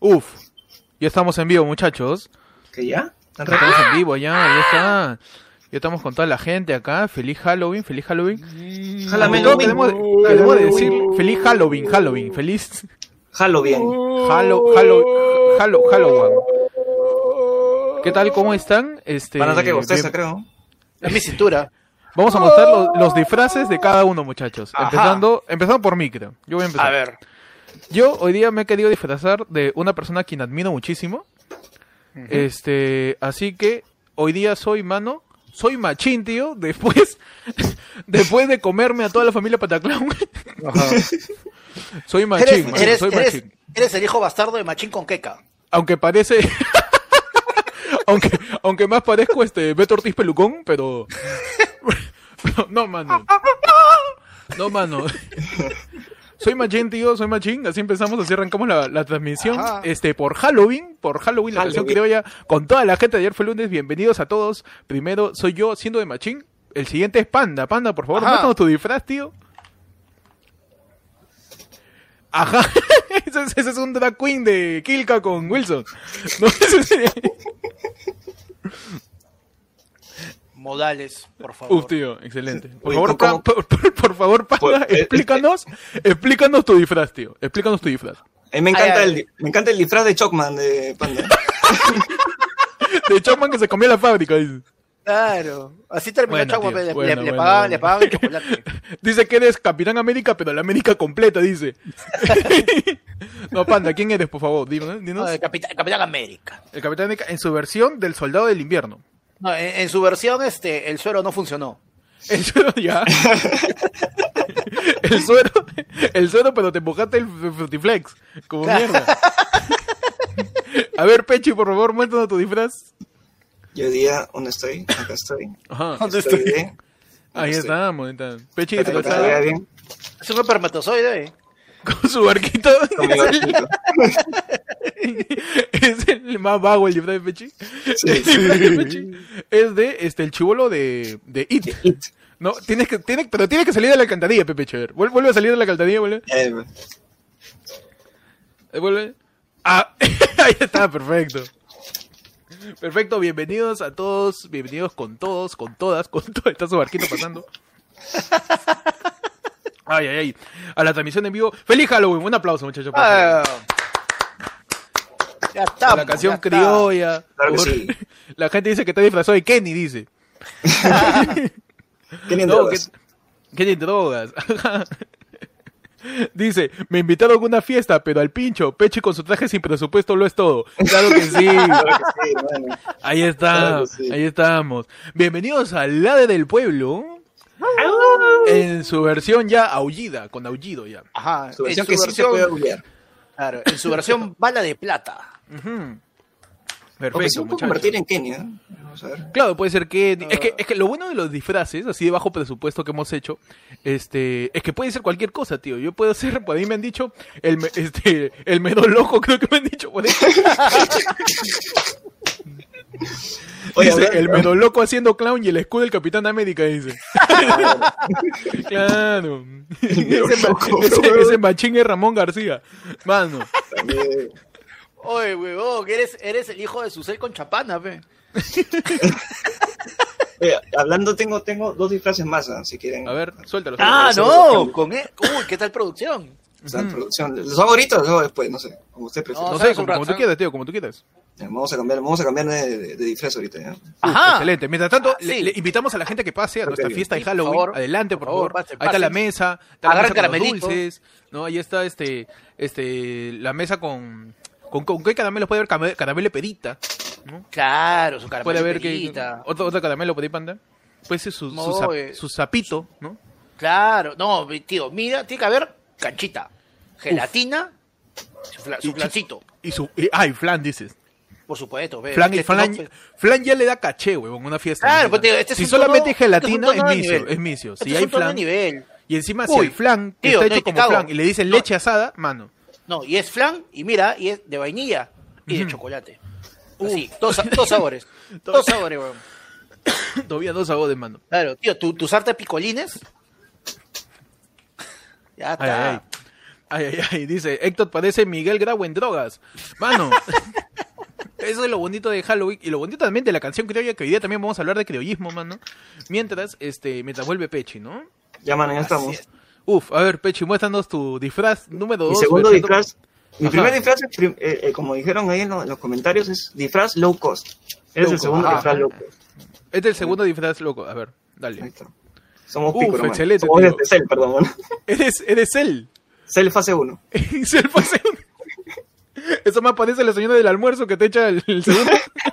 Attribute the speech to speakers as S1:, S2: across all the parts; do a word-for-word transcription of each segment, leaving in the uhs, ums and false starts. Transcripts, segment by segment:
S1: Uf, ya estamos en vivo, muchachos.
S2: ¿Que ya?
S1: ¿Tan rápido? Estamos en vivo ya, ya está. Ya estamos con toda la gente acá. Feliz Halloween, feliz Halloween.
S2: Halloween.
S1: Queremos, queremos decir feliz Halloween, Halloween, feliz
S2: Halloween.
S1: Hallow, Hallow, Hallow, Halloween. ¿Qué tal? ¿Cómo están? Este,
S2: Para ataque bosteza,
S1: bien...
S2: creo.
S3: Es mi cintura.
S1: Vamos a mostrar los, los disfraces de cada uno, muchachos.
S3: Ajá.
S1: Empezando, empezando por mí, creo. Yo voy a empezar.
S3: A ver.
S1: Yo hoy día me he querido disfrazar de una persona a quien admiro muchísimo. Uh-huh. Este, así que hoy día soy, mano, soy machín, tío. Después, después de comerme a toda la familia Pataclown. Ajá. Soy machín,
S3: eres,
S1: mano,
S3: eres,
S1: soy
S3: eres,
S1: machín.
S3: Eres el hijo bastardo de Machín con queca.
S1: Aunque parece... aunque, aunque más parezco este Beto Ortiz Pelucón, pero... no, mano. No, mano. Soy machín, tío, soy machín. Así empezamos, así arrancamos la, la transmisión. Ajá. Este, por Halloween, por Halloween, la versión criolla, con toda la gente de ayer fue lunes. Bienvenidos a todos. Primero, soy yo, siendo de machín. El siguiente es Panda. Panda, por favor, muéstranos tu disfraz, tío. Ajá. ese, ese es un drag queen de Kilka con Wilson. No, ese sería...
S3: Modales, por favor.
S1: Uf, tío, excelente. Por Uy, favor, pa, por, por, por favor, Panda, pues, explícanos, explícanos tu disfraz, tío. Explícanos tu disfraz.
S2: A mí me encanta, ay, el, ay. Me encanta el disfraz de Chocman de Panda.
S1: De Chocman que se comió la fábrica, dice.
S3: Claro, así terminó bueno, Chocman, le,
S1: bueno,
S3: le,
S1: bueno,
S3: le pagaban,
S1: bueno.
S3: le pagaban el chocolate.
S1: Dice que eres Capitán América, pero la América completa, dice. No, Panda, ¿quién eres, por favor? Dinos.
S3: No, el Capitán, Capitán América.
S1: El Capitán América en su versión del Soldado del Invierno.
S3: No, en, en su versión, este, el suero no funcionó.
S1: El suero ya. El suero, el suero, pero te empujaste el Frutiflex. Como mierda. A ver, Pechi, por favor, muéstranos tu disfraz.
S2: Yo día, ¿dónde estoy? Acá estoy.
S1: Ajá.
S3: ¿Dónde estoy?
S2: estoy? De...
S1: Ahí
S2: estoy?
S1: estamos, está. Pechi,
S2: ¿Te
S1: disfrazado.
S2: bien?
S3: Es un espermatozoide, ¿eh?
S1: Con su barquito.
S2: Con mi barquito.
S1: Es el más vago el disfraz de Pechi.
S2: Sí, sí.
S1: De Pechi es de este el chibolo de, de It.
S2: De It.
S1: No, tienes que, tienes, pero tienes que salir de la alcantarilla, Pepe Chever. Vuelve a salir de la alcantarilla, vuelve.
S2: Eh,
S1: vuelve. Ah, ahí está, perfecto. Perfecto, bienvenidos a todos, bienvenidos con todos, con todas, con todo, está su barquito pasando. Ay, ay, ay, a la transmisión en vivo. ¡Feliz Halloween! Un aplauso, muchachos.
S3: Ah, ya está.
S1: La canción criolla.
S2: Claro que sí.
S1: La gente dice que está disfrazado de Kenny, dice.
S2: Kenny en
S1: no,
S2: drogas.
S1: Que, Kenny en drogas. Dice, me invitaron a una fiesta, pero al pincho, Peche con su traje sin presupuesto lo es todo. Claro que sí.
S2: Claro que sí, bueno.
S1: Ahí está, claro sí. Ahí estamos. Bienvenidos al Lade del Pueblo. En su versión ya aullida, con aullido ya.
S3: Ajá.
S2: Su versión
S3: su
S2: que
S3: versión,
S2: sí se puede aullar.
S3: Claro, en su versión bala de plata.
S1: Uh-huh.
S2: Perfecto, se puede convertir en Kenny, ¿eh? Vamos a ver.
S1: Claro, puede ser Kenny. Uh, es que es que lo bueno de los disfraces, así de bajo presupuesto que hemos hecho, este, es que puede ser cualquier cosa, tío. Yo puedo ser, por ahí me han dicho, el este, el mero loco, creo que me han dicho por ahí. Oye, dice, ver, el ¿no? Mero loco haciendo clown y el escudo del Capitán América, dice. Claro. Ese, loco, ese, ese machín es Ramón García. Mano.
S3: Oye, huevón, eres, eres el hijo de Susel con chapana, fe.
S2: Oye, hablando, tengo, tengo dos disfraces más, ¿eh? Si quieren.
S1: A ver, suéltalo.
S3: Ah, no, con él. Uy, ¿qué tal producción?
S2: O sea, mm. producción. ¿Los hago ahorita o los hago después? No sé, como usted prefiere.
S1: No, no sé, como, como tú quieras, tío, como tú quieras.
S2: Vamos a cambiar, vamos a cambiar de, de, de disfraz ahorita, ¿ya?
S1: Ajá. Uh, excelente. Mientras tanto, ah, sí. le, le invitamos a la gente que pase a nuestra fiesta de Halloween. Por favor, Adelante, por, por favor. favor. Pase, ahí está la mesa, está la mesa con los dulces, ¿no? Ahí está este, este, la mesa con, con, con qué caramelo puede haber, caramelo perita, ¿no?
S3: Claro, su caramelo
S1: puede haber
S3: perita.
S1: Que, otro, otro caramelo, ¿puede Panda? Puede ser su,
S3: no,
S1: su, zap,
S3: eh.
S1: su sapito, ¿no?
S3: Claro, no, tío, mira, tiene que haber canchita, gelatina, Uf. su, fla, su flancito.
S1: Y su, y, ah, y flan, dices.
S3: Por supuesto, ve.
S1: Flan, flan, no, flan ya le da caché, huevón, una fiesta.
S3: Claro, pues, tío, este
S1: si
S3: es
S1: solamente
S3: tono,
S1: gelatina,
S3: este es,
S1: es misio,
S3: nivel.
S1: es misio. Si
S3: este
S1: hay
S3: es
S1: flan,
S3: nivel.
S1: y encima
S3: Uy,
S1: si el flan
S3: tío,
S1: está
S3: no,
S1: hecho como
S3: cago.
S1: flan y le dicen
S3: no.
S1: leche asada, mano.
S3: No, y es flan, y mira, y es de vainilla y de uh-huh. chocolate. Así, dos, dos sabores. dos sabores, huevón.
S1: Todavía dos sabores, mano.
S3: Claro, tío, tu, tus artes picolines. Ya está.
S1: Ay, ay, ay. Ay, ay, ay, dice, Héctor parece Miguel Grau en drogas. Mano, eso es lo bonito de Halloween y lo bonito también de la canción criolla, que hoy día también vamos a hablar de criollismo, mano. Mientras, este, mientras vuelve Pechi, ¿no?
S2: Ya, mano, ya estamos.
S1: Uf, a ver, Pechi, muéstranos tu disfraz número dos.
S2: Mi segundo disfraz, mi
S1: Ajá.
S2: primer disfraz, eh, eh, como dijeron ahí en, lo, en los comentarios, es disfraz low cost. Es
S1: Low
S2: el segundo
S1: cost.
S2: disfraz low cost.
S1: Este es el segundo disfraz, loco. A ver,
S2: Ahí
S1: dale.
S2: está. Somos
S1: Uf,
S2: pico, hermano.
S1: excelente,
S2: Somos
S1: tío.
S2: desde Cell, perdón, mano.
S1: Eres, eres él.
S2: Cell fase uno.
S1: Es el fase uno. Eso más parece la señora del almuerzo que te echa el, el segundo.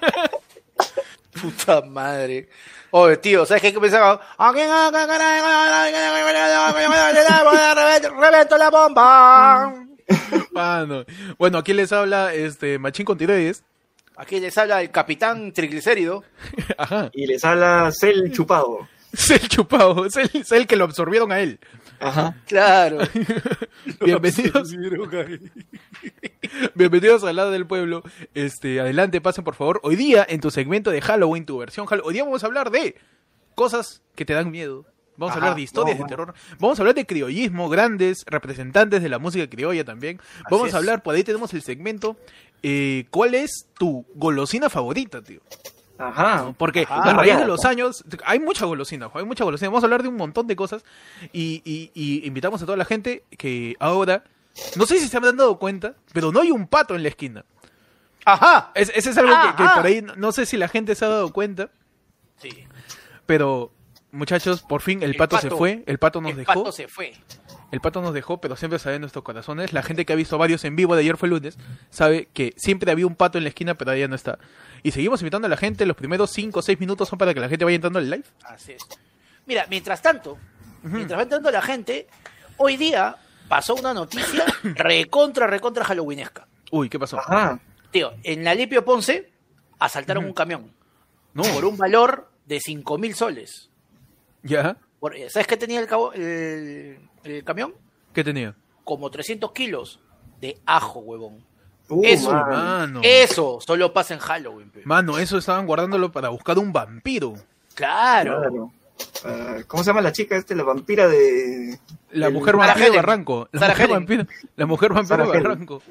S3: Puta madre. Oye, tío, ¿sabes qué pensaba? ¡Revento la bomba!
S1: Mano. Bueno, aquí les habla este Machín con tiroides.
S3: Aquí les habla el capitán triglicérido.
S1: Ajá.
S2: Y les habla Cell chupado.
S1: Es el chupado, es el, es el que lo absorbieron a él.
S2: Ajá.
S3: Claro.
S1: Bienvenidos. Bienvenidos al lado del pueblo. Este, adelante, pasen por favor. Hoy día, en tu segmento de Halloween, tu versión Halloween, hoy día vamos a hablar de cosas que te dan miedo. Vamos
S3: Ajá,
S1: a hablar de historias
S2: no,
S1: de
S2: bueno.
S1: terror. Vamos a hablar de criollismo, grandes representantes de la música criolla también. Vamos
S3: es.
S1: a hablar, por ahí tenemos el segmento. Eh, ¿Cuál es tu golosina favorita, tío?
S2: Ajá.
S1: Porque
S3: Ajá.
S1: a raíz de
S2: Variado.
S1: los años hay mucha golosina, hay mucha golosina. Vamos a hablar de un montón de cosas y, y, y invitamos a toda la gente que ahora, no sé si se habrán dado cuenta, pero no hay un pato en la esquina.
S3: Ajá.
S1: Es, ese es algo
S3: Ah,
S1: que, que
S3: ah.
S1: por ahí, no- no sé si la gente se ha dado cuenta,
S3: Sí.
S1: pero muchachos, por fin el,
S3: El
S1: pato, se
S3: pato.
S1: fue, el pato nos
S3: El
S1: dejó.
S3: pato se fue.
S1: El pato nos dejó, pero siempre sabe en nuestros corazones. La gente que ha visto varios en vivo de ayer fue lunes, sabe que siempre había un pato en la esquina, pero ahora ya no está. Y seguimos invitando a la gente. Los primeros cinco o seis minutos son para que la gente vaya entrando al live.
S3: Así es. Mira, mientras tanto, mientras va entrando la gente, hoy día pasó una noticia recontra, recontra halloweenesca.
S1: Uy, ¿qué pasó?
S2: Ajá.
S3: Tío, en la Lipio Ponce asaltaron un camión
S1: No,
S3: por un valor de cinco mil soles.
S1: ¿ya?
S3: Por- ¿Sabes qué tenía el, cabo- el, el camión?
S1: ¿Qué tenía?
S3: Como trescientos kilos de ajo, huevón.
S2: Uh,
S3: Eso,
S2: man.
S1: Mano.
S3: Eso solo pasa en Halloween. Pe.
S1: Mano, eso estaban guardándolo para buscar un vampiro.
S3: Claro.
S2: Claro. Ah, ¿Cómo se llama la chica este? La vampira de...
S1: La
S2: del-
S1: mujer
S3: Sarah
S1: vampiro de
S3: Helen.
S1: Barranco. La
S3: Sarah
S1: mujer
S3: Helen.
S1: vampiro, la mujer vampiro
S2: Sarah
S1: de
S2: Helen.
S1: Barranco.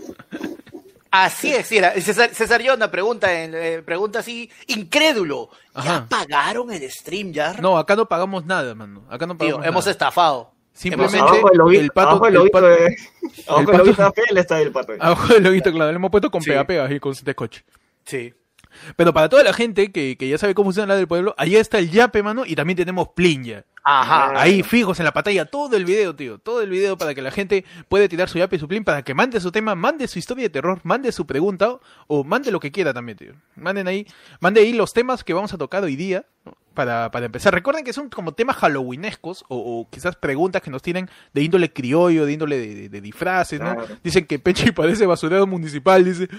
S3: Así es, era. César, César Yona pregunta, en, eh, pregunta así, incrédulo. ¿Ya
S1: Ajá.
S3: pagaron el stream ya?
S1: No, acá no pagamos nada, mano. Acá no
S3: Tío,
S1: pagamos
S3: hemos
S1: nada.
S3: estafado.
S1: Simplemente
S2: Abajo del loguito,
S1: el pato,
S2: abajo del
S1: el
S2: loguito
S1: pato-
S2: de... Abajo del
S1: pato-
S2: loguito de piel está el pato.
S1: abajo del loguito, claro, le hemos puesto con
S3: Sí.
S1: pega pega y con scotch.
S3: Sí.
S1: Pero para toda la gente que, que ya sabe cómo funciona la del pueblo, ahí está el yape, mano, y también tenemos Plinja.
S3: Ajá.
S1: Ahí fijos en la pantalla, todo el video, tío, todo el video para que la gente pueda tirar su yape y su plin, para que mande su tema, mande su historia de terror, mande su pregunta o, o mande lo que quiera también, tío. Manden ahí, mande ahí los temas que vamos a tocar hoy día, ¿no? para, para empezar. Recuerden que son como temas halloweenescos o, o quizás preguntas que nos tienen de índole criollo, de índole de, de- de disfraces, ¿no?
S2: Claro.
S1: Dicen que Pechi parece basurero municipal, dice.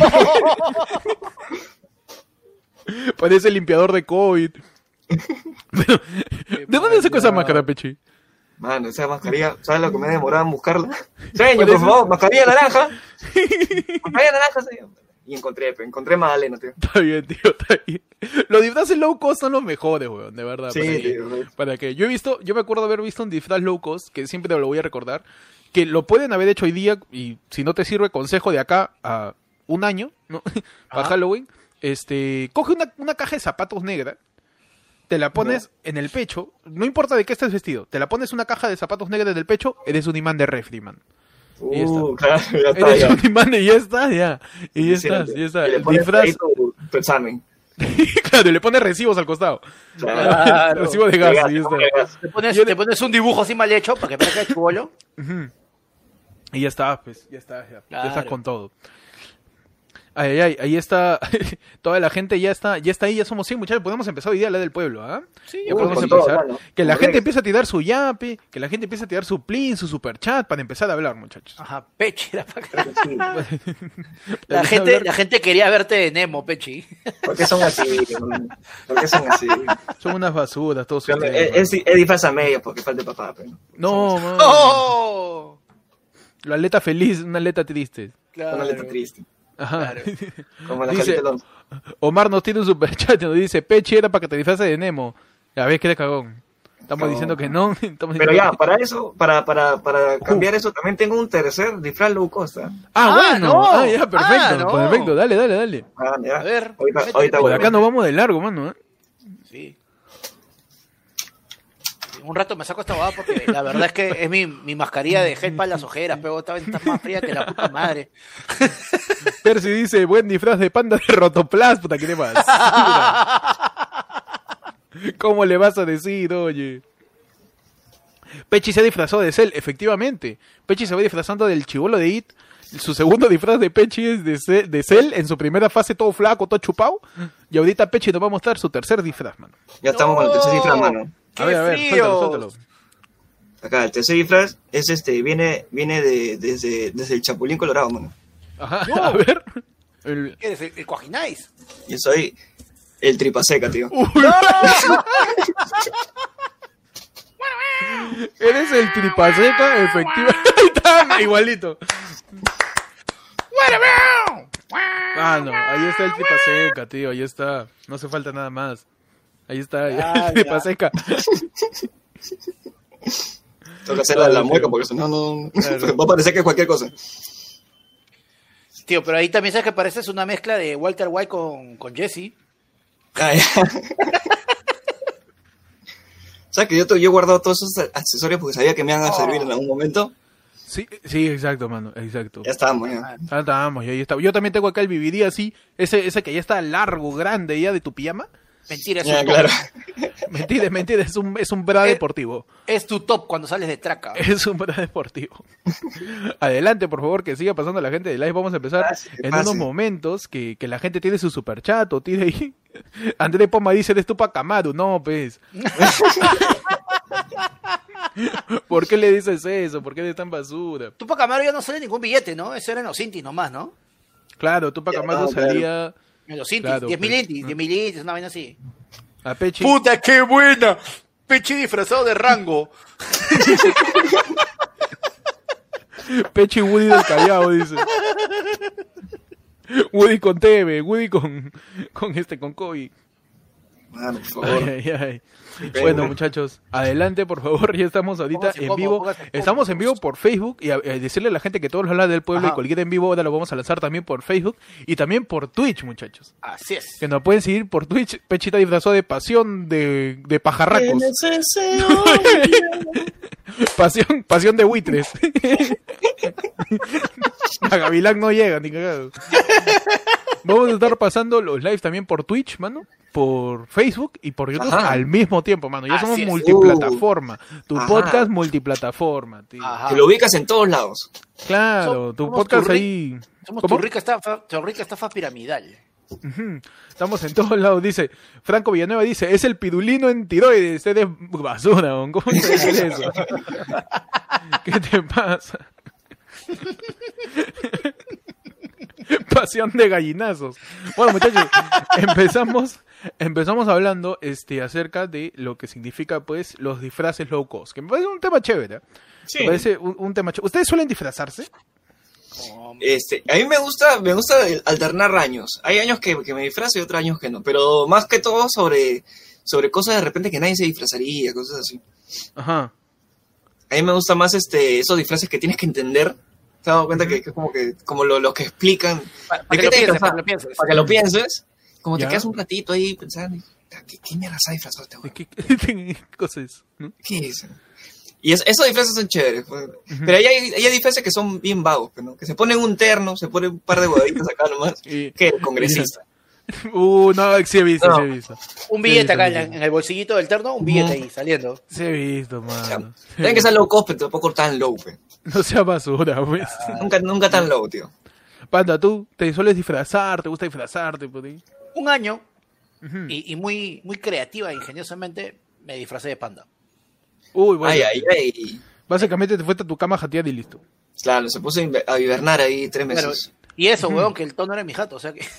S1: Parece limpiador de COVID. Pero, ¿de dónde sacó esa máscara, Pechi?
S2: Mano, esa mascarilla, ¿sabes lo que me demoraba en buscarla? Señor,
S1: ¿Cuál
S2: por
S1: es?
S2: favor, mascarilla naranja. Mascarilla naranja, señor. Y encontré, pe, encontré Madalena, tío.
S1: Está bien, tío, está bien. Los disfraces low cost son los mejores, weón, de verdad.
S2: Sí,
S1: para, que,
S2: tío.
S1: para que yo he visto, yo me acuerdo haber visto un disfraz low cost, que siempre lo voy a recordar, que lo pueden haber hecho hoy día, y si no te sirve, consejo de acá a un año, ¿no? Para
S3: Ajá.
S1: Halloween, este, coge una, una caja de zapatos negra, te la pones en el pecho, no importa de qué estés vestido, te la pones una caja de zapatos negros en el pecho, eres un imán de refri, man. Y ya
S2: Uh, claro, ya está,
S1: Eres
S2: ya.
S1: un imán y ya está, ya. Y ya
S2: Sí,
S1: estás,
S2: sí.
S1: ya está.
S2: Y le
S1: El
S2: pones
S1: disfraz,
S2: ahí tu, tu examen.
S1: claro, y le pones recibos al costado.
S3: Claro.
S1: Recibo de gas,
S2: Gas,
S1: y ya
S2: ¿cómo
S1: está.
S2: que gas?
S3: Te pones,
S1: Yo-
S3: te pones un dibujo así mal hecho para que parezca el chubolo.
S1: Ujú. Y ya está, pues, ya está, ya, ya
S3: Claro.
S1: estás con todo. Ay, ay, ay, ahí está, toda la gente ya está, ya está ahí, ya somos cien, muchachos, podemos empezar hoy día a hablar del pueblo, ¿ah?
S3: Sí,
S1: Ya
S2: Uy,
S1: podemos
S2: con todo,
S1: empezar.
S2: mano.
S1: Que la
S2: Como
S1: gente
S2: reggae.
S1: empiece a tirar su yape, que la gente empiece a tirar su plin, su superchat, para empezar a hablar, muchachos.
S3: Ajá, Pechi. era para-
S2: Claro que sí.
S3: La
S1: Para
S3: gente,
S1: hablar-
S3: la gente quería verte de Nemo, Pechi.
S2: ¿Por qué son así? man? ¿Por qué son así?
S1: Son unas basuras, todos
S2: Es,
S1: ustedes.
S2: es, es disfraz a medio porque falta el papá, pero.
S1: No, man.
S3: ¡Oh!
S1: La aleta feliz, una aleta triste.
S3: Claro.
S2: Una letra triste.
S1: Ajá.
S3: Claro.
S2: Como la
S1: Dice-
S2: Carita Alonso.
S1: Omar nos tiene un superchat y nos dice, Pechi era para que te disfraces de Nemo. Ya ves que eres cagón. Estamos
S2: No.
S1: diciendo que no. Estamos
S2: Pero
S1: diciendo
S2: ya,
S1: que-
S2: para eso, para, para, para cambiar eso, también tengo un tercer disfraz low cost. ¿Ah?
S1: Ah,
S3: Ah,
S1: bueno.
S3: no.
S1: Ah, ya, perfecto.
S3: Ah, no.
S1: Perfecto. Dale, dale, dale.
S2: Ah, ya.
S3: A ver,
S2: ahorita,
S3: métele,
S2: ahorita
S1: Por
S2: voy.
S1: acá nos vamos de largo, mano. ¿eh?
S3: Sí. En un rato me saco esta bobada porque la verdad es que es mi, mi mascarilla de gel para las ojeras, pero esta vez está más fría que la puta madre.
S1: Percy dice, buen disfraz de panda de Rotoplas. Puta, ¿qué le pasa? ¿Cómo le vas a decir, oye? Pechi se ha disfrazado de Cell, efectivamente. Pechi se va disfrazando del chibolo de It. Su segundo disfraz de Pechi es de, Ce- de Cell. En su primera fase todo flaco, todo chupado. Y ahorita Pechi nos va a mostrar su tercer disfraz, mano.
S2: Ya estamos con el tercer disfraz, mano.
S3: ¡Qué
S1: A ver, a ver,
S3: frío!
S1: suéltalo, suéltalo.
S2: Acá, el tercer disfraz es este, viene, viene de, desde, desde el Chapulín Colorado, mano.
S1: Ajá,
S3: No.
S1: a ver. El-
S3: ¿Qué eres? ¿El, el Coajináis?
S2: Yo soy el Tripaseca, tío.
S1: Eres el tripaseca, efectivamente. Ahí está, igualito. Ah, no, ahí está el tripaseca, tío, ahí está. No hace falta nada más. Ahí está, ya,
S3: Ah,
S1: el tripaseca.
S2: Tengo que hacer la, la
S1: Claro,
S2: mueca
S1: tío.
S2: porque si no, no
S1: Claro.
S2: va a parecer que es cualquier cosa.
S3: Tío, pero ahí también sabes que pareces una mezcla de Walter White con, con Jesse.
S2: Ah, ya. ¿Sabes que yo, te- yo he guardado todos esos accesorios porque sabía que me iban a servir en algún momento?
S1: Sí, sí, exacto, mano, exacto.
S2: Ya estábamos, ya.
S1: Ah, estamos, y ahí está. Yo también tengo acá el vivirí así, ese, ese que ya está largo, grande ya de tu pijama.
S3: Mentira, es,
S2: Ya,
S3: un
S2: claro.
S3: top.
S1: Mentira, mentira, es un, es un bra
S3: Eh,
S1: deportivo.
S3: Es tu top cuando sales de traca.
S1: Es un bra deportivo. Adelante, por favor, que siga pasando la gente de live. Vamos a empezar
S2: Pase, que
S1: en
S2: pase.
S1: unos momentos que, que la gente tiene su superchat o tiene ahí. André Poma dice, eres tú pa' Camaro. No, pues. ¿Por qué le dices eso? ¿Por qué eres tan basura?
S3: Tú para Camaro ya no sale ningún billete, ¿no? Eso era en los Intis nomás, ¿no?
S1: Claro, tú pa'
S2: Ya,
S1: Camaro
S2: no, claro.
S1: salía
S3: En los Intis,
S1: Claro,
S3: diez mil
S1: pues.
S3: Intis, diez mil Intis, una vaina así.
S1: a Pechi.
S3: ¡Puta, qué buena! Pechi disfrazado de Rango.
S1: Pechi Woody del Callao, dice. Woody con T V, Woody con, con este, con Kobe.
S2: Mano, por favor.
S1: Ay, ay, ay. Bueno, muchachos, adelante, por favor. Ya estamos ahorita
S3: Póngase
S1: en
S3: poco,
S1: vivo.
S3: póngase poco.
S1: Estamos en vivo por Facebook y a, a decirle a la gente que todos los lados del pueblo
S3: Ajá.
S1: y cualquier en vivo ahora lo vamos a lanzar también por Facebook y también por Twitch, muchachos.
S3: Así es.
S1: Que nos pueden seguir por Twitch. Pechita disfrazó de pasión de, de pajarracos. Pasión, pasión de buitres. A Gavilán no llega, ni cagado. Vamos a estar pasando los lives también por Twitch, mano, por Facebook y por YouTube
S2: Ajá.
S1: al mismo tiempo, mano. Ya
S3: Así
S1: somos
S3: es.
S1: multiplataforma. Tu
S2: Ajá.
S1: podcast multiplataforma, tío.
S3: Ajá.
S2: Que lo ubicas en todos lados.
S1: Claro,
S3: Somos-
S1: tu
S3: somos
S1: podcast
S3: tu ri-
S1: ahí.
S3: Somos
S1: ¿Cómo?
S3: tu rica estafa, tu rica estafa piramidal.
S1: Ujú. Estamos en todos lados, dice. Franco Villanueva dice, es el pirulino en tiroides, eres basura, ¿no? ¿Cómo te dices eso? ¿Qué te pasa? Pasión de gallinazos. Bueno, muchachos, empezamos, empezamos hablando este, acerca de lo que significa, pues, los disfraces low cost. Que me parece un tema chévere. ¿eh?
S2: Sí.
S1: Me parece un, un tema chévere. ¿Ustedes suelen disfrazarse?
S3: Como-
S2: Este, a mí me gusta, me gusta alternar años. Hay años que, que me disfrazo y otros años que no. Pero más que todo sobre, sobre cosas de repente que nadie se disfrazaría, cosas así.
S1: Ajá.
S2: A mí me gusta más este, esos disfraces que tienes que entender. ¿Te has dado cuenta que, que es como que como lo, lo que explican?
S3: Para,
S2: ¿De
S3: para
S2: qué
S3: que,
S2: te
S3: lo pienses,
S2: disfrazas?
S3: para que lo pienses.
S2: Para que lo pienses. Como
S1: Ya.
S2: te quedas un ratito ahí pensando, ¿qué, qué mierda se ha disfrazado este güey?
S1: ¿Qué, qué cosas? ¿No?
S2: ¿Qué es? Y es- esos disfraces son chéveres. Pues. Pero hay, hay, hay disfraces que son bien vagos, pues, ¿no? Que se ponen un terno, se ponen un par de huevitos acá nomás.
S1: Y-
S2: Que el congresista.
S1: Uh, no, sí he visto,
S2: No.
S1: sí he visto.
S3: Un billete
S1: Sí,
S3: acá
S1: sí,
S3: en,
S1: sí.
S3: en el bolsillito del terno, un billete
S2: Ujú.
S3: ahí saliendo.
S1: Sí he visto, mano.
S2: Tienen que ser low cost, pero tampoco tan low, pues.
S1: No sea basura, pues.
S2: Nunca, nunca tan low, tío.
S1: Panda, ¿tú te sueles disfrazar? ¿Te gusta disfrazarte? Por ahí?
S3: Un año,
S1: Ujú.
S3: y, y muy, muy creativa e ingeniosamente, me disfracé de panda.
S1: Uy, bueno.
S2: Ay, ay, ay.
S1: Básicamente te fuiste a tu cama a jatear y listo.
S2: Claro, se puso a inve- a hibernar ahí tres
S3: Pero-
S2: meses.
S3: y eso, weón, que el tono era mi jato, o sea que...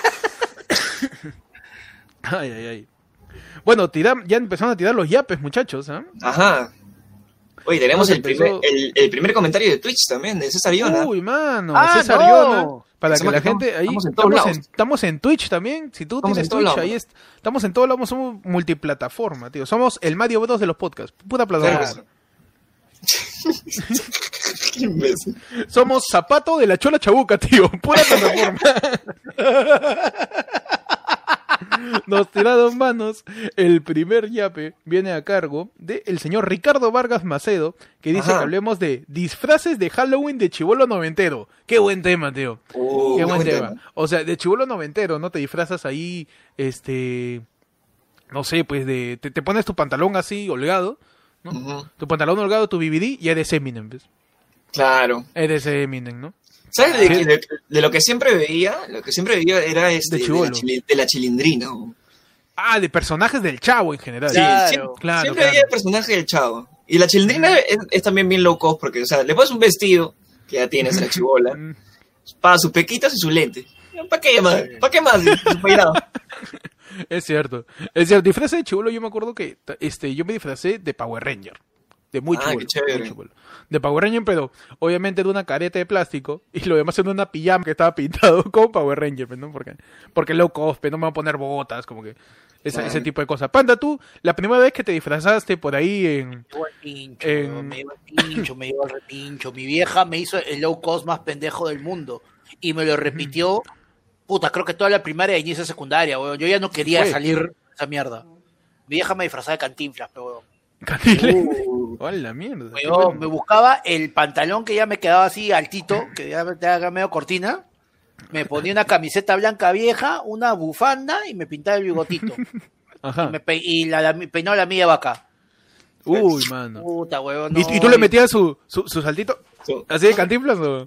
S1: Ay, ay, ay. Bueno, tirar, ya empezaron a tirar los yapes, muchachos, ¿ah?
S2: Ajá. Oye, tenemos
S1: No,
S2: el
S1: empezó-
S2: primer, el, el primer comentario de Twitch también, de César Iona.
S1: Uy, mano,
S3: Ah,
S1: César
S3: no.
S1: Iona, para que
S2: Estamos-
S1: la gente ahí
S2: estamos en todos
S1: estamos en,
S2: lados.
S1: estamos en Twitch también, si tú
S2: Estamos
S1: tienes
S2: en todos
S1: Twitch,
S2: lados.
S1: ahí es- estamos en todos lados, somos multiplataforma, tío, somos el Mario Bros de los podcasts, pura plataforma.
S2: Claro. Qué imbécil.
S1: Somos Zapato de la Chola Chabuca, tío, pura plataforma. Nos tiraron manos. El primer yape viene a cargo del señor Ricardo Vargas Macedo, que dice
S2: Ajá.
S1: que hablemos de disfraces de Halloween de chibolo noventero. Qué buen tema, tío.
S2: Uh,
S1: Qué
S2: qué
S1: buen
S2: buen
S1: tema.
S2: tema.
S1: O sea, de chibolo noventero, ¿no? Te disfrazas ahí, este... No sé, pues de... Te, te pones tu pantalón así, holgado, ¿no?
S2: Ujú.
S1: Tu pantalón holgado, tu B B D, y eres Eminem, ¿ves?
S2: Claro.
S1: Eres Eminem, ¿no?
S2: ¿Sabes de,
S1: Sí.
S2: de- de lo que siempre veía? Lo que siempre veía era este,
S1: De
S2: de,
S1: chibolo.
S2: la, chili- de la chilindrina. ¿no?
S1: Ah, de personajes del Chavo en general.
S2: Sí,
S3: Claro.
S2: siempre,
S1: Claro,
S2: siempre
S1: claro.
S2: veía el personaje del chavo. Y la chilindrina es, es también bien low cost porque, o sea, le pones un vestido que ya tienes a la chibola,
S1: Mm.
S2: para sus pequitas y sus lentes. ¿Para qué más? ¿Para qué más? Su peinado.
S1: Es cierto. Es cierto, disfraz de chibolo, yo me acuerdo que ta- este, yo me disfracé de Power Ranger. De muy
S2: Ah,
S1: chibolo.
S2: qué chévere.
S1: muy chibolo. De Power Ranger, pero obviamente de una careta de plástico y lo demás en una pijama que estaba pintado con Power Ranger, pues, ¿no? Porque, porque low cost, pero no me voy a poner botas, como que esa-
S2: Ah.
S1: ese tipo de cosas. Panda, tú, la primera vez que te disfrazaste por ahí en...
S3: Me llevó el pincho,
S1: En-
S3: weón, me llevó el pincho, me llevó el repincho. Mi vieja me hizo el low cost más pendejo del mundo. Y me lo repitió, puta, creo que toda la primaria e inicio de secundaria, weón. Yo ya no quería
S1: Fue.
S3: salir de esa mierda. Mi vieja me disfrazaba de Cantinflas, pero weón.
S1: Canile.
S2: Uh,
S1: ¡Hola, mierda! qué
S3: Weón,
S1: bueno.
S3: me buscaba el pantalón que ya me quedaba así altito, que ya me quedaba medio cortina. Me ponía una camiseta blanca vieja, una bufanda y me pintaba el bigotito.
S1: Ajá.
S3: Y, me pe- y la, la, peinaba la mía vaca.
S1: Uy, mano.
S3: Puta, weón.
S1: ¿Y,
S3: no,
S1: y tú le metías su, su, su saltito?
S2: so-
S1: ¿Así de Cantinflas o...?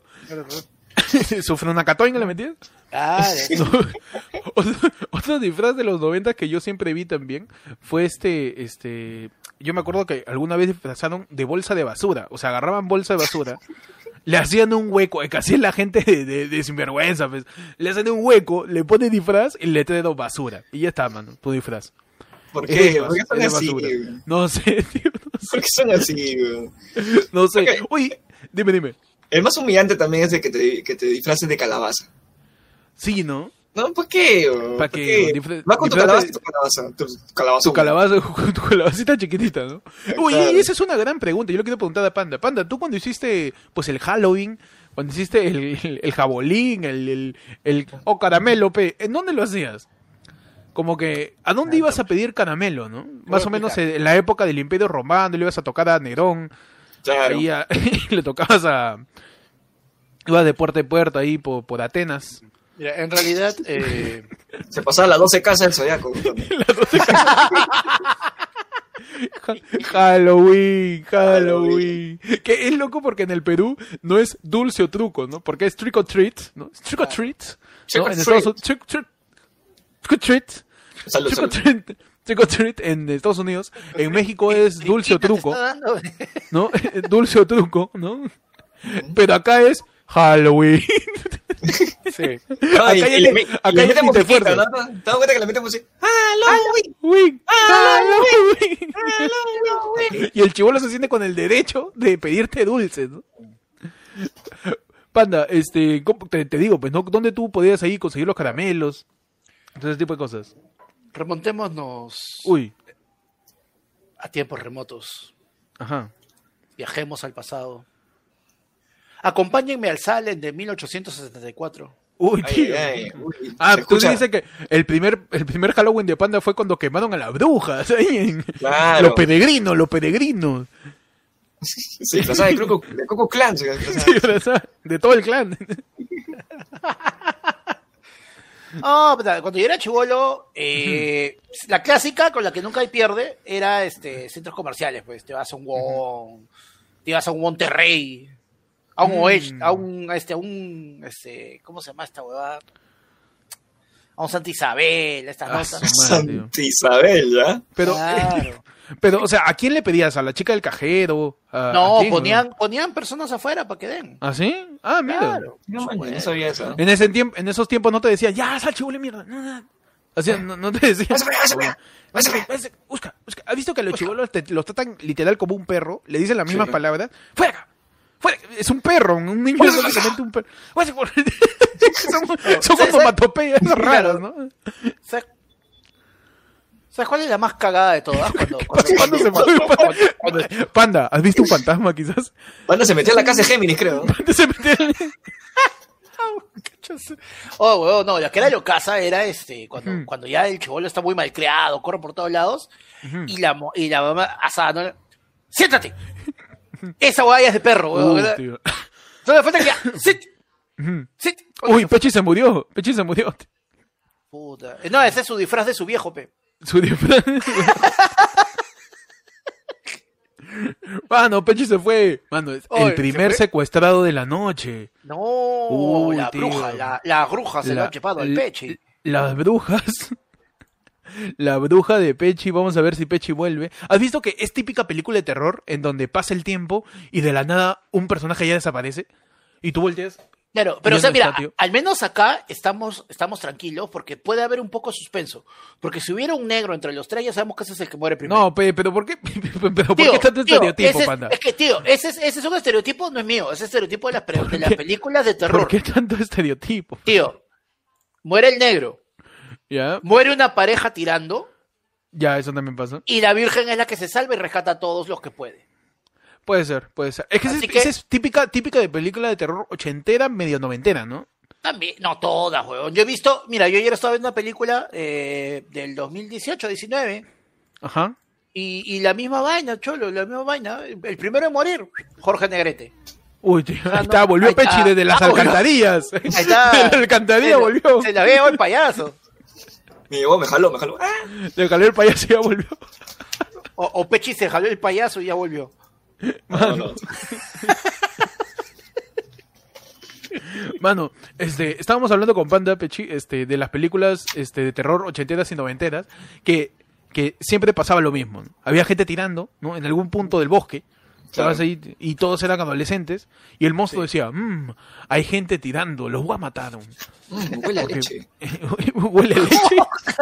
S1: ¿Su fronacatoña le metías?
S3: Claro.
S1: No. Otro, otro disfraz de los noventa que yo siempre vi también fue este, este, yo me acuerdo que alguna vez disfrazaron de bolsa de basura, o sea, agarraban bolsa de basura, le hacían un hueco, que hacía la gente de, de, de sinvergüenza, pues, le hacen un hueco, le ponen disfraz y le traen basura, y ya está, mano, tu disfraz.
S2: ¿Por
S1: Es
S2: qué?
S1: de
S2: ¿Por qué
S1: bas-
S2: son
S1: es de
S2: así?
S1: basura.
S2: güey?
S1: No sé, tío, no sé,
S2: ¿Por qué son así? güey?
S1: no sé.
S2: Ok.
S1: Uy, dime, dime.
S2: El más humillante también es el que te, que te disfraces de calabaza.
S1: Sí, ¿no?
S2: No, ¿por qué? güey?
S1: ¿Pa'
S2: ¿Por
S1: qué?
S2: qué?
S1: Disfra-
S2: Va con tu
S1: disfraz
S2: calabaza
S1: de-
S2: y tu calabaza. Tu calabaza.
S1: Tu calabaza, tu calabacita chiquitita, ¿no? Uy,
S2: Claro.
S1: esa es una gran pregunta. Yo le quiero preguntar a Panda. Panda, tú cuando hiciste, pues, el Halloween, cuando hiciste el, el, el jabolín, el, el, el o caramelo, pe, ¿en dónde lo hacías? Como que, ¿a dónde ibas a pedir caramelo, no? Más o menos en la época del Imperio Romano, le ibas a tocar a Nerón,
S2: Claro.
S1: ahí a- le tocabas a... Ibas de puerta en puerta ahí por, por Atenas.
S3: Mira, en realidad, eh,
S2: Se pasaba las doce casas del zodiaco.
S1: Halloween, Halloween. Que es loco porque en el Perú no es dulce o truco, ¿no? Porque es trick or treat, ¿no? Es trick or treat.
S2: Trick
S1: ¿no?
S2: or
S1: En
S2: treat.
S1: Estados Unidos. Trick, trick, trick or treat.
S2: Salud,
S1: Trick or
S2: salud.
S1: treat. Trick or treat en Estados Unidos. En México es dulce o
S3: ¿qué te
S1: truco,
S3: está dando?
S1: ¿no? Dulce o truco, ¿no? Pero acá es Halloween.
S3: Sí.
S2: Ay,
S1: Acá ya
S2: y le,
S1: ni-
S2: me-
S1: acá
S2: le
S1: ya
S2: mete
S1: ni te
S2: musiquita,
S1: esfuerzas.
S2: ¿no? ¿Te das cuenta que le mete música? ¡Halloween!
S1: Halloween.
S2: Halloween.
S1: Halloween. Y el chibolo se siente con el derecho de pedirte dulces, ¿no? Panda, este, ¿cómo- te, te digo, pues, ¿no? ¿Dónde tú podías ahí conseguir los caramelos? Todo ese tipo de cosas.
S3: Remontémonos
S1: Uy,
S3: a tiempos remotos.
S1: ajá.
S3: Viajemos al pasado. Acompáñenme al Salem de mil ochocientos setenta y cuatro.
S1: Uy,
S2: Ay,
S1: tío.
S2: ay, uy,
S1: Ah,
S2: se
S1: tú
S2: escucha-
S1: dices que el primer, el primer Halloween de Panda fue cuando quemaron a las brujas, ahí en
S2: Claro.
S1: los peregrinos, los peregrinos.
S2: Se disfrazaba de Coco, de Coco Clan. Se disfrazaba.
S1: Sí, ¿verdad? De todo el clan.
S3: No, puta, cuando yo era chivolo, eh, la clásica con la que nunca hay pierde era este centros comerciales, pues te vas a un Wong, te vas a un Monterrey, a un
S1: Mm.
S3: Oeste, a un este, a un este, ¿cómo se llama esta huevada? A un Santa Isabel, estas
S1: Ah,
S3: notas.
S1: su madre, tío.
S2: Santa Isabel, ¿ya?
S1: Pero,
S3: Claro.
S1: pero, o sea, ¿a quién le pedías? ¿A la chica del cajero? ¿A-
S3: No,
S1: a quién,
S3: ponían, ponían personas afuera para que den.
S1: ¿Ah, sí? Ah, mira.
S3: Claro.
S2: No, man, no sabía eso.
S1: En, ese tiempo, en esos tiempos no te decía, ya, sal chibole mierda. No, no. O sea, no, no te decía.
S2: Váyase, váyase, váyase.
S1: Váyase, váyase, Busca, busca. ¿Has visto que a los chibolos te, los tratan literal como un perro? Le dicen las mismas
S2: Sí.
S1: palabras. ¡Fuera! ¡Fuera! Es un perro, un niño es básicamente un perro. Váyase por- son son
S3: ¿Sabes-
S1: onomatopeyas raras, ¿no?
S3: ¿Sabes, ¿Sabes cuál es la más cagada de todas? Cuando, cuando,
S1: ¿Cuándo se fue? Panda, Panda, ¿has visto un fantasma quizás?
S2: Panda se metió a la casa de Géminis, creo.
S1: Panda se metió en-
S3: Oh, weón, no, la que era lo casa era este, cuando,
S1: Ujú.
S3: cuando ya el chibolo está muy malcriado, corre por todos lados, y la mo- y la mamá asada, ¿no? ¡Siéntate! Esa hueá ya es de perro, weón.
S1: Uh,
S3: ¿verdad?
S1: tío.
S3: Solo falta que ya, sit,
S1: Ujú.
S3: sit.
S1: Uy, Pechi se murió. Pechi se murió.
S3: Puta. No, ese es su disfraz de su viejo, pe.
S1: Su disfraz. Mano, Pechi se fue. Mano, es
S3: Oye,
S1: el
S3: ¿se
S1: primer
S3: fue?
S1: secuestrado de la noche.
S3: No,
S1: Uy,
S3: la
S1: tío.
S3: bruja, la, la bruja se lo ha chepado al
S1: l-
S3: peche.
S1: Las brujas. La bruja de Pechi, vamos a ver si Pechi vuelve. ¿Has visto que es típica película de terror en donde pasa el tiempo y de la nada un personaje ya desaparece? Y tú volteas.
S3: Claro, pero
S1: ¿Y
S3: o sea,
S1: dónde
S3: mira,
S1: está, tío?
S3: al menos acá estamos, estamos tranquilos porque puede haber un poco de suspenso. Porque si hubiera un negro entre los tres, ya sabemos que ese es el que muere primero.
S1: No, pe, pero ¿por qué? Pero ¿por
S3: Tío,
S1: qué tanto
S3: tío,
S1: estereotipo,
S3: ese es,
S1: Panda?
S3: es que, tío, ese es, ese es un estereotipo, no es mío, ese es estereotipo de las, pre- de las
S1: qué?
S3: películas de
S1: ¿Por
S3: terror.
S1: qué tanto estereotipo?
S3: Tío, muere el negro,
S1: ¿Ya?
S3: muere una pareja tirando,
S1: Ya, eso también pasa.
S3: y la Virgen es la que se salva y rescata a todos los que puede.
S1: Puede ser, puede ser. Es que esa
S3: Así
S1: es,
S3: que-
S1: esa es típica, típica de película de terror ochentera, medio noventera, ¿no?
S3: También, no todas, weón. Yo he visto, mira, yo ayer estaba viendo una película eh, del dos mil dieciocho, diecinueve,
S1: Ajá.
S3: y, y la misma vaina, cholo, la misma vaina. El primero en morir, Jorge Negrete.
S1: Uy, tío, ahí
S3: no,
S1: está, volvió
S3: ahí
S1: Pechi
S3: está.
S1: desde las
S3: Ah, volvió.
S1: alcantarillas.
S3: Ahí está.
S1: De la alcantarilla
S3: Se-
S1: volvió.
S3: Se la veo el payaso.
S2: Me llegó, me jaló, me jaló. ¡Ah!
S1: Le caló el payaso y ya volvió.
S3: O, o Pechi se jaló el payaso y ya volvió.
S2: No, no.
S1: Mano, este, estábamos hablando con Panda, Pechi, este, de las películas este, de terror ochenteras y noventeras, que, que siempre pasaba lo mismo, ¿no? Había gente tirando, ¿no? En algún punto del bosque, estabas
S2: Claro.
S1: ahí, y todos eran adolescentes, y el monstruo decía, mmm, hay gente tirando, los voy a matar.
S2: Mm, huele a
S1: Porque-
S2: leche.
S1: Huele a leche.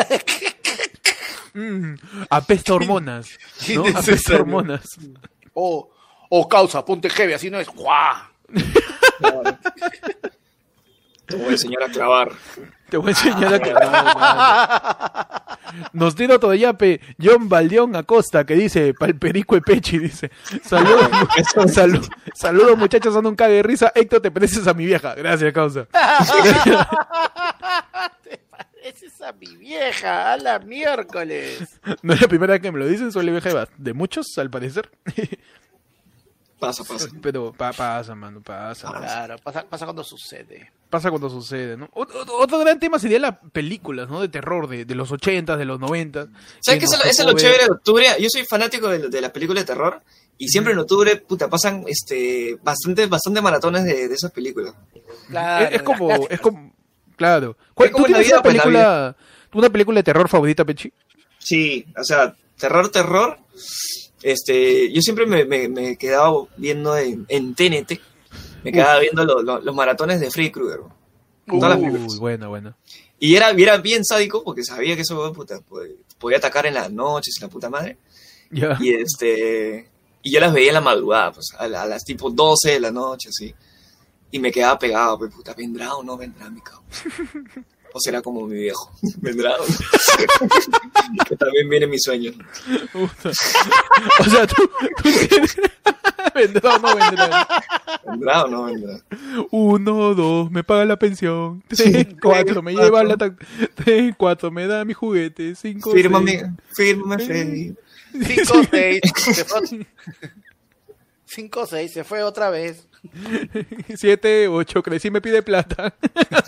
S1: Mm, apesta a hormonas, ¿no? Apesta a
S2: Innecesario.
S1: hormonas.
S3: O, o causa, ponte heavy, así no es. ¡Guau!
S2: No, no. Te voy a enseñar a clavar.
S1: Te voy a enseñar a que... Nos tira todavía pe John Baldeón Acosta que dice pal perico de Pechi, dice saludos mu- salu- saludos muchachos, ando un cague de risa. Héctor, te pareces a mi vieja. Gracias, causa.
S3: Te pareces a mi vieja, a la miércoles.
S1: No es la primera vez que me lo dicen, soy la vieja de, ba- de muchos al parecer.
S2: Pasa, pasa.
S1: Pero pa- pasa, mano, pasa.
S3: Claro, pasa, pasa cuando sucede.
S1: Pasa cuando sucede, ¿no? Ot- ot- Otro gran tema sería las películas, ¿no? De terror, de, de los ochentas, de los noventas.
S2: ¿Sabes qué?
S1: nos
S2: Eso, eso es
S1: tocó
S2: lo
S1: ver.
S2: chévere de octubre. Yo soy fanático de, de las películas de terror. Y siempre en octubre, puta, pasan este, bastante, bastante maratones de, de esas películas.
S3: Claro,
S1: es, es como,
S3: las
S1: es
S3: clásicas.
S1: como, claro. ¿Cuál-
S2: Es como
S1: ¿Tú tienes
S2: Navidad,
S1: una
S2: pues,
S1: película, una película de terror favorita, Pechi?
S2: Sí, o sea, terror, terror. Este, yo siempre me, me, me quedaba viendo en, en T N T. Me quedaba viendo lo- lo- los maratones de Freddy Krueger. Todas las películas.
S1: Uy, bueno, bueno.
S2: Y era, y era bien sádico porque sabía que eso weón, puta, pod- podía atacar en las noches y la puta madre.
S1: Ya.
S2: Y este y yo las veía en la madrugada, pues, a, la- a las tipo doce de la noche, así. Y me quedaba pegado, pues, puta, ¿vendrá o no vendrá mi cabrón? O será como mi viejo, ¿vendrá o no? Que también viene en mis sueños.
S1: Puta. O sea, tú, tú tienes... vendrá o no vendrá.
S2: ¿Vendrá o no vendrá?
S1: Uno, dos, me paga la pensión. Tres, cuatro, me
S2: cuatro.
S1: lleva la... ta- Tres, cuatro, me da mi juguete. Cinco,
S2: Fírmame,
S1: seis.
S2: fírmame, Freddy.
S3: cinco seis se fue. cinco seis se fue otra vez.
S1: Siete, ocho, crecí me pide plata.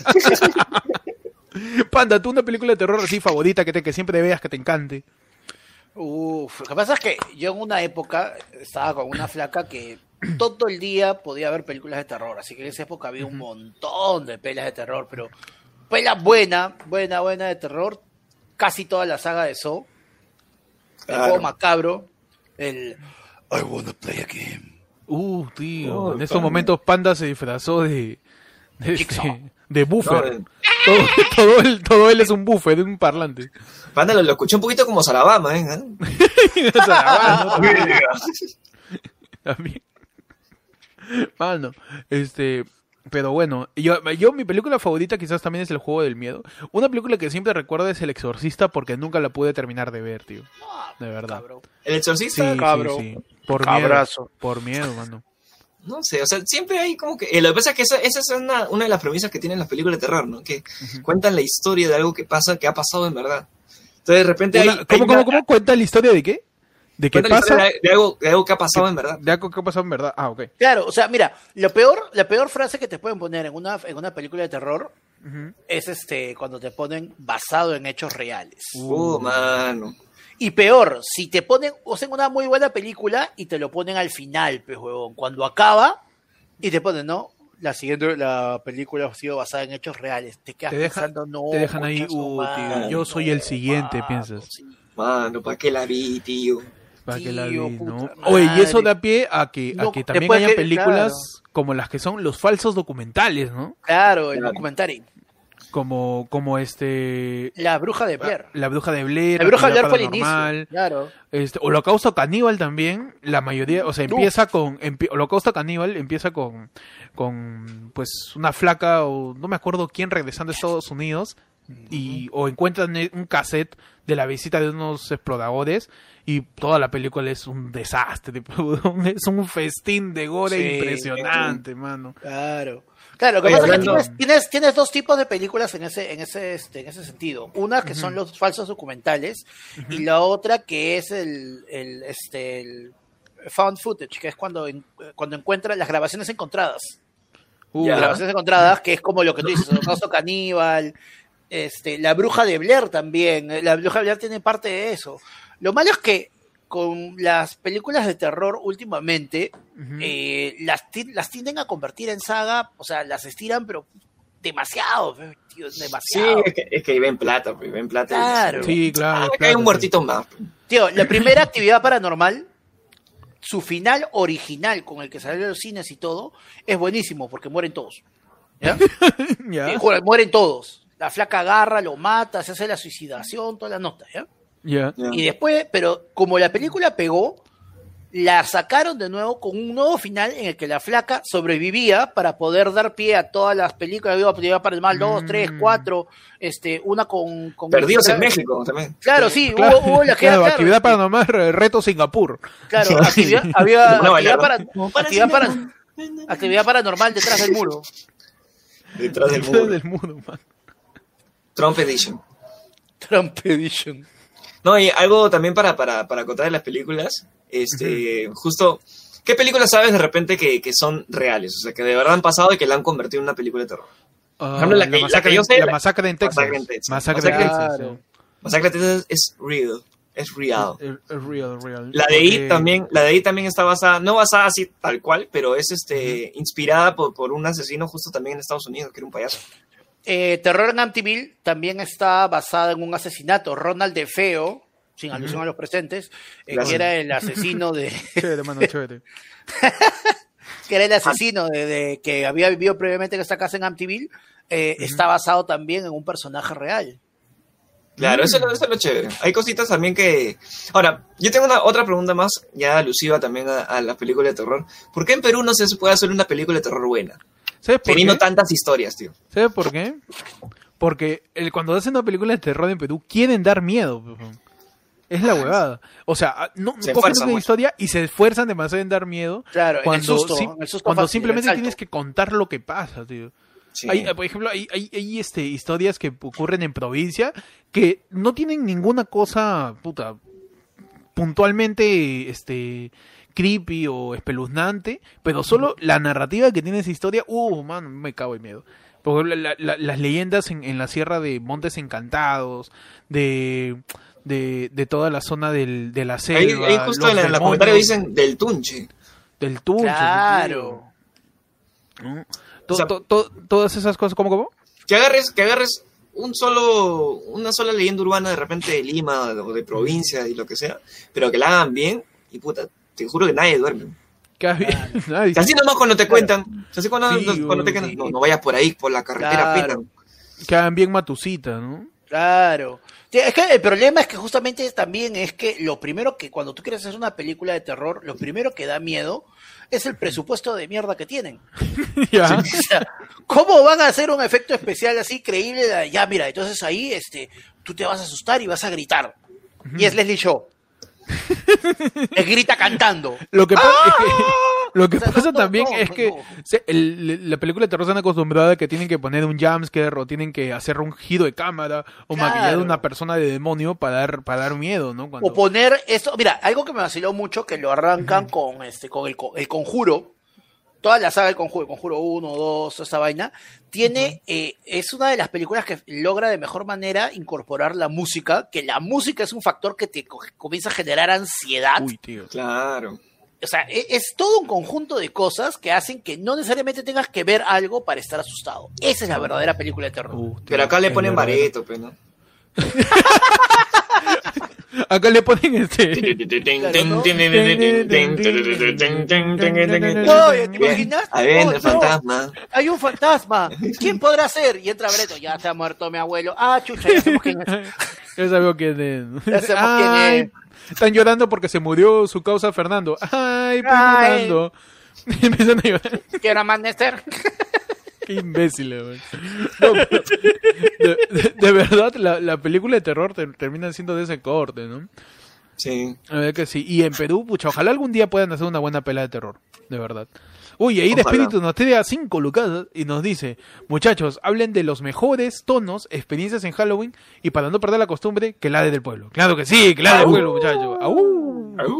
S1: Panda, tú una película de terror así favorita que, te, que siempre veas, que te encante.
S3: Uf, lo que pasa es que yo en una época estaba con una flaca que todo el día podía ver películas de terror, así que en esa época había un montón de pelas de terror, pero pela buena, buena, buena de terror, casi toda la saga de Saw, el
S2: Claro.
S3: juego macabro, el I wanna play a game.
S1: Uh, tío,
S2: Oh,
S1: en estos
S2: Panda.
S1: momentos Panda se disfrazó de... De,
S3: Jigsaw.
S1: este, de Buffer.
S2: No,
S1: todo, todo, él, todo él es un buffet de un parlante.
S2: Panda, lo, lo escuché un poquito como Sarabama, ¿eh?
S1: O sea, mano, también. Mano, este... Pero bueno, yo, yo mi película favorita quizás también es El Juego del Miedo. Una película que siempre recuerdo es El Exorcista porque nunca la pude terminar de ver, tío. De verdad.
S3: Cabrón.
S2: El exorcista,
S1: Sí,
S3: Cabro.
S1: sí, sí. Por
S3: Cabrazo.
S1: miedo. Por miedo, mano.
S2: no sé, o sea, siempre hay como que... eh, lo que pasa es que esa, esa es una, una de las premisas que tienen las películas de terror, ¿no? Que
S1: Ujú.
S2: cuentan la historia de algo que pasa, que ha pasado en verdad. Entonces de repente
S1: Una-
S2: hay...
S1: ¿Cómo,
S2: hay
S1: cómo,
S2: una-
S1: cómo cuenta la historia de qué? ¿De qué
S2: cuenta la
S1: pasa?
S2: historia de, de algo, de algo que ha pasado en verdad.
S1: De algo que ha pasado en verdad. Ah, ok.
S3: Claro, o sea, mira, lo peor, la peor frase que te pueden poner en una, en una película de terror
S1: Ujú.
S3: es este cuando te ponen basado en hechos reales.
S2: Uh, mano.
S3: Y peor, si te ponen, o sea, una muy buena película y te lo ponen al final, pues, huevón, cuando acaba y te ponen, ¿no? La siguiente, la película ha sido basada en hechos reales. Te quedas
S1: Te deja-
S3: pensando, no.
S1: te dejan ahí,
S3: concha su
S1: uh,
S3: madre,
S1: tío, yo soy el siguiente,
S3: mano,
S1: piensas.
S3: sí.
S2: Mano, ¿para qué la vi, tío?
S1: Para que la vi,
S3: Tío,
S1: ¿no?
S3: puta
S1: Oye, y eso
S3: madre.
S1: da pie a que, a
S3: No,
S1: que también
S3: después
S1: haya
S3: que-
S1: películas
S3: claro.
S1: como las que son los falsos documentales, ¿no?
S3: Claro, el
S2: Claro.
S3: documental.
S1: Como, como este...
S3: La bruja de Blair.
S1: La bruja de Blair,
S3: La bruja de Blair
S1: Actividad
S3: fue el
S1: Paranormal,
S3: inicio. Claro.
S1: este, Holocausto Caníbal también, la mayoría, o sea,
S3: No.
S1: empieza con, empie- Holocausto Caníbal empieza con, con, pues, una flaca, o no me acuerdo quién regresando a Estados Unidos, y, o encuentran e- un cassette de la visita de unos exploradores, y toda la película es un desastre, tipo, es un festín de gore
S3: Sí,
S1: impresionante, mano.
S3: Claro. Claro, lo que
S2: Oye,
S3: pasa es que
S2: hablando-
S3: tienes, tienes, tienes dos tipos de películas en ese, en ese, este, en ese sentido. Una que son los falsos documentales y la otra que es el, el, este, el found footage, que es cuando, en- cuando encuentran las grabaciones encontradas.
S1: Uh,
S2: Ya.
S3: Las grabaciones encontradas, que es como lo que tú dices, Holocausto Caníbal, este, la bruja de Blair también. La bruja de Blair tiene parte de eso. Lo malo es que con las películas de terror últimamente,
S1: ujú.
S3: eh, las, ti- las tienden a convertir en saga, o sea, las estiran, pero demasiado, pe, tío,
S2: Sí,
S3: demasiado.
S2: es que, es que ven plata, pues, ven plata.
S3: Claro.
S1: Sí, claro.
S2: Ah, que
S1: claro,
S2: hay un muertito más. pues.
S3: Tío, la primera actividad paranormal, su final original con el que salió de los cines y todo, es buenísimo porque mueren todos. ¿Ya?
S1: sí. Ya,
S3: Eh, joder, mueren todos. La flaca agarra, lo mata, se hace la suicidación, todas las notas, ¿ya?
S1: ya.
S2: Ya.
S3: Y después, pero como la película pegó, la sacaron de nuevo con un nuevo final en el que la flaca sobrevivía para poder dar pie a todas las películas. Había Actividad Paranormal dos,
S1: Mm.
S3: tres, cuatro, este, una con... con
S2: Perdidos en México también.
S3: Claro, sí,
S1: Claro,
S3: hubo, hubo la que
S1: claro,
S3: era,
S1: actividad
S3: claro,
S1: paranormal, re- reto Singapur.
S3: claro, actividad, había
S2: No,
S3: actividad,
S2: no.
S3: para,
S2: No,
S3: actividad, para, actividad paranormal detrás del muro.
S2: Detrás del
S1: Detrás
S2: muro.
S1: del muro, man.
S2: Trump Edition.
S3: Trump Edition.
S2: No, y algo también para, para, para contar de las películas. Este, justo, ¿qué películas sabes de repente que, que son reales? O sea, que de verdad han pasado y que la han convertido en una película de terror.
S1: Ah,
S2: ejemplo, la que- la
S1: masacre,
S2: que yo sé,
S1: la
S2: la-
S1: masacre en Texas.
S2: Masacre en Texas.
S1: Masacre
S2: Masacre
S1: en
S2: en
S1: Texas.
S3: Claro.
S2: Masacre de Texas es real. Es real.
S1: sí. Es, es real, real.
S2: La de
S1: Porque-
S2: I también, la de I también está basada, no basada así tal cual, pero es este inspirada por, por un asesino justo también en Estados Unidos, que era un payaso.
S3: Eh, Terror en Amityville también está basada en un asesinato. Ronald DeFeo, sin alusión a los presentes, eh,
S2: Gracias.
S3: que era el asesino de,
S1: Chévere, mano, chévere.
S3: que era el asesino de, de- que había vivido previamente en esta casa en Amityville, eh, está basado también en un personaje real.
S2: Claro, eso, es lo- eso es lo chévere. Hay cositas también que... Ahora, yo tengo una otra pregunta más, ya alusiva también a, a las películas de terror. ¿Por qué en Perú no se puede hacer una película de terror buena?
S1: ¿Sabes por
S2: Teniendo
S1: qué?
S2: tantas historias, tío.
S1: ¿Sabes por qué? Porque el, cuando hacen una película de terror en Perú, quieren dar miedo. pues. Es la huevada. O sea, ah, no
S2: Se
S1: cogen
S2: esfuerzan
S1: una
S2: mucho.
S1: historia y se esfuerzan demasiado en dar miedo.
S3: Claro, en el
S1: cuando
S3: susto,
S1: sim-
S3: en el susto
S1: cuando
S3: fácil,
S1: simplemente
S3: el salto.
S1: tienes que contar lo que pasa, tío.
S2: Sí.
S1: Hay, eh, por ejemplo, hay, hay, hay, este, historias que ocurren en provincia que no tienen ninguna cosa, puta, puntualmente, este, creepy o espeluznante, pero solo la narrativa que tiene esa historia, uh, man, me cago en miedo. Por ejemplo, la- la- las leyendas en, en la sierra de Montes Encantados, de, de, de toda la zona del, de la selva,
S2: Ahí, ahí justo
S1: los
S2: en, la- en los
S1: demonios,
S2: comentarios dicen del Tunche.
S1: del Tunche,
S3: Claro.
S1: ¿no? To-
S2: O sea,
S1: to- to- todas esas cosas, ¿cómo, cómo?
S2: Que agarres, que agarres un solo, una sola leyenda urbana de repente de Lima o de provincia y lo que sea, pero que la hagan bien y puta, te juro que nadie duerme.
S1: Que había- Ay,
S2: Que así nomás cuando te cuentan, así cuando,
S1: Sí,
S2: cuando te
S1: sí.
S2: quedan, no, no vayas por ahí, por la carretera
S3: Claro.
S2: Pinan.
S1: Quedan bien matusita, ¿no?
S3: Claro. Sí, es que el problema es que justamente también es que lo primero que cuando tú quieres hacer una película de terror, lo primero que da miedo es el presupuesto de mierda que tienen.
S1: Ya.
S3: O sea, ¿cómo van a hacer un efecto especial así creíble? Ya, mira, entonces ahí este, tú te vas a asustar y vas a gritar. Y es Leslie Shaw. Él grita cantando.
S1: Lo que, pa-
S3: ¡Ah!
S1: es que, lo que
S3: O sea,
S1: pasa
S3: no, no,
S1: también
S3: no,
S1: es que
S3: no.
S1: se- el- la película de terror están acostumbrada a que tienen que poner un jumpscare o tienen que hacer un giro de cámara o
S3: Claro.
S1: maquillar a una persona de demonio para dar, para dar miedo, ¿no? Cuando...
S3: O poner esto, mira, algo que me vaciló mucho, que lo arrancan con este, con el, co- el Conjuro, toda la saga del Conjuro, el Conjuro uno, dos, esa vaina, tiene, eh, es una de las películas que logra de mejor manera incorporar la música, que la música es un factor que te co- comienza a generar ansiedad.
S1: Uy, tío.
S2: Claro.
S3: O sea, e- es todo un conjunto de cosas que hacen que no necesariamente tengas que ver algo para estar asustado. Esa es la verdadera película de terror.
S1: Uh, tío,
S2: Pero acá le
S1: es
S2: ponen
S1: verdad.
S2: bareto, pues, ¿no?
S1: Acá le ponen este...
S3: Oye, ¿te imaginas?
S2: Ahí viene
S3: Oh,
S2: el
S3: no,
S2: fantasma.
S3: hay un fantasma. ¿Quién podrá ser? Y entra Breto. Ya se ha muerto mi abuelo. Ah, chucha, ya sabemos quién es.
S1: Ya sabemos quién es.
S3: Ya sabemos quién
S1: Ay,
S3: es.
S1: están llorando porque se murió su causa Fernando. Ay, pues
S3: Ay.
S1: Fernando. Empiezan a llorar.
S3: Quiero amanecer.
S1: Qué imbécil, güey. No, pero de, de- de verdad, la, la película de terror te- termina siendo de ese corte, ¿no?
S2: Sí.
S1: A ver que sí. Y en Perú, pucha, ojalá algún día puedan hacer una buena pela de terror. De verdad. Uy, ahí de
S2: Ojalá.
S1: espíritu nos tira cinco lucas y nos dice, muchachos, hablen de los mejores tonos, experiencias en Halloween y para no perder la costumbre, que la de del pueblo. Claro que sí, que la de del
S2: Au.
S1: pueblo, muchachos. Au.
S2: Au.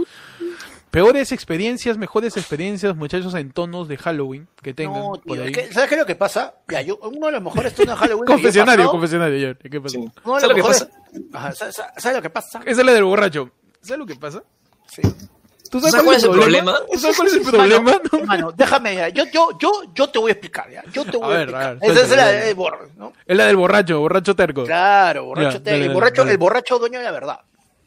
S1: Peores experiencias, mejores experiencias, muchachos, en tonos de Halloween que tengan
S3: No,
S1: por
S3: tío,
S1: ahí.
S3: es que, ¿sabes qué es lo que pasa? Ya, yo, uno de los mejores tonos de Halloween. que yo he
S1: Confesionario,
S3: pasado-
S1: confesionario, ya. ¿Qué pasa?
S2: Sí.
S3: uno de
S2: ¿Sabes lo
S3: los
S2: que
S3: mejores-
S2: pasa?
S3: Ajá, ¿sabes, ¿sabes lo que pasa?
S1: Esa es la del borracho. ¿Sabes lo que pasa?
S3: Sí.
S1: ¿Tú
S2: ¿Sabes cuál es el problema?
S1: ¿Tú sabes cuál es el problema?
S3: Mano,
S1: no?
S3: hermano, déjame, ya. Yo, yo, yo, yo te voy a explicar, ya. Yo te voy
S1: A
S3: a,
S1: ver,
S3: explicar.
S1: a ver,
S3: Esa es
S1: suéltalo,
S3: la
S1: dale.
S3: de borro, ¿no?
S1: Es la del borracho, borracho terco.
S3: Claro, borracho,
S1: Ya,
S3: te-
S1: dale,
S3: el
S1: dale,
S3: borracho,
S1: dale.
S3: el borracho dueño de la verdad.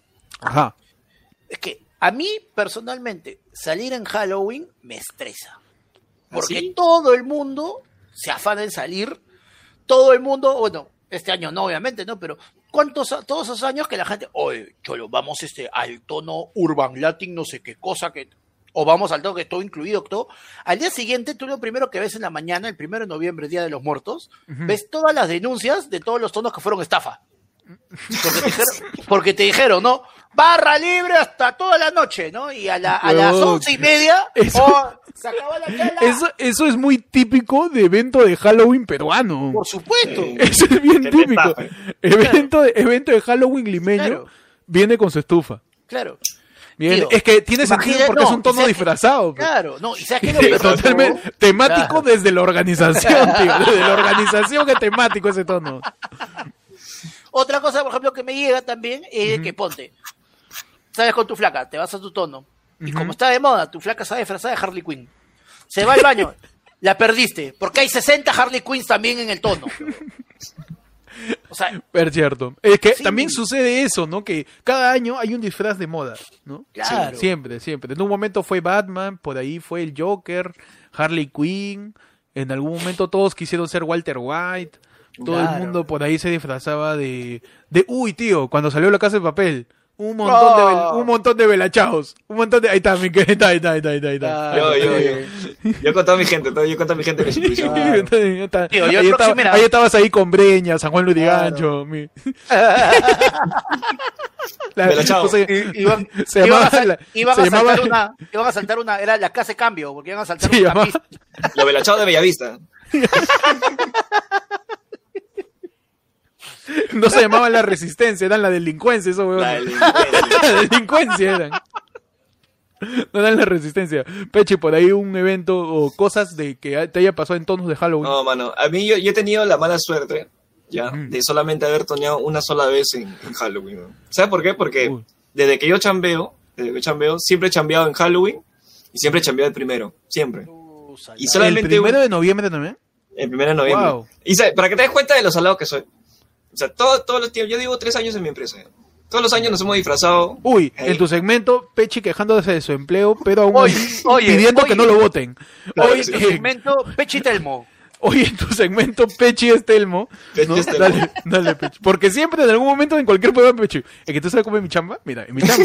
S1: Ajá.
S3: Es que a mí, personalmente, salir en Halloween me estresa. Porque
S2: ¿Ah, sí?
S3: todo el mundo se afana en salir. Todo el mundo, bueno, este año no, obviamente, ¿no? Pero ¿cuántos, todos esos años que la gente, oye, cholo, vamos este, al tono urban latin, no sé qué cosa, que o vamos al tono que todo incluido, todo. Al día siguiente, tú lo primero que ves en la mañana, el primero de noviembre, Día de los Muertos,
S1: Ujú.
S3: ves todas las denuncias de todos los tonos que fueron estafa. Porque te dijeron, porque te dijeron, ¿no? Barra libre hasta toda la noche, ¿no? Y a, la, a las
S1: Huevón.
S3: once y media,
S1: Eso-
S3: oh, se acaba la tela.
S1: Eso, eso es muy típico de evento de Halloween peruano.
S3: Por supuesto.
S2: Sí.
S1: Eso es bien
S2: Que te
S1: típico.
S2: estafen.
S1: Evento de, evento de Halloween limeño
S3: Claro.
S1: viene con su estufa.
S3: Claro.
S1: Viene-
S3: Tío,
S1: es que tiene sentido
S3: imagina-
S1: porque
S3: no,
S1: es un tono
S3: ¿sabes qué?
S1: disfrazado. pues.
S3: Claro, no, y sabes qué es lo peor de
S1: Totalmente
S3: todo?
S1: temático
S3: Claro.
S1: desde la organización, tío. Desde la organización es temático ese tono.
S3: Otra cosa, por ejemplo, que me llega también es que ponte, sales con tu flaca, te vas a tu tono, y
S1: Ujú.
S3: como está de moda, tu flaca sabe disfrazada de Harley Quinn. Se va al baño, la perdiste, porque hay sesenta Harley Quinns también en el tono. O sea,
S1: Es cierto. Es que
S3: Sí.
S1: también sucede eso, ¿no? Que cada año hay un disfraz de moda, ¿no?
S3: Claro.
S1: Sí, siempre, siempre. En un momento fue Batman, por ahí fue el Joker, Harley Quinn. En algún momento todos quisieron ser Walter White. Todo
S3: Claro.
S1: el mundo por ahí se disfrazaba de... de uy, tío, cuando salió La Casa de Papel. Un montón, de, vel-
S3: Oh.
S1: un montón de velachaos. Un montón de... Ahí está, mi que- ahí está, ahí está, ahí está, ahí está, ahí está.
S3: Claro.
S2: Yo, yo, yo. Yo con toda mi gente, todo- yo con toda mi gente. que se puso.
S3: Claro.
S1: Ahí está, ahí está.
S3: Tío, yo
S1: ahí,
S3: el
S1: estaba-
S3: próximo, mira.
S1: ahí estabas ahí con Breña, San Juan
S3: Claro.
S1: Lurigancho. Mi... La-
S2: Velachao.
S1: o sea,
S3: I- iban,
S1: se
S3: iban a,
S1: llamaba
S3: sal-
S1: la-
S3: iban
S1: se
S3: a saltar
S1: llamaba-
S3: una, iban a saltar una, era la casa de cambio, porque iban a saltar
S1: Se
S3: un
S1: llamaba-
S3: tapiz.
S2: Los velachados de Bellavista.
S1: No se llamaban la resistencia, eran la delincuencia, eso, weón.
S2: La del-
S1: La delincuencia eran. No eran la resistencia. Peche, por ahí un evento o cosas de que te haya pasado en tonos de Halloween.
S2: No, mano. A mí yo, yo he tenido la mala suerte, ya,
S1: Ujú.
S2: de solamente haber toneado una sola vez en, en Halloween. ¿no? ¿Sabes por qué? Porque
S1: Uy.
S2: desde que yo chambeo, desde que chambeo, siempre he chambeado en Halloween y siempre he chambeado el primero. Siempre.
S3: Uh, salado.
S2: Y
S1: ¿El
S2: solamente
S1: primero
S2: un-
S1: de noviembre también?
S2: el primero de noviembre.
S1: Wow.
S2: Y ¿sabes? Para que te des cuenta de lo salado que soy. O sea, todo, todos los tiempos, yo llevo tres años en mi empresa. ¿ya? Todos los años nos hemos disfrazado.
S1: Uy,
S2: Ahí.
S1: en tu segmento, Pechi quejándose de su empleo, pero aún
S3: Oye,
S1: así
S3: oye,
S1: pidiendo
S3: oye.
S1: que no lo voten.
S2: Claro
S1: Hoy,
S2: que sí.
S1: eh,
S3: Segmento Pechi Telmo.
S1: Hoy en tu segmento Pechi es Telmo.
S2: Pechi
S1: ¿no?
S2: es Telmo.
S1: Dale, dale, Pechi. Porque siempre, en algún momento, en cualquier programa, Pechi. Es que tú sabes cómo es mi chamba. Mira, en mi chamba.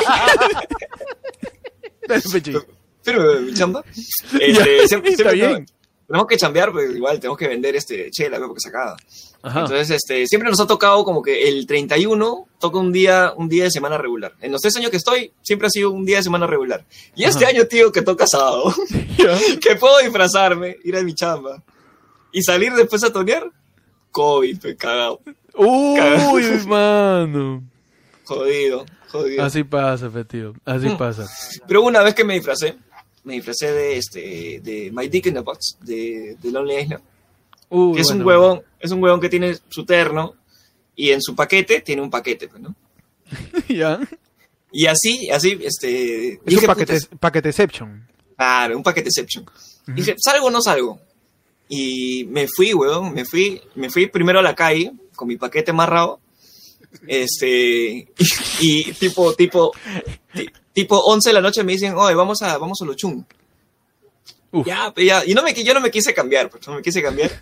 S1: Dale, Pechi.
S2: Pero mi chamba.
S1: Ya,
S2: Este, siempre,
S1: está
S2: siempre
S1: bien.
S2: tenemos que chambear, pues igual tenemos que vender este chela, ¿no? Porque se acaba.
S1: Ajá.
S2: Entonces, este, siempre nos ha tocado como que el treinta y uno toca un día, un día de semana regular. En los tres años que estoy, siempre ha sido un día de semana regular. Y este
S1: Ajá.
S2: año, tío, que toca sábado,
S1: Ya.
S2: que puedo disfrazarme, ir a mi chamba y salir después a tonear, COVID, pues, cagado.
S1: Uy, mano.
S2: Jodido, jodido.
S1: Así pasa, fe, tío. Así
S2: Mm.
S1: pasa.
S2: Pero una vez que me disfracé, me disfracé de este, de My Dick in the Box, de, de Lonely Island.
S1: Uy,
S2: Que es
S1: bueno.
S2: un huevón, es un huevón que tiene su terno y en su paquete tiene un paquete, pues, ¿no?
S1: Ya.
S2: Y así, así, este...
S1: Es un
S2: dije,
S1: paquete,
S2: puta,
S1: paqueteception.
S2: claro, un paqueteception. Dije, ¿salgo o no salgo? Y me fui, huevón, me fui, me fui primero a la calle con mi paquete amarrado, este, y, y tipo, tipo, ti- tipo once de la noche me dicen, oye, vamos a, vamos a Lochún.
S1: Uf.
S2: Ya, pues ya, y no me, yo no me quise cambiar, pues no me quise cambiar.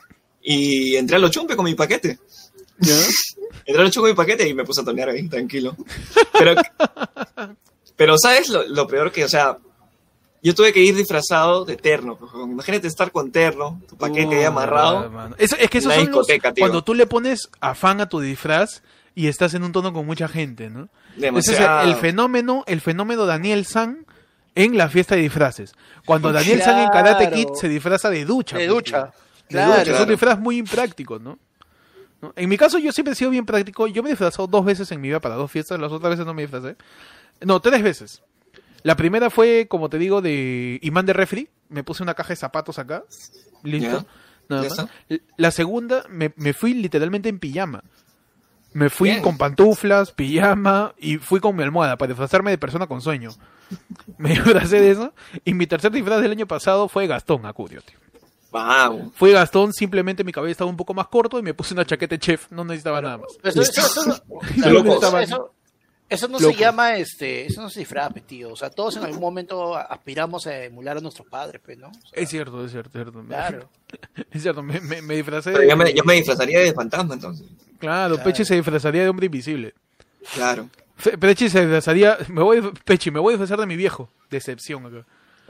S2: Y entré a Lochún pues, con mi paquete.
S1: ¿Ya?
S2: Entré a Lochún con mi paquete y me puse a tonear ahí, tranquilo. Pero, pero ¿sabes lo, lo peor que, o sea, yo tuve que ir disfrazado de terno. Pues, imagínate estar con terno, tu paquete ahí
S1: Uy,
S2: amarrado.
S1: verdad, mano. Eso- es que esos
S2: Una
S1: son los,
S2: discoteca, tío.
S1: cuando tú le pones afán a tu disfraz y estás en un tono con mucha gente, ¿no? Ese es el,
S2: Demasiado.
S1: el fenómeno, el fenómeno Daniel San en la fiesta de disfraces. Cuando Daniel San en Karate
S3: Claro.
S1: Kid se disfraza de ducha.
S3: De
S1: pues,
S3: ducha.
S1: tío. De
S3: Claro.
S1: ducha. Es un
S2: Claro.
S1: disfraz muy impráctico, ¿no? ¿No? En mi caso yo siempre he sido bien práctico. Yo me he disfrazado dos veces en mi vida para dos fiestas. Las otras veces no me disfrazé. No, tres veces. La primera fue, como te digo, de imán de refri. Me puse una caja de zapatos acá. Listo.
S2: Ya.
S1: Nada
S2: Ya
S1: más.
S2: está.
S1: La segunda, me, me fui literalmente en pijama. Me fui
S2: Bien.
S1: con pantuflas, pijama y fui con mi almohada para disfrazarme de persona con sueño. Me disfracé de eso. Y mi tercer disfraz del año pasado fue Gastón Acudio, tío.
S2: Wow.
S1: Fue Gastón, simplemente mi cabello estaba un poco más corto y me puse una chaqueta de chef. No necesitaba nada más.
S3: Eso, eso, eso, no-
S1: Yo
S3: claro,
S1: no estaba-
S3: eso- eso no
S1: Locos.
S3: se llama, este, eso no se disfraz, pe, tío. O sea, todos en algún momento aspiramos a emular a nuestros padres, pues, ¿no? O sea,
S1: Es cierto, es cierto, es cierto.
S3: claro.
S1: Es cierto, me, me, me disfracé
S2: Pero
S1: de...
S2: yo me, yo me disfrazaría de fantasma entonces.
S1: Claro,
S3: Claro.
S1: Pechi se disfrazaría de hombre invisible.
S2: Claro.
S1: Fe- Pechi se disfrazaría... Me voy, Pechi, me voy a disfrazar de mi viejo. Decepción acá.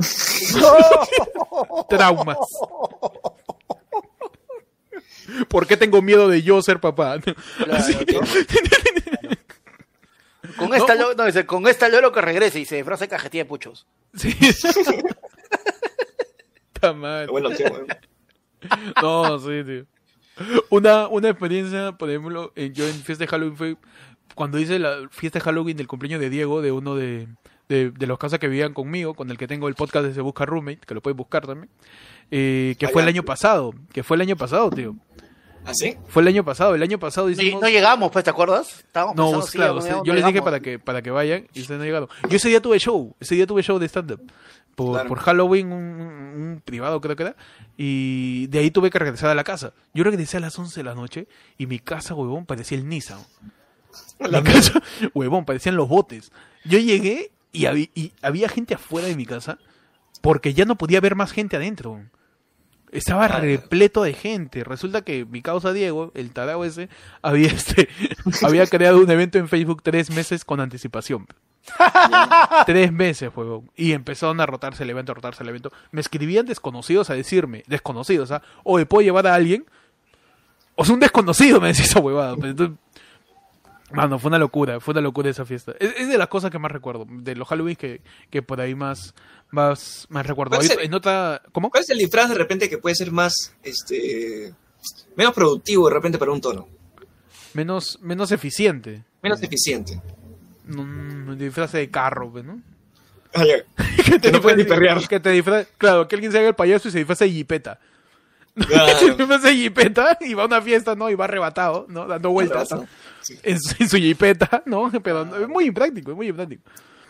S1: Traumas. ¿Por qué tengo miedo de yo ser papá?
S3: Claro,
S1: Así.
S3: ¿no? Con esta, lo- no, dice, con esta loro que regrese y se disfraza de cajetilla de puchos.
S1: Sí. Está mal.
S2: Bueno, tío, bueno.
S1: No, sí, tío. Una, una experiencia, por ejemplo, en- yo en fiesta de Halloween fue cuando hice la fiesta de Halloween del cumpleaños de Diego, de uno de, de, de los casas que vivían conmigo, con el que tengo el podcast de Se Busca Roommate, que lo pueden buscar también, eh, que
S2: Ah,
S1: fue el
S2: ya.
S1: año pasado, que fue el año pasado, tío.
S2: ¿Ah, sí?
S1: Fue el año pasado, el año pasado
S3: No,
S1: hicimos...
S3: no llegamos, pues, ¿te acuerdas? Estábamos
S1: No,
S3: pensando,
S1: pues,
S3: sí,
S1: claro,
S3: no
S1: usted-
S3: llegamos,
S1: yo
S3: no
S1: les dije
S3: llegamos.
S1: para que para que vayan y ustedes no llegaron. Yo ese día tuve show, ese día tuve show de stand-up. Por,
S2: Claro.
S1: por Halloween, un, un privado creo que era, y de ahí tuve que regresar a la casa. Yo regresé a las once de la noche y mi casa, huevón, parecía el Nissan. Mi casa, huevón, parecían los botes. Yo llegué y, habí- y había gente afuera de mi casa porque ya no podía ver más gente adentro. Estaba
S2: Ah.
S1: repleto de gente. Resulta que mi causa Diego, el tarao ese, había este había creado un evento en Facebook tres meses con anticipación. Tres meses, huevón. Y empezaron a rotarse el evento, a rotarse el evento. Me escribían desconocidos a decirme, desconocidos, ¿ah? Oye, ¿puedo llevar a alguien? O sea, un desconocido me decía esa huevada. Pero entonces, mano, fue una locura, fue una locura esa fiesta. Es, es de las cosas que más recuerdo, de los Halloween que, que por ahí más, más, más recuerdo.
S2: ¿Cuál es
S1: Ahorita-
S2: el-
S1: en otra, ¿cómo?
S2: ¿Cuál es el disfraz de repente que puede ser más, este, menos productivo de repente para un tono?
S1: Menos, menos eficiente.
S2: Menos eficiente.
S1: Un disfraz de carro, pues, ¿no?
S2: Ah, ya. Que no puedes ni perrear.
S1: Que te disfra- claro, que alguien se haga el payaso y se disfraza de jipeta.
S2: Claro.
S1: Se disfraza de jipeta y va a una fiesta, ¿no? Y va arrebatado, ¿no? Dando vueltas
S2: razón. Sí.
S1: en, su- en su jipeta, ¿no? Pero no, es muy impráctico, es muy impráctico.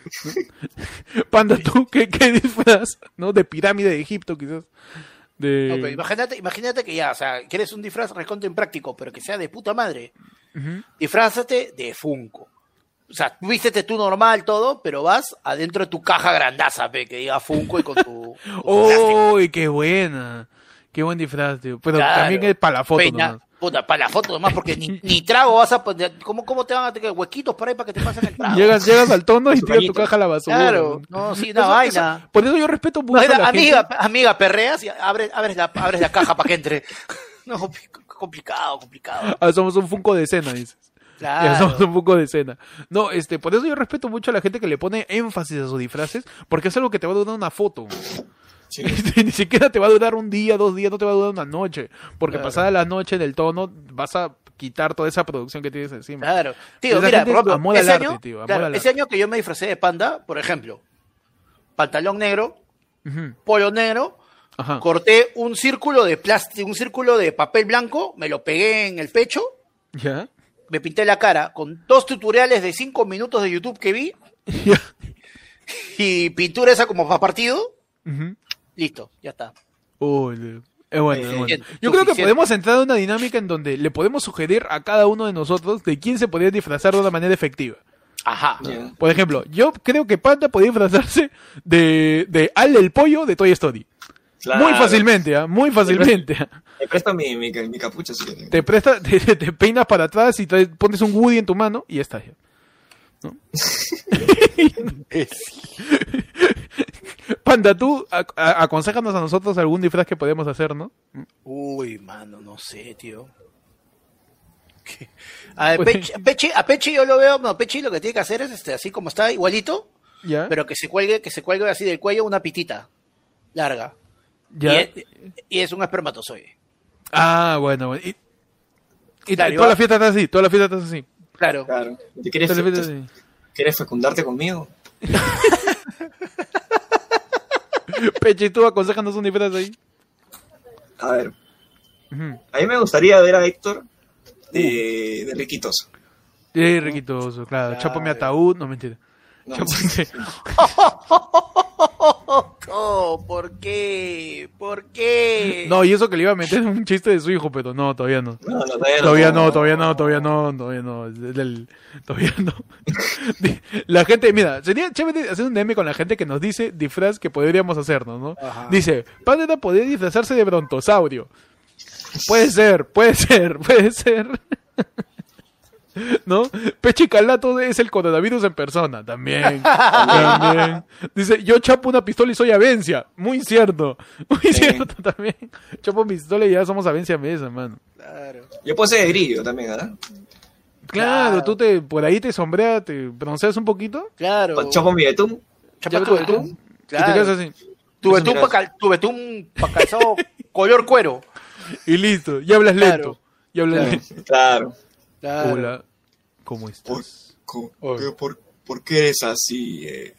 S1: ¿No? Panda, ¿tú qué, qué disfraz? ¿No? De pirámide de Egipto, quizás. De...
S3: No, pero imagínate, imagínate que ya, o sea, quieres un disfraz recontra impráctico, pero que sea de puta madre.
S1: Ujú.
S3: Disfrázate de Funko. O sea, tú vístete tú normal, todo, pero vas adentro de tu caja grandaza, pe, que diga Funko y con tu... con tu plástico.
S1: ¡Uy, qué buena! Qué buen disfraz, tío. Pero
S3: Claro.
S1: también es para la foto
S3: Peina-
S1: nomás.
S3: Puta, para la foto nomás, porque ni, ni trago vas a poner. ¿Cómo, cómo te van a tener huequitos por ahí para que te pasen el trago?
S1: Llegas, llegas al tono y
S2: Su
S1: tiras tu
S2: bañito.
S1: caja a la basura.
S3: Claro,
S1: ¿no?
S3: no, sí, una
S1: Eso-
S3: vaina.
S1: eso- por eso yo respeto mucho a
S3: Imagina,
S1: la
S3: amiga,
S1: gente.
S3: amiga, perreas y abres, abres, la, abres la caja para que entre. No, complicado, complicado.
S1: Ah, somos un Funko de escena, dices. Ya
S3: Claro.
S1: somos un poco de escena. No, este, por eso yo respeto mucho a la gente que le pone énfasis a sus disfraces, porque es algo que te va a durar una foto.
S2: Sí.
S1: Este, ni siquiera te va a durar un día, dos días, no te va a durar una noche. Porque
S3: Claro.
S1: pasada la noche del tono, vas a quitar toda esa producción que tienes encima.
S3: Claro. Tío,
S1: Esa
S3: mira,
S1: gente
S3: por ejemplo,
S1: amor al
S3: ese,
S1: arte,
S3: año,
S1: tío, amor
S3: claro,
S1: al
S3: ese
S1: arte.
S3: año que yo me disfracé de panda, por ejemplo, pantalón negro,
S1: Ujú.
S3: polo negro,
S1: Ajá.
S3: corté un círculo de plástico, un círculo de papel blanco, me lo pegué en el pecho,
S1: ¿Ya?
S3: me pinté la cara con dos tutoriales de cinco minutos de YouTube que vi
S1: Ya.
S3: y pintura esa como para partido,
S1: Ujú.
S3: listo, ya está.
S1: Uy, le- es bueno, es bueno.
S3: Suficiente,
S1: Yo creo que
S3: suficiente.
S1: podemos entrar en una dinámica en donde le podemos sugerir a cada uno de nosotros de quién se podría disfrazar de una manera efectiva.
S3: Ajá.
S2: Ya.
S1: Por ejemplo, yo creo que Panda podría disfrazarse de, de Al el pollo de Toy Story.
S2: Claro.
S1: Muy fácilmente, ¿ah? Muy fácilmente. ¿ah?
S2: Me presta mi, mi, mi capucha si quieres.
S1: Te presta, te, te peinas para atrás y traes- pones un Woody en tu mano y ya está. ya. ¿No? Panda, tú a- a- aconséjanos a nosotros algún disfraz que podemos hacer, ¿no?
S3: Uy, mano, no sé, tío. ¿Qué? A ver,
S1: Pues-
S3: Pechi, a Pechi, a Pechi yo lo veo, no, Pechi lo que tiene que hacer es este, así como está, igualito,
S1: Ya.
S3: pero que se cuelgue, que se cuelgue así del cuello una pitita larga.
S1: ya.
S3: Y, es, y es un espermatozoide.
S1: Ah, bueno. bueno. Y, y
S3: Claro,
S1: toda
S3: y
S1: la
S3: va-
S1: fiesta está así, toda la fiesta está así.
S3: Claro.
S2: Claro. ¿Te quieres,
S1: Toda la fiesta
S2: te-
S1: está así.
S2: ¿Quieres fecundarte conmigo?
S1: Pechi, tú aconséjanos un disfraz ahí.
S2: A ver,
S1: Ujú.
S2: a mí me gustaría ver a Héctor de, de Riquitos.
S1: Sí, riquitoso, claro.
S3: Claro.
S1: Chapo mi ataúd, no mentira.
S2: No,
S1: Chapo-
S3: Oh, ¿por qué? ¿Por qué?
S1: No, y eso que le iba a meter un chiste de su hijo, pero no, todavía no.
S2: no, no, todavía no.
S1: Todavía no, todavía no, todavía no, todavía no. Es del- Todavía no. La gente, mira, sería chévere hacer un D M con la gente que nos dice disfraz que podríamos hacernos, ¿no?
S3: Ajá.
S1: Dice, Panda podría disfrazarse de brontosaurio. Puede ser, puede ser, puede ser. ¿No? Pechi Calato es el coronavirus en persona, también, también. Dice, yo chapo una pistola y soy Avencia. Muy cierto, muy
S2: Sí.
S1: cierto también. Chapo pistola y ya somos Avencia Mesa, mano.
S3: Claro.
S2: Yo puedo ser de grillo también, ¿ah?
S1: Claro,
S3: Claro.
S1: tú te, por ahí te sombreas, te bronceas un poquito.
S3: Claro.
S2: Chapo mi betún.
S3: Chapa
S1: ya
S3: tu
S1: ves tú,
S3: betún.
S1: Y te
S3: Claro.
S1: quedas así.
S3: Tu betún
S2: Mira.
S3: pa' cal- tu betún pa' calzado color cuero.
S1: Y listo, y hablas
S3: Claro.
S1: lento. Y hablas
S2: Claro.
S1: lento.
S2: Claro.
S3: Claro.
S1: Hola, ¿cómo
S2: ¿Por,
S1: estás?
S2: co-
S1: Oye.
S2: por, por qué eres así? Eh?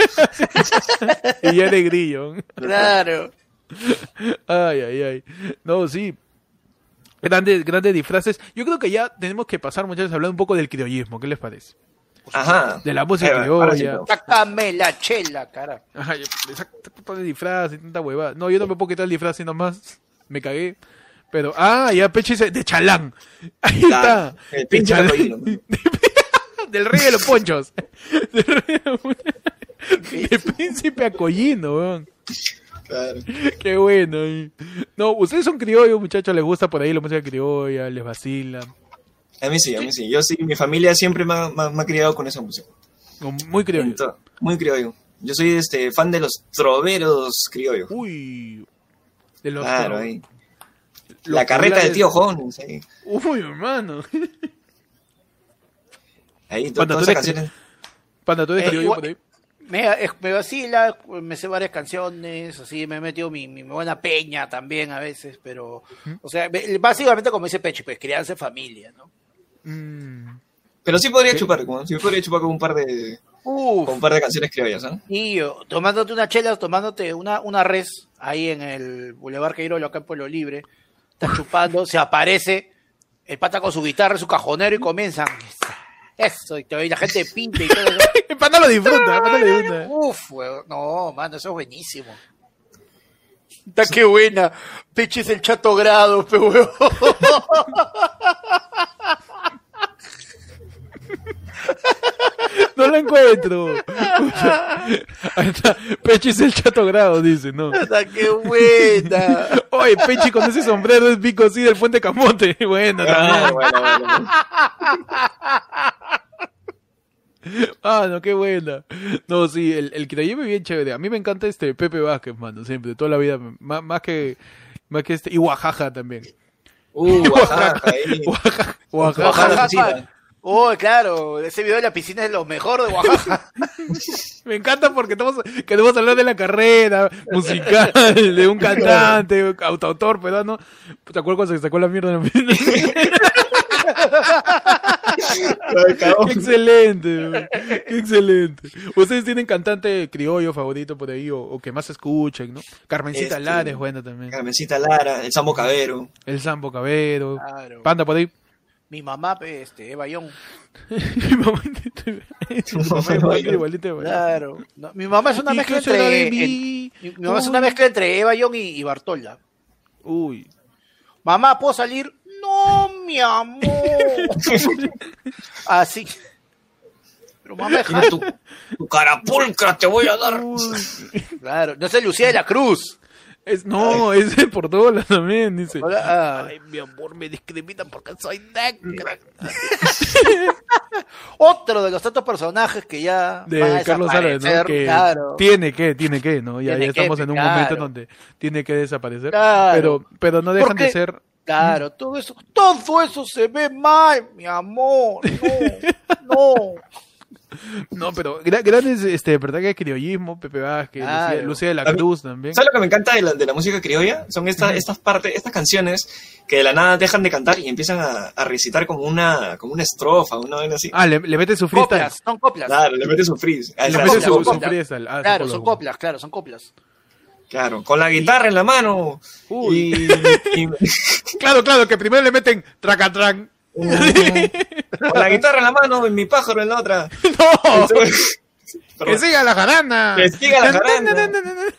S1: Y ya eres grillo.
S3: Claro.
S1: Ay, ay, ay. No, sí. Grandes, grandes disfraces. Yo creo que ya tenemos que pasar, muchachos, a hablar un poco del criollismo. ¿Qué les parece?
S2: Ajá.
S1: De la música
S2: Ahí va, ahora sí,
S1: criolla.
S2: no.
S3: Sácame la chela, cara.
S1: Ajá, yo, esa puta de disfraz y tanta huevada. No, yo no me puedo quitar el disfraz sino más. Me cagué. Pero, ah, ya Pechi dice, de chalán. Ahí
S2: Claro.
S1: está.
S2: El
S1: De
S2: pinche
S1: chalán.
S2: Carolino, ¿no?
S1: Del rey de los ponchos. Del rey de los ponchos. De príncipe acollino, weón.
S2: Claro.
S1: Qué bueno. eh. No, ustedes son criollos, muchachos, les gusta por ahí la música criolla, les vacila.
S2: A mí sí, a mí sí. Yo sí, mi familia siempre me ha, me ha- me ha criado con esa música.
S1: No, muy criollos.
S2: Entonces, muy criollo. Yo soy este fan de los troveros criollos.
S1: Uy. De los
S2: Claro,
S1: tro-
S2: ahí.
S1: los
S2: La carreta
S1: poblares-
S2: del tío Jones. Ahí,
S1: Uy, hermano.
S2: ahí to-
S1: Panda,
S2: todas
S1: tú
S2: esas
S1: eres-
S2: canciones.
S1: Panda, tú eres
S3: Eh,
S1: criollo
S3: igual-
S1: por ahí.
S3: Me, es- me vacila, me sé varias canciones, así, me he metido mi, mi buena peña también a veces, pero, o sea, me- básicamente como dice Pechi, pues crianza en familia, ¿no?
S1: Mm.
S2: Pero sí podría
S1: ¿Qué?
S2: chupar, como, sí podría chupar con un par de,
S3: Uf,
S2: con un par de canciones criollas, ¿ah?
S3: tío, tomándote una chela, tomándote una, una res ahí en el Boulevard Queirolo, acá en Pueblo Libre, estás chupando, se aparece el pata con su guitarra, su cajonero y comienzan. Eso, y te- y la gente pinta y todo eso.
S1: Panda lo disfruta, Panda lo disfruta.
S3: Uf, weón. No, mano, eso es buenísimo. Está qué buena. Peche es el chato grado, pe weón.
S1: No lo encuentro. Ahí está. Pechi es el chato grado, dice, no.
S3: Está qué buena.
S1: Oye, Pechi con ese sombrero es pico así del Puente Camote. Bueno,
S2: Ah,
S1: también.
S2: bueno, bueno.
S1: Ah, no, qué buena. No, sí, el, el Kirayime es bien chévere. A mí me encanta este Pepe Vázquez, mano, siempre, toda la vida. Más, más que, más que este. Y Oaxaca también.
S2: Uh, Oaxaca, ahí.
S1: Oaxaca. Oaxaca.
S2: Oaxaca.
S3: Oaxaca.
S2: piscina.
S3: Oh, claro, ese video de la piscina es lo mejor de Oaxaca.
S1: Me encanta porque estamos, queremos hablar de la carrera musical, de un cantante, autoautor, peruano. ¿Te acuerdas cuando se sacó la mierda?
S2: Ay, cabrón.
S1: Qué excelente, güey. Qué excelente. ¿Ustedes tienen cantante criollo favorito por ahí o, o que más escuchen, no? Carmencita
S2: Este,
S1: Lara es buena también.
S2: Carmencita Lara, el Sambo Cabero.
S1: El Sambo Cabero.
S3: Claro.
S1: Panda por ahí.
S3: Mi mamá, pe, este, Eva Young.
S1: Mi mamá mi mamá es igualita, igualita, igualita.
S3: Claro. No, mi mamá es una
S1: ¿Y
S3: mezcla
S1: qué será de
S3: entre.
S1: mí?
S3: en- mi mamá es una mezcla entre Eva Young y, y Bartola.
S1: Uy.
S3: Mamá, ¿puedo salir? No, mi amor. Así. Pero mamá es
S2: Mira, tu, tu cara pulcra te voy a dar.
S3: Claro, no sé, Lucía de la Cruz.
S1: Es, no, es el Portola también, dice.
S3: Hola, ah.
S1: Ay, mi amor, me discriminan porque soy negra.
S3: Otro de los tantos personajes que ya van a
S1: De Carlos Álvarez, ¿no?
S3: desaparecer,
S1: Que
S3: claro.
S1: tiene que, tiene que, ¿no? Ya,
S3: Tiene
S1: ya
S3: que,
S1: estamos en un
S3: claro.
S1: momento en donde tiene que desaparecer.
S3: Claro.
S1: Pero, pero no dejan
S3: Porque-
S1: de ser.
S3: Claro, todo eso, todo eso se ve mal, mi amor. No, no.
S1: No, pero gra- grandes, este, verdad que criollismo, Pepe Vázquez,
S3: Claro.
S1: Lucía, Lucía de la
S2: A mí-
S1: Cruz también.
S2: ¿Sabes lo que me encanta de la, de la música criolla? Son estas, estas partes, estas canciones que de la nada dejan de cantar y empiezan a, a recitar como una, como una estrofa, una vaina así.
S1: Ah, le, le mete su freestyle.
S3: Coplas, son coplas.
S2: Claro, le mete su freeze. Ah,
S1: Le
S2: esa-
S1: mete
S2: esa-
S1: su, su
S3: coplas.
S1: freestyle. Ah,
S3: Claro,
S1: su
S3: son
S1: copla.
S3: coplas, claro, son coplas.
S2: Claro, con la guitarra en la mano.
S1: Uy.
S2: Y, y-
S1: Claro, claro, que primero le meten tracatran.
S2: con la guitarra en la mano y mi pájaro en la otra.
S1: ¡No! ¡Que
S2: Perdón.
S1: siga la jarana!
S2: Que siga la jarana.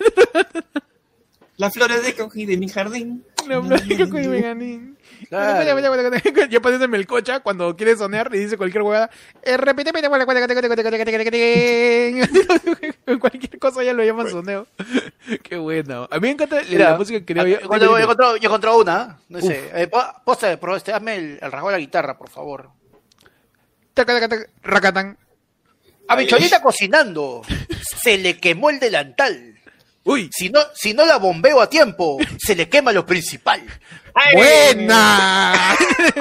S2: Las flores de cogí de mi jardín.
S1: No, no, que con el veganín.
S3: Claro.
S1: Ya parece Melcocha cuando quiere sonear y dice cualquier huevada. Eh, repite, cualquier cosa ya lo llaman soneo. Qué bueno. A mí me encanta
S3: Mira,
S1: la música que creo
S3: yo, yo, yo, encontré, yo encontré una, no sé. Eh, po- posta, pero este, hazme el, el rasgo de la guitarra, por favor.
S1: Racatán.
S3: A mi cholita cocinando, se le quemó el delantal.
S1: Uy,
S3: Si no, si no la bombeo a tiempo, se le quema lo principal.
S2: ¡Ay!
S1: buena.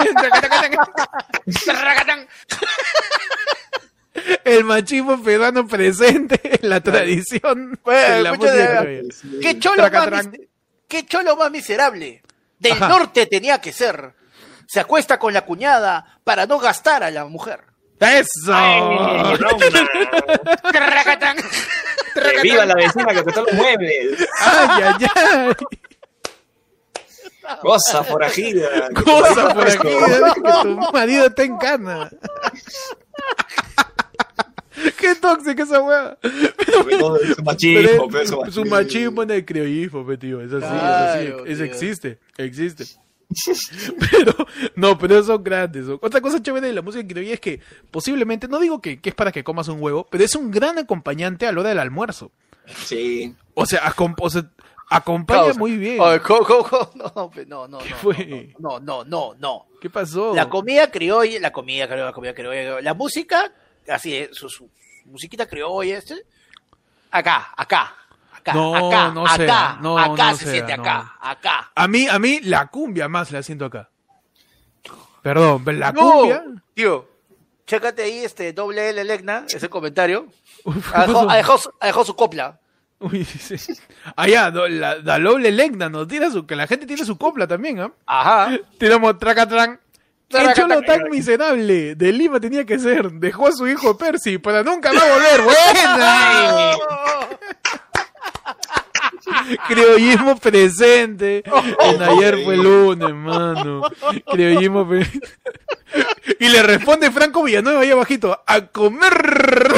S1: El machismo peruano presente en la tradición
S3: Bueno,
S1: de la
S3: escucha,
S1: música
S3: de-
S1: criolla.
S3: ¿Qué cholo, más,
S1: Tracatrán.
S3: mis- qué cholo más miserable? Del
S1: Ajá.
S3: norte tenía que ser. Se acuesta con la cuñada para no gastar a la mujer.
S1: ¡Eso!
S2: ¡Ay,
S3: Tracatán.
S2: Que viva la vecina que prestó los muebles.
S1: ¡Ay, ay, ay!
S2: Cosa forajida.
S1: Cosa por aquí, que tu marido está en cana. Qué tóxica esa hueá.
S2: Su machismo, pe, su
S1: Su machismo en el criollismo, pe, tío. Es así,
S3: Claro,
S1: es así. Es,
S3: tío.
S1: existe, existe. Pero, no, pero son grandes. Otra cosa chévere de la música criolla es que posiblemente, no digo que, que es para que comas un huevo, pero es un gran acompañante a la hora del almuerzo.
S2: Sí.
S1: O sea, acom- o sea, acompaña
S3: Causa.
S1: muy bien.
S3: Ay, co- co- co- no, no, pe- no, no,
S1: ¿Qué
S3: no,
S1: fue?
S3: no, no, no, no.
S1: ¿Qué pasó?
S3: La comida criolla, la comida criolla, la comida criolla, la música, así es, su, su- su musiquita criolla, este, acá, acá, acá,
S1: No,
S3: acá,
S1: no sé,
S3: acá,
S1: no,
S3: acá
S1: no
S3: se
S1: sé,
S3: siente
S1: no.
S3: acá, acá.
S1: A mí, a mí, la cumbia más la siento acá. Perdón, pero la
S3: No,
S1: cumbia.
S3: tío, chécate ahí este doble L Legna, ese comentario.
S1: Uf,
S3: Ha
S1: ¿qué
S3: dejado,
S1: pasó?
S3: ha dejado- ha dejado su copla.
S1: Uy, sí. Allá, no, la, la doble Legna nos tira su, que la gente tiene su copla también, ¿ah?
S3: Ajá.
S1: Tiramos tracatran. Qué
S3: Tracatran.
S1: cholo tan miserable. De Lima tenía que ser. Dejó a su hijo Percy para nunca más volver. ¡Buena! Criollismo presente. En ayer fue lunes, mano. Criollismo presente. Y le responde Franco Villanueva ahí abajito. ¡A comer!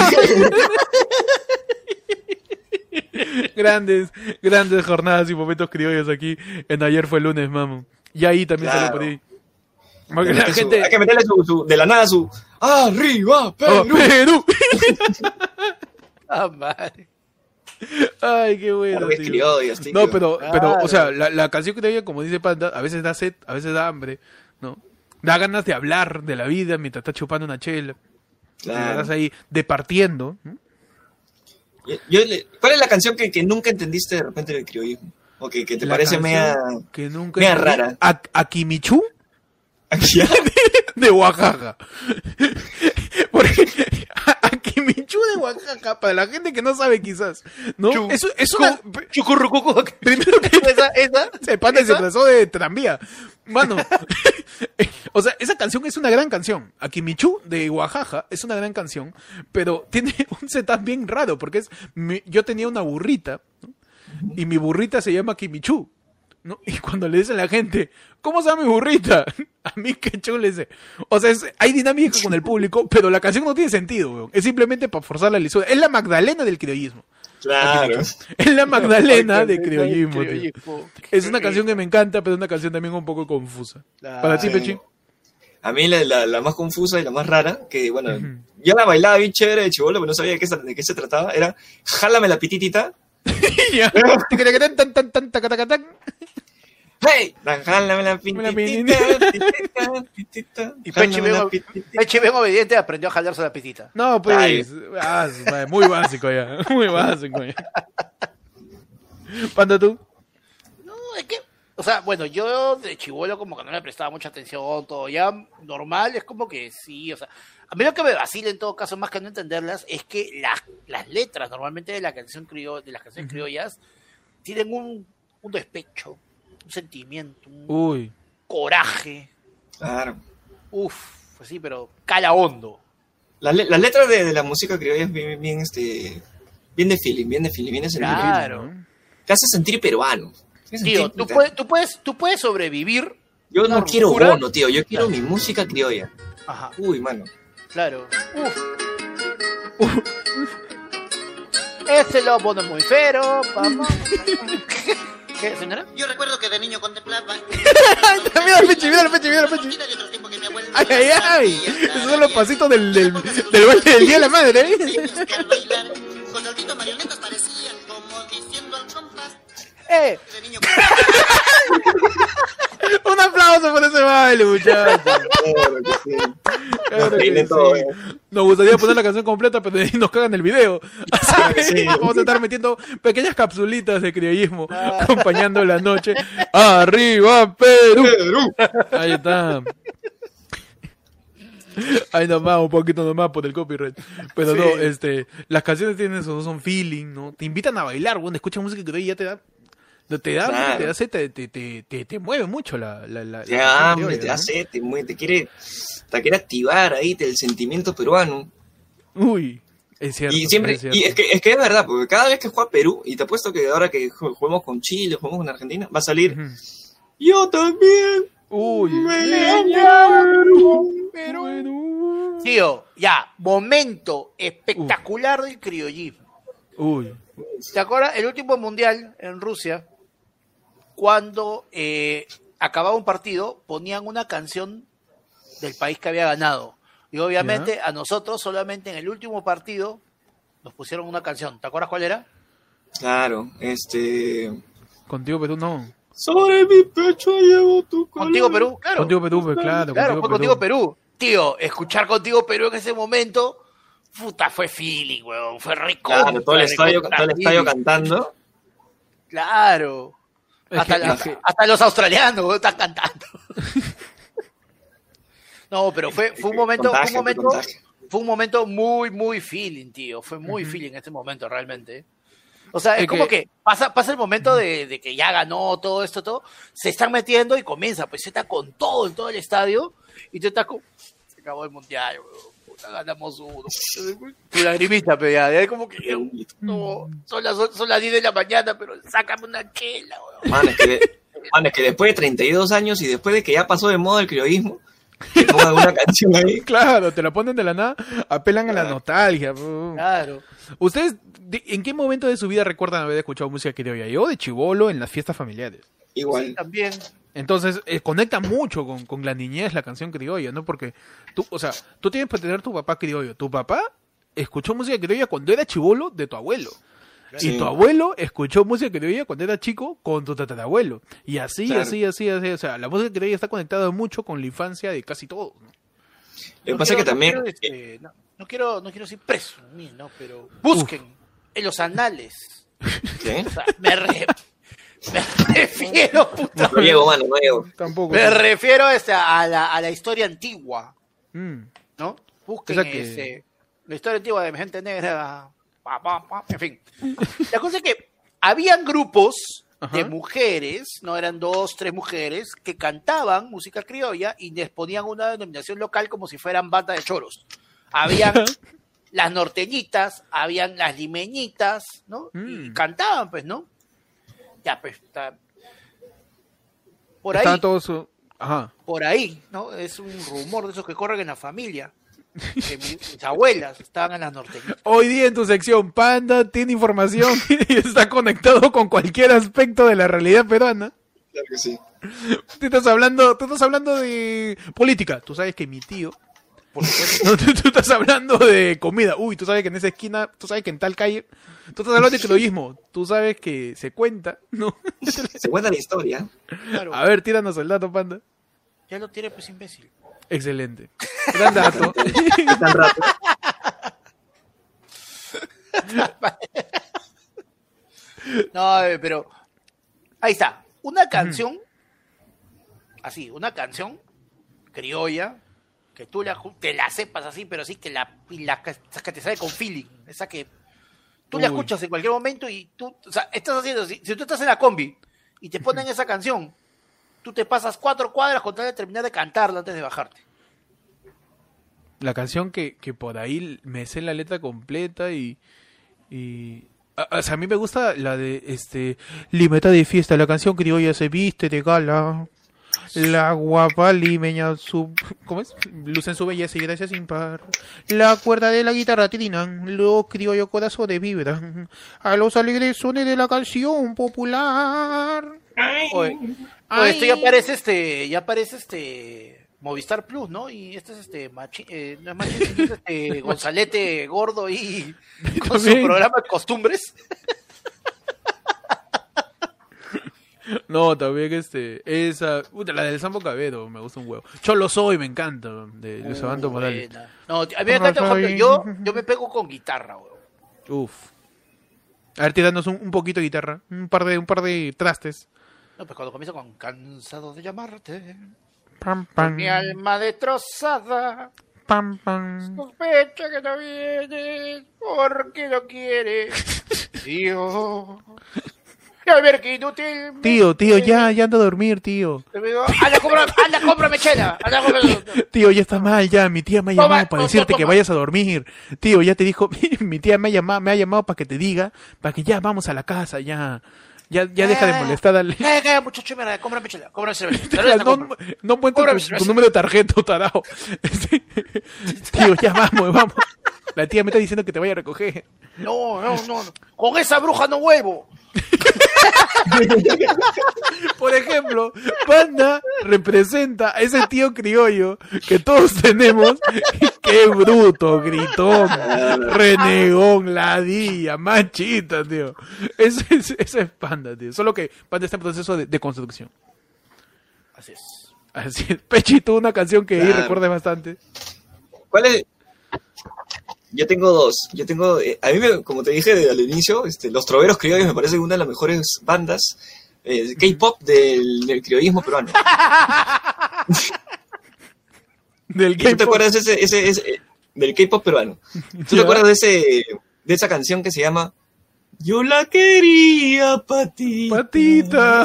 S1: Grandes, grandes jornadas y momentos criollos aquí. En ayer fue lunes, mamo. Y ahí también
S2: Claro.
S1: salió por ahí. Porque
S2: Hay
S1: la
S2: que, su-
S1: gente.
S2: hay que meterle su, su- de la nada su ¡Arriba,
S1: ¡Oh,
S2: Perú!
S1: Perú!
S3: Ah, madre.
S1: Ay, qué bueno,
S2: Árboles
S1: tío.
S2: criollos, tío.
S1: No, pero, pero,
S3: Claro.
S1: o sea, la, la canción criolla, como dice Panda, a veces da sed, a veces da hambre, ¿no? Da ganas de hablar de la vida mientras estás chupando una chela.
S2: Claro.
S1: Estás ahí departiendo, ¿no?
S2: Yo- yo le- ¿Cuál es la canción que, que nunca entendiste de repente del criollismo? O que, que te
S1: La
S2: parece
S1: canción
S2: media...
S1: que nunca
S2: media
S1: entendí.
S2: rara.
S1: A- Akimichu
S2: Aquí,
S1: de Oaxaca. Porque Akimichu de Oaxaca, para la gente que no sabe quizás, ¿no?
S3: Chu-
S1: Eso es una...
S3: Chucurrucucu.
S1: Primero que
S3: Esa, esa.
S1: se panda y se
S3: esa.
S1: trazó de tranvía. Mano, o sea, esa canción es una gran canción. Akimichu de Oaxaca es una gran canción, pero tiene un setup bien raro, porque es mi- yo tenía una burrita, ¿no? Y mi burrita se llama Kimichu, ¿no? Y cuando le dice a la gente, ¿cómo se llama mi burrita? A mí que chulo le dice. O sea, es- hay dinámica con el público, pero la canción no tiene sentido, weón. Es simplemente para forzar la lisura. Es la Magdalena del criollismo.
S2: claro.
S1: Es la Magdalena de
S3: Magdalena
S1: criollismo,
S3: del
S1: tío.
S3: criollismo.
S1: Es una canción que me encanta, pero es una canción también un poco confusa.
S3: Claro.
S1: Para ti,
S2: Sí.
S1: Pechi.
S2: A mí la, la, la más confusa y la más rara, que bueno, yo la bailaba bien chévere de chibolo, pero no sabía de qué, se- de qué se trataba, era Jálame la pititita.
S1: Ya. Tan, tan, tan, taca, taca, tan.
S2: ¡Hey! Jálame la pititita, pititita, pititita,
S3: Y Pechi
S2: jálame la
S3: bien,
S2: pititita.
S3: Pechi bien obediente aprendió a jalarse la pitita.
S1: No, pues.
S2: Ay.
S1: ah, madre, muy básico ya. Muy básico ya. Panda tú.
S3: No, es que, o sea, bueno, yo de chibolo como que no le prestaba mucha atención, todo ya normal, es como que sí, o sea, a mí lo que me vacila en todo caso, más que no entenderlas, es que las, las letras normalmente de la canción criollo, de las canciones criollas tienen un, un despecho, un sentimiento, un
S1: Uy.
S3: coraje,
S2: Claro.
S3: uff, pues sí, pero cala hondo.
S2: Las, le- las letras de, de la música criolla es bien, bien, este, bien de feeling, bien de feeling, bien de sentimiento.
S3: Claro.
S2: Te hace sentir peruano. Te hace
S3: Tío,
S2: sentir-
S3: tú
S2: te-
S3: puedes, tú puedes, tú puedes sobrevivir.
S2: Yo no
S3: una
S2: quiero
S3: ruptura.
S2: bono, tío, yo quiero mi música criolla.
S3: Ajá,
S2: Uy, mano.
S3: claro. Uf. Ese lobo no es muy fero, vamos. ¿Qué, señora?
S4: Yo recuerdo que de niño contemplaba.
S1: Mira el Pechi, mira el Pechi, mira el Pechi. Ay, ay, ay. Esos son los pasitos del, del, del baile del Día de la Madre, ¿eh?
S4: Con saltito marionetas parecían como diciendo al compás.
S3: ¡Eh!
S4: De niño
S1: Un aplauso por ese baile, muchachos.
S2: Claro que sí.
S1: Claro que
S2: Tiene
S1: sí.
S2: todo, eh.
S1: Nos gustaría poner la canción completa, pero ahí nos cagan el video.
S2: Claro que sí.
S1: Vamos a estar metiendo pequeñas capsulitas de criollismo acompañando la noche. ¡Arriba, Perú!
S2: Perú.
S1: Ahí está. Ahí nomás, un poquito nomás por el copyright. Pero no, este, las canciones tienen eso, son feeling, ¿no? Te invitan a bailar, cuando escuchas música que ya te da, te da,
S2: Claro.
S1: te da sed, te, te, te, te, te mueve mucho la, la, la,
S2: Te
S1: la
S2: da
S1: canción
S2: hambre,
S1: criolla,
S2: te
S1: ¿no?
S2: da sed, te, mueve, te quiere, te quiere activar ahí el sentimiento peruano.
S1: Uy, es cierto.
S2: Y siempre,
S1: es cierto.
S2: y es que, es que es verdad, porque cada vez que juega Perú, y te apuesto que ahora que ju- juguemos con Chile, juguemos con Argentina, va a salir,
S1: Ujú.
S2: yo también.
S1: Uy,
S2: me
S1: Perú, Perú.
S3: Tío, ya, momento espectacular del criollismo.
S1: Uy,
S3: ¿Te acuerdas? El último mundial en Rusia, cuando eh, acababa un partido, ponían una canción del país que había ganado. Y obviamente a nosotros solamente en el último partido nos pusieron una canción. ¿Te acuerdas cuál era?
S2: Claro, este...
S1: contigo Perú no.
S2: Sobre mi pecho llevo tu color.
S3: Contigo Perú, claro.
S1: Contigo Perú, pues, claro,
S3: Claro,
S1: contigo
S3: fue Contigo Perú. Tío, escuchar Contigo Perú en ese momento, puta, fue feeling, weón. Fue rico.
S2: Claro, todo el estadio, todo el estadio cantando.
S3: Claro.
S1: Es
S3: Hasta,
S1: que-
S3: la-
S1: es que-
S3: hasta los australianos weón, están cantando. No, pero fue, fue un momento, fue un
S2: Contagio,
S3: momento,
S2: contagio.
S3: fue un momento muy, muy feeling, tío. Fue muy feeling ese momento, realmente. O sea, es,
S1: Es
S3: como
S1: que-
S3: que, pasa, pasa el momento de, de que ya ganó todo esto, todo. Se están metiendo y comienza, pues se está con todo en todo el estadio. Y tú estás con. Se acabó el mundial, weón. Puta, ganamos uno. Tu lagrimita, pero ya, ya es como que. No, son las, son las diez de la mañana, pero sácame una chela, weón.
S2: Man, es que, de- man, es que después de treinta y dos años y después de que ya pasó de moda el criollismo, que pongan una canción ahí.
S1: Claro, te la ponen de la nada, apelan a la nostalgia. bro.
S3: Claro.
S1: ¿Ustedes de- en qué momento de su vida recuerdan haber escuchado música criolla? Yo de chibolo en las fiestas familiares.
S2: Igual.
S3: Sí, también.
S1: Entonces, eh, conecta mucho con, con la niñez la canción criolla, ¿no? Porque tú, o sea, tú tienes que tener tu papá criollo. Tu papá escuchó música criolla cuando era chibolo de tu abuelo. Y
S2: Sí.
S1: tu abuelo escuchó música criolla cuando era chico con tu tatarabuelo. Y así,
S2: Claro.
S1: así, así, así. O sea, la música criolla está conectada mucho con la infancia de casi todos, ¿no?
S2: Lo que
S3: No
S2: pasa es
S3: quiero-
S2: que también...
S3: No quiero, este, no, no quiero, no quiero decir presumir, ¿no? Pero busquen en los anales.
S2: ¿Qué?
S3: O sea, me, re- me refiero, puta.
S2: No llego, mano, no llego.
S1: Tampoco.
S3: Me refiero este, a, la, a la historia antigua,
S1: Mm.
S3: ¿no? Busquen
S1: Esa que-
S3: este, la historia antigua de gente negra. Pa, pa, pa, en fin. La cosa es que habían grupos
S1: Ajá.
S3: de mujeres, no eran dos, tres mujeres, que cantaban música criolla y les ponían una denominación local como si fueran banda de choros. Habían las norteñitas, habían las limeñitas, ¿no? Y
S1: Mm.
S3: cantaban, pues, ¿no? Ya, pues, está... Por ahí,
S1: Estaban todos... uh, Ajá.
S3: por ahí, ¿no? Es un rumor de esos que corren en la familia. Que mis, mis abuelas estaban en las norteñitas.
S1: Hoy día en tu sección, Panda tiene información y está conectado con cualquier aspecto de la realidad peruana.
S2: Claro que sí.
S1: Tú estás hablando, tú estás hablando de política. Tú sabes que mi tío...
S3: Por supuesto.
S1: No, tú, tú estás hablando de comida. Uy, tú sabes que en esa esquina, tú sabes que en tal calle... Tú estás hablando de criollismo. Tú sabes que se cuenta, ¿no?
S2: Se cuenta la historia.
S3: Claro,
S1: A ver, tíranos el dato, Panda.
S3: ya lo tiene, pues, imbécil.
S1: Excelente. Gran dato.
S2: Tan rápido.
S3: No, eh, pero ahí está. Una canción, así, una canción criolla, que tú la, ju- te la sepas así, pero sí que la, y la que esa que te sale con feeling, esa que tú la
S1: Uy.
S3: escuchas en cualquier momento y tú, o sea, estás haciendo, si, si tú estás en la combi y te ponen esa canción, tú te pasas cuatro cuadras con tal de terminar de cantarla antes de bajarte.
S1: La canción que, que por ahí me sé la letra completa y... y... a- O sea, a mí me gusta la de este Limeta de fiesta, la canción criolla se viste de gala. La guapa limeña su ¿cómo es? Luce en su belleza y gracia sin par. La cuerda de la guitarra trinan, los criollos corazones vibran a los alegres sones de la canción popular.
S3: Oye, oye, esto ya aparece este, ya aparece este Movistar Plus, ¿no? Y este es este Machi, eh, no es Machi, es este Gonzalete gordo y con su
S1: También.
S3: programa de costumbres.
S1: No, también este esa, puta, la del Sambo Cabero, me gusta un huevo. Cholo soy, me encanta, de Luis Abanto Morales.
S3: Buena. No, a mí me encanta, por ejemplo, yo, yo me pego con guitarra, weón.
S1: Uf. A ver, tirarnos un, un poquito de guitarra, un par de un par de trastes.
S3: No, pues cuando comienzo con cansado de llamarte,
S1: Pam
S3: con
S1: pam.
S3: mi alma destrozada,
S1: Pam pam.
S3: sospecha que no vienes porque no quieres. Tío. Y al ver que inútil.
S1: Tío, tío, ya, ya anda a dormir, tío.
S3: Te digo, anda, compra, anda, cómprame chela. Anda, cómprame.
S1: Tío, ya está mal, ya, mi tía me ha
S3: Toma,
S1: llamado para
S3: toma,
S1: decirte que
S3: toma.
S1: vayas a dormir. Tío, ya te dijo, mi tía me ha llamado, me ha llamado para que te diga, para que ya vamos a la casa, ya. Ya, ya deja de molestar al...
S3: Calla, calla, muchacho, mira, cómprame chela. Cómprame cerveza.
S1: No,
S3: cerveza,
S1: no,
S3: cómprame.
S1: no encuentro
S3: Cómprame
S1: tu,
S3: cerveza.
S1: tu número de tarjeta, tarao. Este, tío, ya vamos, vamos. La tía me está diciendo que te vaya a recoger.
S3: No, no, no, no. Con esa bruja no vuelvo.
S1: Por ejemplo, Panda representa a ese tío criollo que todos tenemos. Qué bruto, gritón, renegón, ladilla, machita, tío. Ese, ese- ese es Panda, tío. Solo que Panda está en proceso de, de construcción.
S3: Así es.
S1: Así es. Pechito, una canción que ahí
S2: Claro.
S1: recuerdes bastante.
S2: ¿Cuál es? Yo tengo dos. Yo tengo, eh, a mí, me- como te dije al inicio, este, los Troveros Criollos me parecen una de las mejores bandas eh, K-pop del, del criollismo peruano.
S1: Del
S2: ¿Tú te
S1: K-pop.
S2: acuerdas de ese, ese, ese- del K-pop peruano? ¿Tú
S1: Ya.
S2: te acuerdas de ese, de esa canción que se llama Yo la quería patita?
S1: Patita.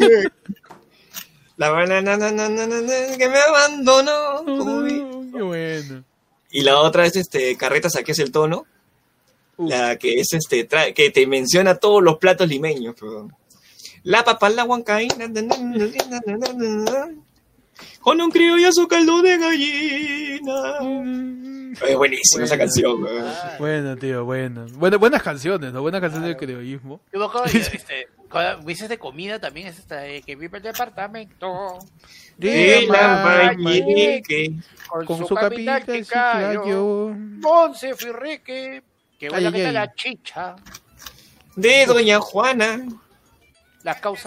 S2: La banana na, na, na, na, na, que me abandonó. como vi.
S1: Qué bueno.
S2: Y la otra es este Carreta Saqué el tono.
S1: Uf.
S2: La que es este tra- que te menciona todos los platos limeños. Pero... La papa, la huancaína. na, na, na, na, na, na, na, con un criollazo caldo de gallina. Es buenísima esa
S1: Bueno.
S2: canción. weón.
S3: Ah,
S1: Bueno, tío, bueno. bueno. Buenas canciones, ¿no? Buenas canciones del criollismo.
S3: yo me acuerdo de, este, cuando dices de comida también es esta de que vive el departamento
S2: De la
S1: Valle,
S2: Valle.
S3: con,
S1: con
S3: su,
S1: su
S3: capital
S1: capita
S3: Ticayo,
S1: Chiclayo.
S3: Monse Firrique, que
S1: Ay,
S3: buena
S1: ay,
S3: que está
S1: ay.
S3: la chicha.
S2: de Doña Juana.
S3: La causa.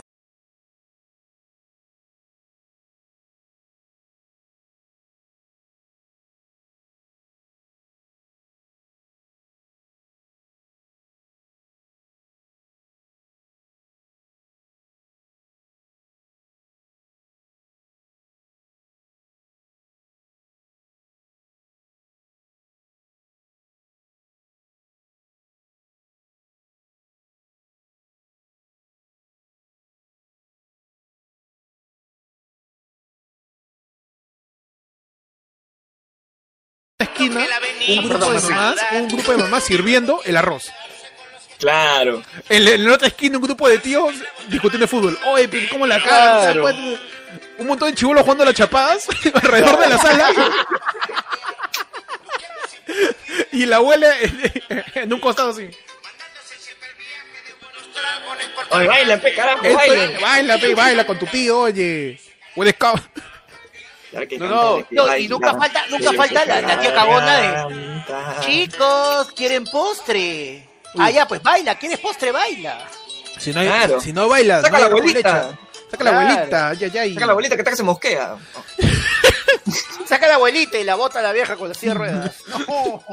S1: Esquina, un grupo de mamás, un grupo de mamás sirviendo el arroz.
S2: Claro.
S1: En, en la otra esquina, un grupo de tíos discutiendo de fútbol. Oye, pero ¿cómo la cara?
S2: Claro.
S1: Un montón de chibolos jugando a las chapadas alrededor de la sala. Y la abuela en, en un costado así.
S2: Oye, baila, pe, carajo,
S1: Esto-
S2: baila.
S1: baila, pe, baila con tu tío, oye. Hueles cab-
S2: Claro que
S3: No,
S2: canta,
S3: no,
S2: de que
S3: no, y
S2: baila,
S3: nunca falta, nunca
S2: que
S3: falta la, la tía cagona de
S2: canta.
S3: chicos, ¿quieren postre? Ah, ya, pues baila, ¿quieres postre? Baila.
S1: Si no, hay-
S2: Claro.
S1: si no bailas,
S2: Saca
S1: no hay
S2: la
S1: arroz con
S2: abuelita.
S1: leche. Saca la
S3: Claro.
S1: abuelita, ay, ay, ay.
S2: Saca la abuelita que está que se mosquea.
S3: Saca a la abuelita y la bota a la vieja con la silla de ruedas. No.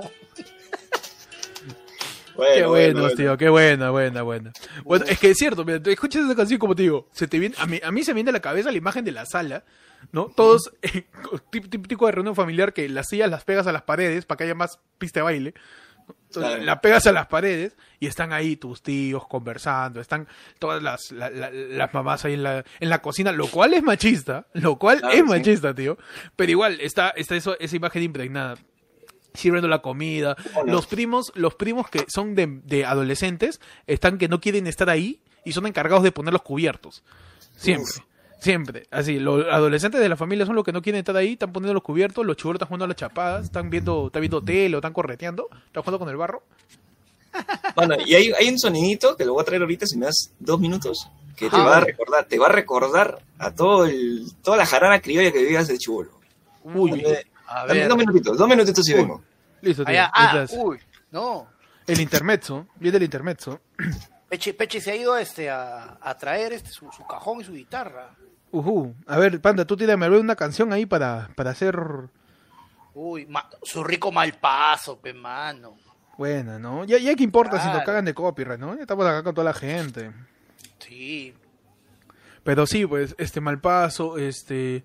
S2: Bueno,
S1: Qué bueno,
S2: bueno.
S1: tío, qué buena, buena, buena. Bueno, es que es cierto, mira, tú escuchas esa canción como te digo, se te viene, a mí, a mí se me viene a la cabeza la imagen de la sala, ¿no? Todos, eh, tip- típico de reunión familiar que las sillas las pegas a las paredes para que haya más pista de baile. Entonces,
S2: Claro.
S1: la pegas a las paredes y están ahí tus tíos conversando, están todas las, la- la- las mamás ahí en la, en la cocina, lo cual es machista, lo cual
S2: Claro,
S1: es
S2: sí.
S1: machista, tío. Pero igual, está, está eso, esa imagen impregnada. Sirviendo la comida,
S2: Hola.
S1: los primos, los primos que son de, de adolescentes, están que no quieren estar ahí y son encargados de poner los cubiertos. Siempre. Siempre, así, los adolescentes de la familia son los que no quieren estar ahí, están poniendo los cubiertos, los chibolos están jugando a las chapadas, están viendo, están viendo tele o están correteando, están jugando con el barro.
S2: Bueno, y hay, hay un sonidito que lo voy a traer ahorita si me das dos minutos, que te
S3: Ajá.
S2: va a recordar, te va a recordar a todo el, toda la jarana criolla que vivías de chibolo.
S1: Uy,
S3: A
S2: Dame
S3: ver.
S2: dos minutitos, dos minutitos y
S1: Uy.
S2: vengo.
S1: listo, tío.
S3: Allá, ah,
S1: Estás-
S3: uy, no.
S1: el intermezzo, viene el intermezzo.
S3: Peche, Peche se ha ido este, a, a traer este, su, su cajón y su guitarra.
S1: Ujú. A ver, Panda, tú tírame una canción ahí para, para hacer
S3: Uy, ma- su rico mal paso, pe mano.
S1: buena, ¿no? Ya, ya que importa si nos
S3: Claro.
S1: cagan de copyright, ¿no? Ya estamos acá con toda la gente.
S3: Sí.
S1: Pero sí, pues, este Malpaso, este...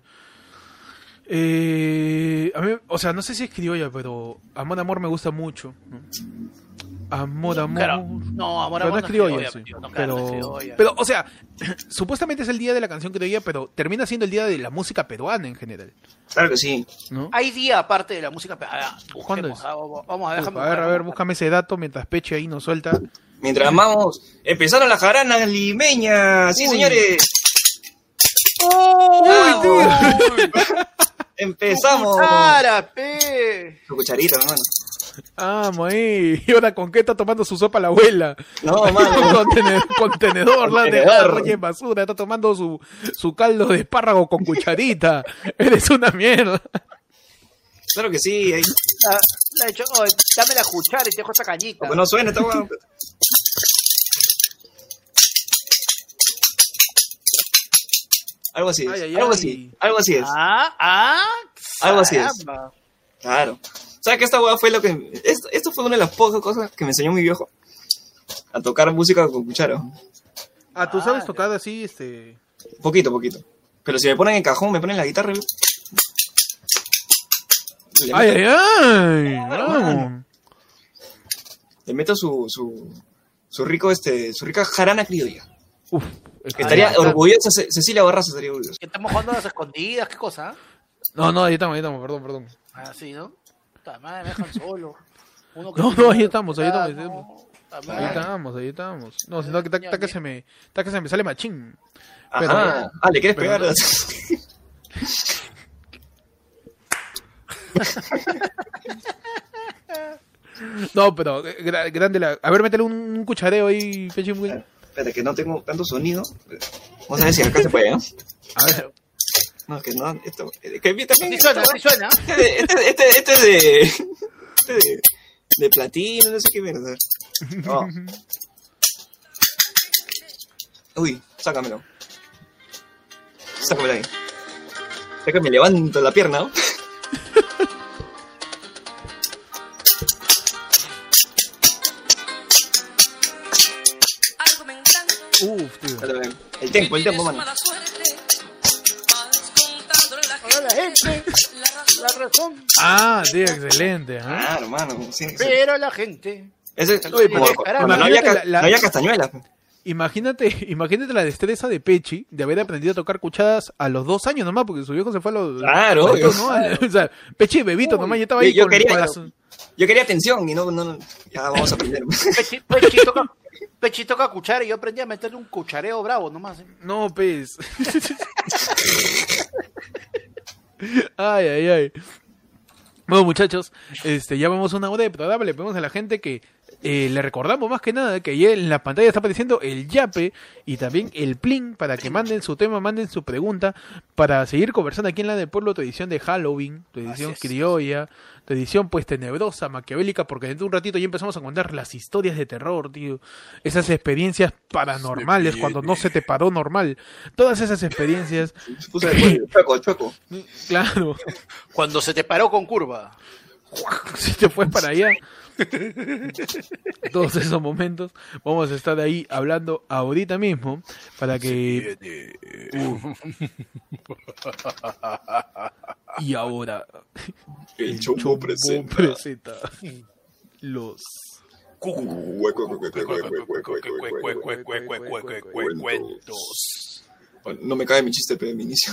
S1: Eh, a mí, o sea, no sé si es criolla, pero Amor, Amor me gusta mucho, ¿no? Amor, Amor...
S3: Claro. No, amor,
S1: Pero no
S3: amor
S1: es criolla, sí.
S3: tío, no, claro, no es
S1: Pero,
S3: criolla.
S1: pero, o sea, supuestamente es el día de la canción criolla, pero termina siendo el día de la música peruana en general,
S2: Claro que sí.
S1: ¿no?
S3: Hay día aparte de la música. pe- ah, busquemos,
S1: ¿Cuándo es?
S3: ah, vamos, vamos a ver,
S1: Uf,
S3: déjame
S1: a ver,
S3: buscar,
S1: a ver,
S3: vamos
S1: búscame ese dato mientras Peche ahí nos suelta.
S2: Mientras vamos, empezaron las jaranas limeñas. Sí,
S1: Uy.
S2: señores.
S1: ¡Uy, tío!
S2: Empezamos.
S3: ¡Cara, pe!
S2: Tu cucharita, hermano.
S1: Vamos ahí. Y ahora, ¿con qué está tomando su sopa la abuela?
S2: No, mano.
S1: Contenedor, contenedor, la de
S2: Contenedor.
S1: oye, en basura, está tomando su, su caldo de espárrago con cucharita. Eres una mierda.
S2: Claro que sí. Ahí.
S3: La, la he hecho, oh, dame la cuchara y te dejo esta cañita.
S2: Porque no suena esta hueá. Algo así es.
S1: Ay, ay,
S2: algo
S1: ay.
S2: así. Algo así es.
S3: Ah, ah.
S2: Algo así es.
S3: caramba.
S2: Claro. ¿Sabes que esta hueá fue lo que... Esto, esto fue una de las pocas cosas que me enseñó mi viejo. A tocar música con cuchara.
S1: Ah, ¿tú sabes
S3: Ah,
S1: tocar así, este...?
S2: Poquito, poquito. Pero si me ponen en cajón, me ponen la guitarra. y- Le
S1: ¡Ay,
S2: meto,
S1: ay, ay!
S2: Claro,
S1: Vamos.
S2: mano. le meto su, su, su rico, este, su rica jarana criolla.
S1: Uf, es que-
S2: Estaría
S3: ya, está.
S2: orgullosa, Ce- Cecilia Barraza estaría orgullosa.
S3: Que estamos jugando a las escondidas, ¿qué cosa?
S1: No, no, ahí estamos, ahí estamos, perdón, perdón.
S3: Ah, sí, ¿no? Puta madre, me dejan solo. Uno que
S1: No,
S3: tiene
S1: no, ahí
S3: que
S1: estamos, ahí estamos, ahí
S3: cuidar,
S1: estamos.
S3: ¿no? Puta
S1: Ahí
S3: madre.
S1: estamos, ahí estamos. No, sino que está, está que se me, está que se me sale machín.
S2: Ajá.
S1: Pero-
S2: ah, ¿le quieres
S1: pero-
S2: pegar?
S1: No, pero gra- grande la... A ver, métele un, un cuchareo ahí, Peche Muy.
S2: Espérate, que no tengo tanto sonido. Vamos a ver si acá se puede, ¿no?
S1: A ver.
S2: No, que no, esto... Que a mí también...
S3: Sí suena, sí suena.
S2: Este, este, este, este es de... Este de... De platino, no sé qué mierda. No. Uy, sácamelo. Sácamelo ahí. Sácame, levanto la pierna, ¿no?
S1: Uf, tío.
S2: El tempo, el tempo, mano.
S3: Ahora la gente, la razón.
S1: Ah, tío, excelente. ¿eh?
S2: Claro, mano. Sí, sí.
S3: Pero la gente.
S2: Ese,
S1: Oye,
S2: como-
S3: pero
S2: cuando no había,
S1: imagínate
S2: ca-
S1: la- la-
S2: no había castañuelas.
S1: Imagínate, imagínate la destreza de Pechi de haber aprendido a tocar cuchadas a los dos años nomás, porque su viejo se fue a los...
S2: Claro,
S1: a
S2: obvio.
S1: los- ¿no? O sea, Pechi bebito nomás, ya estaba
S2: yo-
S1: ahí
S2: yo
S1: con,
S2: quería-
S1: con las...
S2: Yo quería atención y no, no, no. Ya vamos a aprender.
S3: Pechi, Pechi toca, Pechi toca cuchara y yo aprendí a meterle un cuchareo bravo nomás. ¿eh?
S1: No, pez. Ay, ay, ay. Bueno, muchachos, este, ya vamos a una hora de programa. Le pedimos a la gente que eh, le recordamos más que nada que ya en la pantalla está apareciendo el yape y también el plin para que manden su tema, manden su pregunta para seguir conversando aquí en la del pueblo, tu edición de Halloween, tu edición
S3: Así es.
S1: criolla, tu edición pues tenebrosa, maquiavélica, porque dentro de un ratito ya empezamos a contar las historias de terror, tío. Esas experiencias paranormales cuando no se te paró normal. Todas esas experiencias,
S2: Se puso de chueco, chueco.
S1: claro.
S3: Cuando se te paró con curva.
S1: Si te fue para allá. Todos esos momentos vamos a estar ahí hablando ahorita mismo para que Uh. Y ahora
S2: El chombo presenta.
S1: presenta los
S3: Cuentos.
S2: No me cae mi chiste, pero de mi inicio.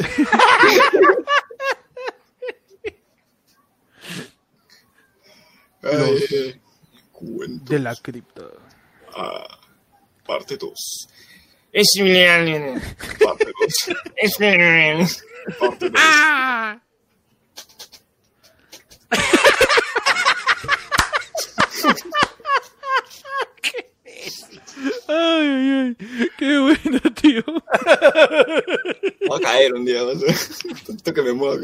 S2: Ay, cuentos.
S1: de la cripta.
S2: Ah, parte dos.
S5: Es
S2: Parte dos.
S5: Es
S2: Parte dos.
S1: ¡Ah! Ay, ay, ay, qué bueno, tío.
S2: Voy a caer un día, no sé. Tanto que me mueva.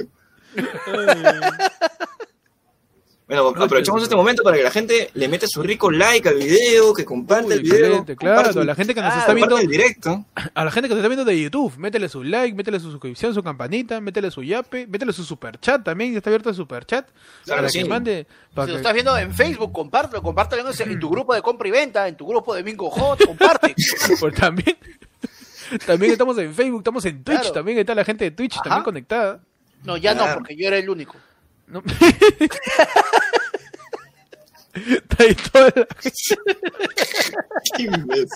S2: Bueno, aprovechamos este momento para que la gente le meta su rico like al video, que comparte
S1: Uy,
S2: el video.
S1: excelente, claro,
S2: comparte-
S1: a la gente que nos
S2: Ah,
S1: está viendo,
S2: comparte el directo.
S1: a la gente que nos está viendo de YouTube, métele su like, métele su suscripción, su campanita, métele su yape, métele su superchat también, ya está abierto el superchat,
S2: Claro,
S1: para
S2: sí.
S1: que mande, para
S3: Si lo
S1: que-
S3: estás viendo en Facebook, compártelo, compártelo en, ese- en tu grupo de compra y venta, en tu grupo de Bingo Hot, comparte.
S1: pues también, también estamos en Facebook, estamos en Twitch,
S3: Claro.
S1: también está la gente de Twitch
S3: Ajá.
S1: también conectada.
S3: No, ya
S2: Claro.
S3: no, porque yo era el único.
S1: ¿No? Está ahí toda la-
S2: ¿Quién es?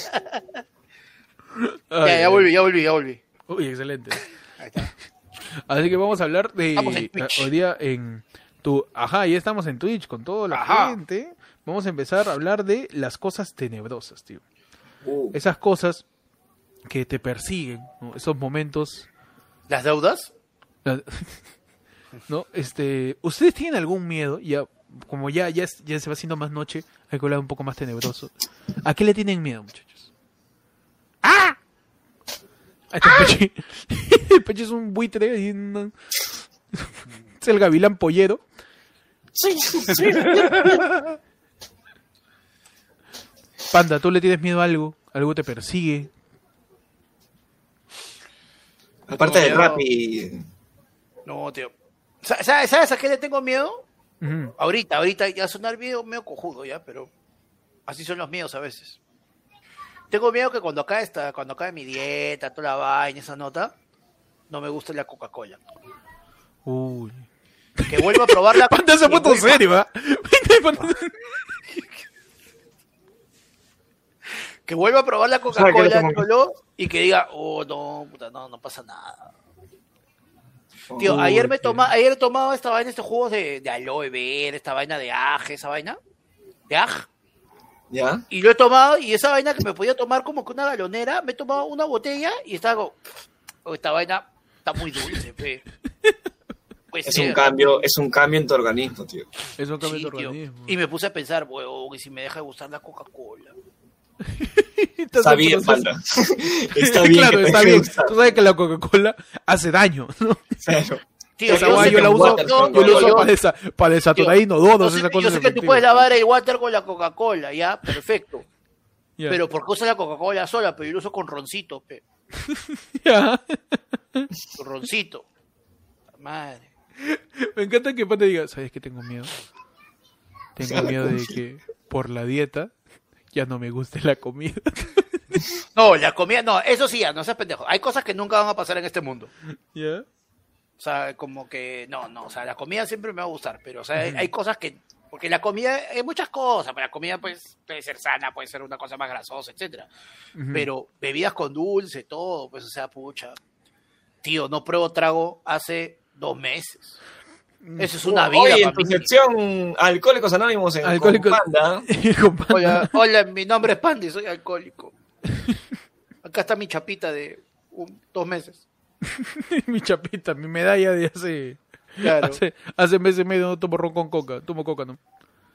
S1: Ay,
S3: ya, ya
S1: ay.
S3: volví, ya volví, ya volví.
S1: Uy, excelente.
S3: Ahí está.
S1: Así que vamos a hablar de
S3: Estamos en Twitch.
S1: hoy día en tu, ajá, ya estamos en Twitch con toda la
S3: Ajá.
S1: gente. Vamos a empezar a hablar de las cosas tenebrosas, tío.
S2: Uh,
S1: Esas cosas que te persiguen, ¿no? Esos momentos,
S3: ¿Las deudas?
S1: la- ¿no? Este, ¿ustedes tienen algún miedo? Ya, como ya, ya, es- ya se va haciendo más noche, hay que hablar un poco más tenebroso. ¿A qué le tienen miedo, muchachos? ¡Ah! Ahí está el Pechi. El Pechi es un buitre, y un- es el gavilán pollero. Panda, ¿tú le tienes miedo a algo? ¿Algo te persigue?
S2: aparte
S3: No,
S2: del
S3: yo-
S2: rap y...
S3: No, tío. Sa- sa- ¿Sabes a qué le tengo miedo?
S1: Ujú.
S3: Ahorita, ahorita ya sonar medio, medio cojudo ya, pero así son los miedos a veces. Tengo miedo que cuando acabe esta, cuando acabe mi dieta, toda la vaina, esa nota, no me guste la Coca-Cola.
S1: Uy.
S3: Que vuelva a probar la
S1: Panda se ha
S3: que
S1: puesto
S3: vuelva-
S1: serio, ¿va?
S3: Que vuelva a probar la
S2: ¿Sabe qué
S3: Coca-Cola,
S2: le tengo?
S3: Cholo, y que diga, oh, no, puta, no, no pasa nada. Tío,
S2: Uy,
S3: ayer me
S1: tío.
S3: toma, ayer he tomado esta vaina, estos jugos de, de aloe vera, esta vaina de aje, esa vaina, de aj,
S2: ¿Ya?
S3: y lo he tomado, y esa vaina que me podía tomar como que una galonera, me he tomado una botella, y estaba como, oh, esta vaina está muy dulce, fe. Pues
S2: Es
S3: sí,
S2: un cambio, es un cambio en tu organismo, tío.
S1: Eso cambia
S3: sí,
S1: tu
S3: tío.
S1: organismo.
S3: Y me puse a pensar, weón, y si me deja de gustar la Coca-Cola.
S2: Está bien, panda. Está bien.
S1: Claro,
S2: que te
S1: está
S2: deje
S1: bien.
S2: gustar.
S1: Tú sabes que la Coca-Cola hace daño, ¿no?
S2: Claro.
S3: Tío,
S1: Esa
S3: yo
S1: guay
S3: sé
S1: yo
S3: que
S1: la
S3: el
S1: uso,
S3: water-
S1: yo
S3: no,
S1: la uso
S3: yo-
S1: para, esa, para desaturar inodoros,
S3: yo sé,
S1: esas
S3: yo
S1: cosas
S3: sé que tú
S1: efectivas.
S3: puedes lavar el water con la Coca-Cola, ya, perfecto.
S1: Ya.
S3: Pero ¿por qué usa la Coca-Cola sola? Pero yo lo uso con roncito, pe.
S1: Ya.
S3: Con roncito. Madre.
S1: Me encanta que Pata diga, ¿sabes qué tengo miedo? Tengo miedo de que por la dieta ya no me guste la comida.
S3: No, la comida, no, eso sí, ya, no seas pendejo. Hay cosas que nunca van a pasar en este mundo.
S1: ¿Ya?
S3: O sea, como que, no, no, o sea, la comida siempre me va a gustar, pero, o sea, hay, hay cosas que, porque la comida, hay muchas cosas, pero la comida pues, puede ser sana, puede ser una cosa más grasosa, etcétera.
S1: Ujú.
S3: Pero bebidas con dulce, todo, pues, o sea, pucha. Tío, no pruebo trago hace dos meses. Eso es una vida,
S2: Oye, en
S3: para
S2: tu
S3: mí.
S2: sección Alcohólicos Anónimos en
S1: Alcohólicos.
S2: con Panda,
S1: Con Panda.
S3: Hola, hola, mi nombre es Pandy, soy alcohólico. Acá está mi chapita de un- dos meses.
S1: Mi chapita, mi medalla de hace...
S3: Claro.
S1: Hace, hace mes y medio no tomo ron con coca. Tomo coca, ¿no?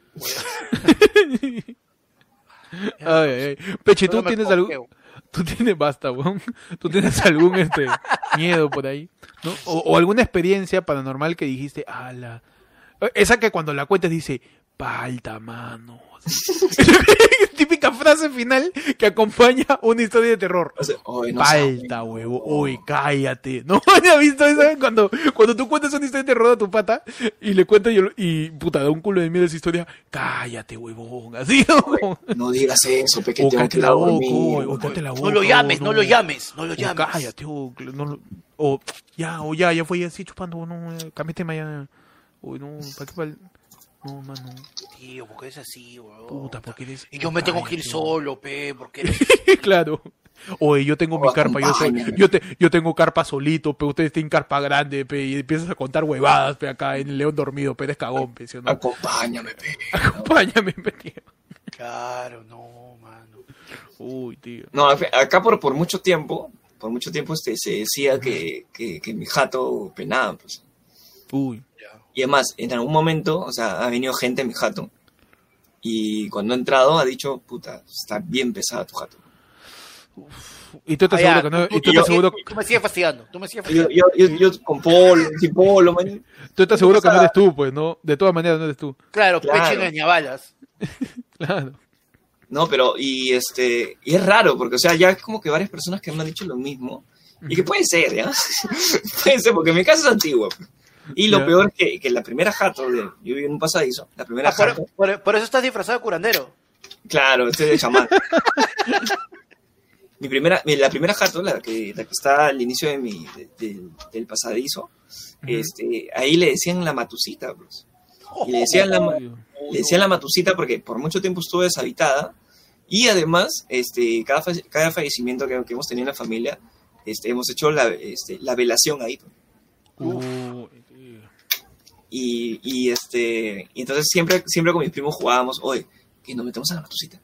S1: Ay, ay, ay. Pechi, ¿tú
S3: Solo me
S1: tienes algún...
S3: coqueo.
S1: Tú tienes, basta, weón. ¿Tú tienes algún este miedo por ahí? ¿No? O, o alguna experiencia paranormal que dijiste, ala. Esa que cuando la cuentas dice, palta, mano. Típica frase final que acompaña una historia de terror.
S2: o sea, oye, no sé,
S1: Palta, huevo. Uy, cállate. ¿No has visto eso? Cuando, cuando tú cuentas una historia de terror a tu pata y le cuentas y, y puta, da un culo de miedo esa historia, cállate, huevón. Así, ¿no?
S2: no digas eso, pe, que
S1: O
S2: tengo
S1: cállate
S2: que
S1: la boca,
S2: dormir.
S1: uy, o cállate la boca.
S3: No lo llames,
S1: o
S3: no lo llames, no lo
S1: O
S3: llames.
S1: cállate, o, no, lo- o ya, o ya, ya fue así chupando, no, eh, cámbiate mañana. Uy, no, ¿para qué pal- No, mano,
S3: Tío, porque es así, weón.
S1: puta, porque eres...
S3: Y yo me tengo que ir
S1: Cállate.
S3: solo, pe, porque eres...
S1: Claro. Oye, yo tengo mi
S2: O
S1: carpa, yo, soy,
S2: acompáñame.
S1: yo, te, yo tengo carpa solito, pero ustedes tienen carpa grande, pe, y empiezas a contar huevadas, pe, acá en el León Dormido, pe, eres cagón, pe, ¿sí o no?
S2: Acompáñame, pe.
S1: Acompáñame, pe, tío.
S3: Claro, no, mano.
S1: Uy, tío.
S2: No, acá por, por mucho tiempo, por mucho tiempo este, se decía que, que, que mi jato penaba, pues.
S1: Uy.
S2: Y además, en algún momento, o sea, ha venido gente a mi jato y cuando ha entrado ha dicho, puta, está bien pesada tu jato.
S1: Y tú estás
S3: Ah, ya,
S1: seguro que no,
S3: tú-
S1: y tú
S2: yo-
S1: estás seguro,
S3: Tú me sigues fastigando, tú me sigues
S2: Yo,
S3: fastigando.
S2: yo, yo, yo con polo, sin polo, man.
S1: tú estás seguro que no eres tú, pues, ¿no? De todas maneras no eres tú.
S3: Claro,
S2: Claro.
S3: pecho en ñabalas.
S1: Claro.
S2: No, pero, y este, y es raro, porque, o sea, ya es como que varias personas que me han dicho lo mismo, y que puede ser, ¿ya? Puede ser, porque mi casa es antigua. pues. Y lo
S1: Ya.
S2: peor es que, que la primera jato, de, yo viví en un pasadizo, la primera
S3: Ah, por,
S2: jato,
S3: por- por eso estás disfrazado de curandero.
S2: claro, estoy de chamán. mi primera, mi- la primera jato, la que, la que está al inicio de mi, de- de- del pasadizo, este, ahí le decían la matusita, pues. Y le decían la, ma- le decían la matusita porque por mucho tiempo estuvo deshabitada y además este cada, fa- cada fallecimiento que, que hemos tenido en la familia este hemos hecho la, este, la velación ahí
S1: Uy, tío.
S2: y, y este y entonces siempre siempre con mis primos jugábamos, oye, que nos metemos a la matusita,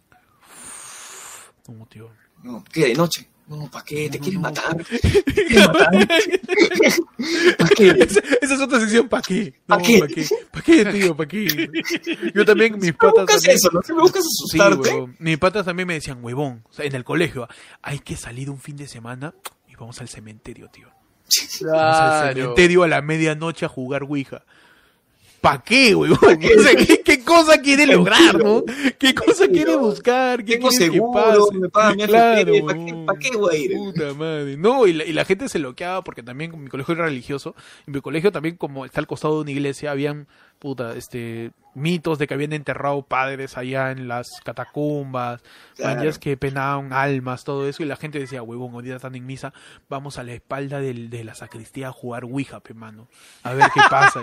S1: No, tío.
S2: no, que de noche, no, ¿para qué? ¿Te
S1: No,
S2: quieren
S1: no.
S2: matar? ¿Te quieren matar? ¿Para qué?
S1: Esa, esa es otra sección, ¿para qué? No,
S2: ¿Pa' qué?
S1: ¿para qué? ¿Para qué, tío? ¿Para qué? Yo también, mis
S2: Siempre
S1: patas
S2: buscas
S1: también...
S2: eso, ¿no? Siempre buscas
S1: Sí,
S2: asustarte.
S1: huevón. Mis patas también me decían, huevón, o sea, en el colegio, hay que salir un fin de semana y vamos al cementerio, tío. Vamos al cementerio a la medianoche a jugar Ouija. ¿Para qué, huevón? O sea, ¿qué, qué cosa quiere lograr, no? ¿Qué cosa quiere buscar? ¿Qué
S2: Tengo
S1: quiere que
S2: seguro,
S1: pase?
S2: me pagan mi
S1: Claro,
S2: F P, ¿para qué,
S1: huevón.
S2: pa' qué voy a ir?
S1: Puta madre. No, y la, y la gente se loqueaba porque también mi colegio era religioso. En mi colegio también, como está al costado de una iglesia, habían, puta, este, mitos de que habían enterrado padres allá en las catacumbas,
S2: Claro.
S1: manjas que penaban almas, todo eso. Y la gente decía, huevón, ahorita están en misa, vamos a la espalda del, de la sacristía a jugar Ouija, pe mano. A ver qué pasa.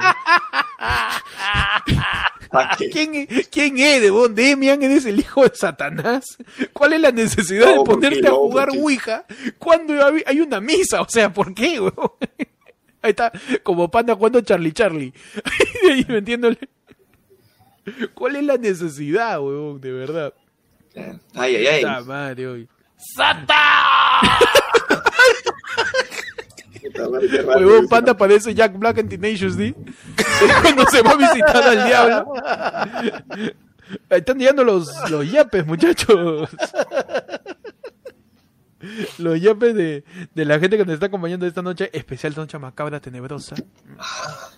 S2: ¿Pa' qué?
S1: ¿Quién, es- ¿Quién es, Devon Demian? ¿Eres el hijo de Satanás? ¿Cuál es la necesidad
S2: No,
S1: de
S2: porque
S1: ponerte a
S2: no,
S1: jugar
S2: porque-
S1: Ouija cuando hay hay una misa? O sea, ¿por qué, weón? Ahí está, como panda jugando Charlie Charlie. Ahí metiéndole. ¿Cuál es la necesidad, weón? De verdad.
S2: Ay, ay, ay.
S1: Puta madre, hoy.
S2: Puta madre, qué raro
S1: Huevón,
S2: eso,
S1: panda
S2: ¿no?
S1: parece Jack Black en Tenacious D. Cuando se va a visitar al diablo. Ahí están llegando los, los yapes, muchachos. Los yapes de, de la gente que nos está acompañando esta noche, especial noche macabra tenebrosa.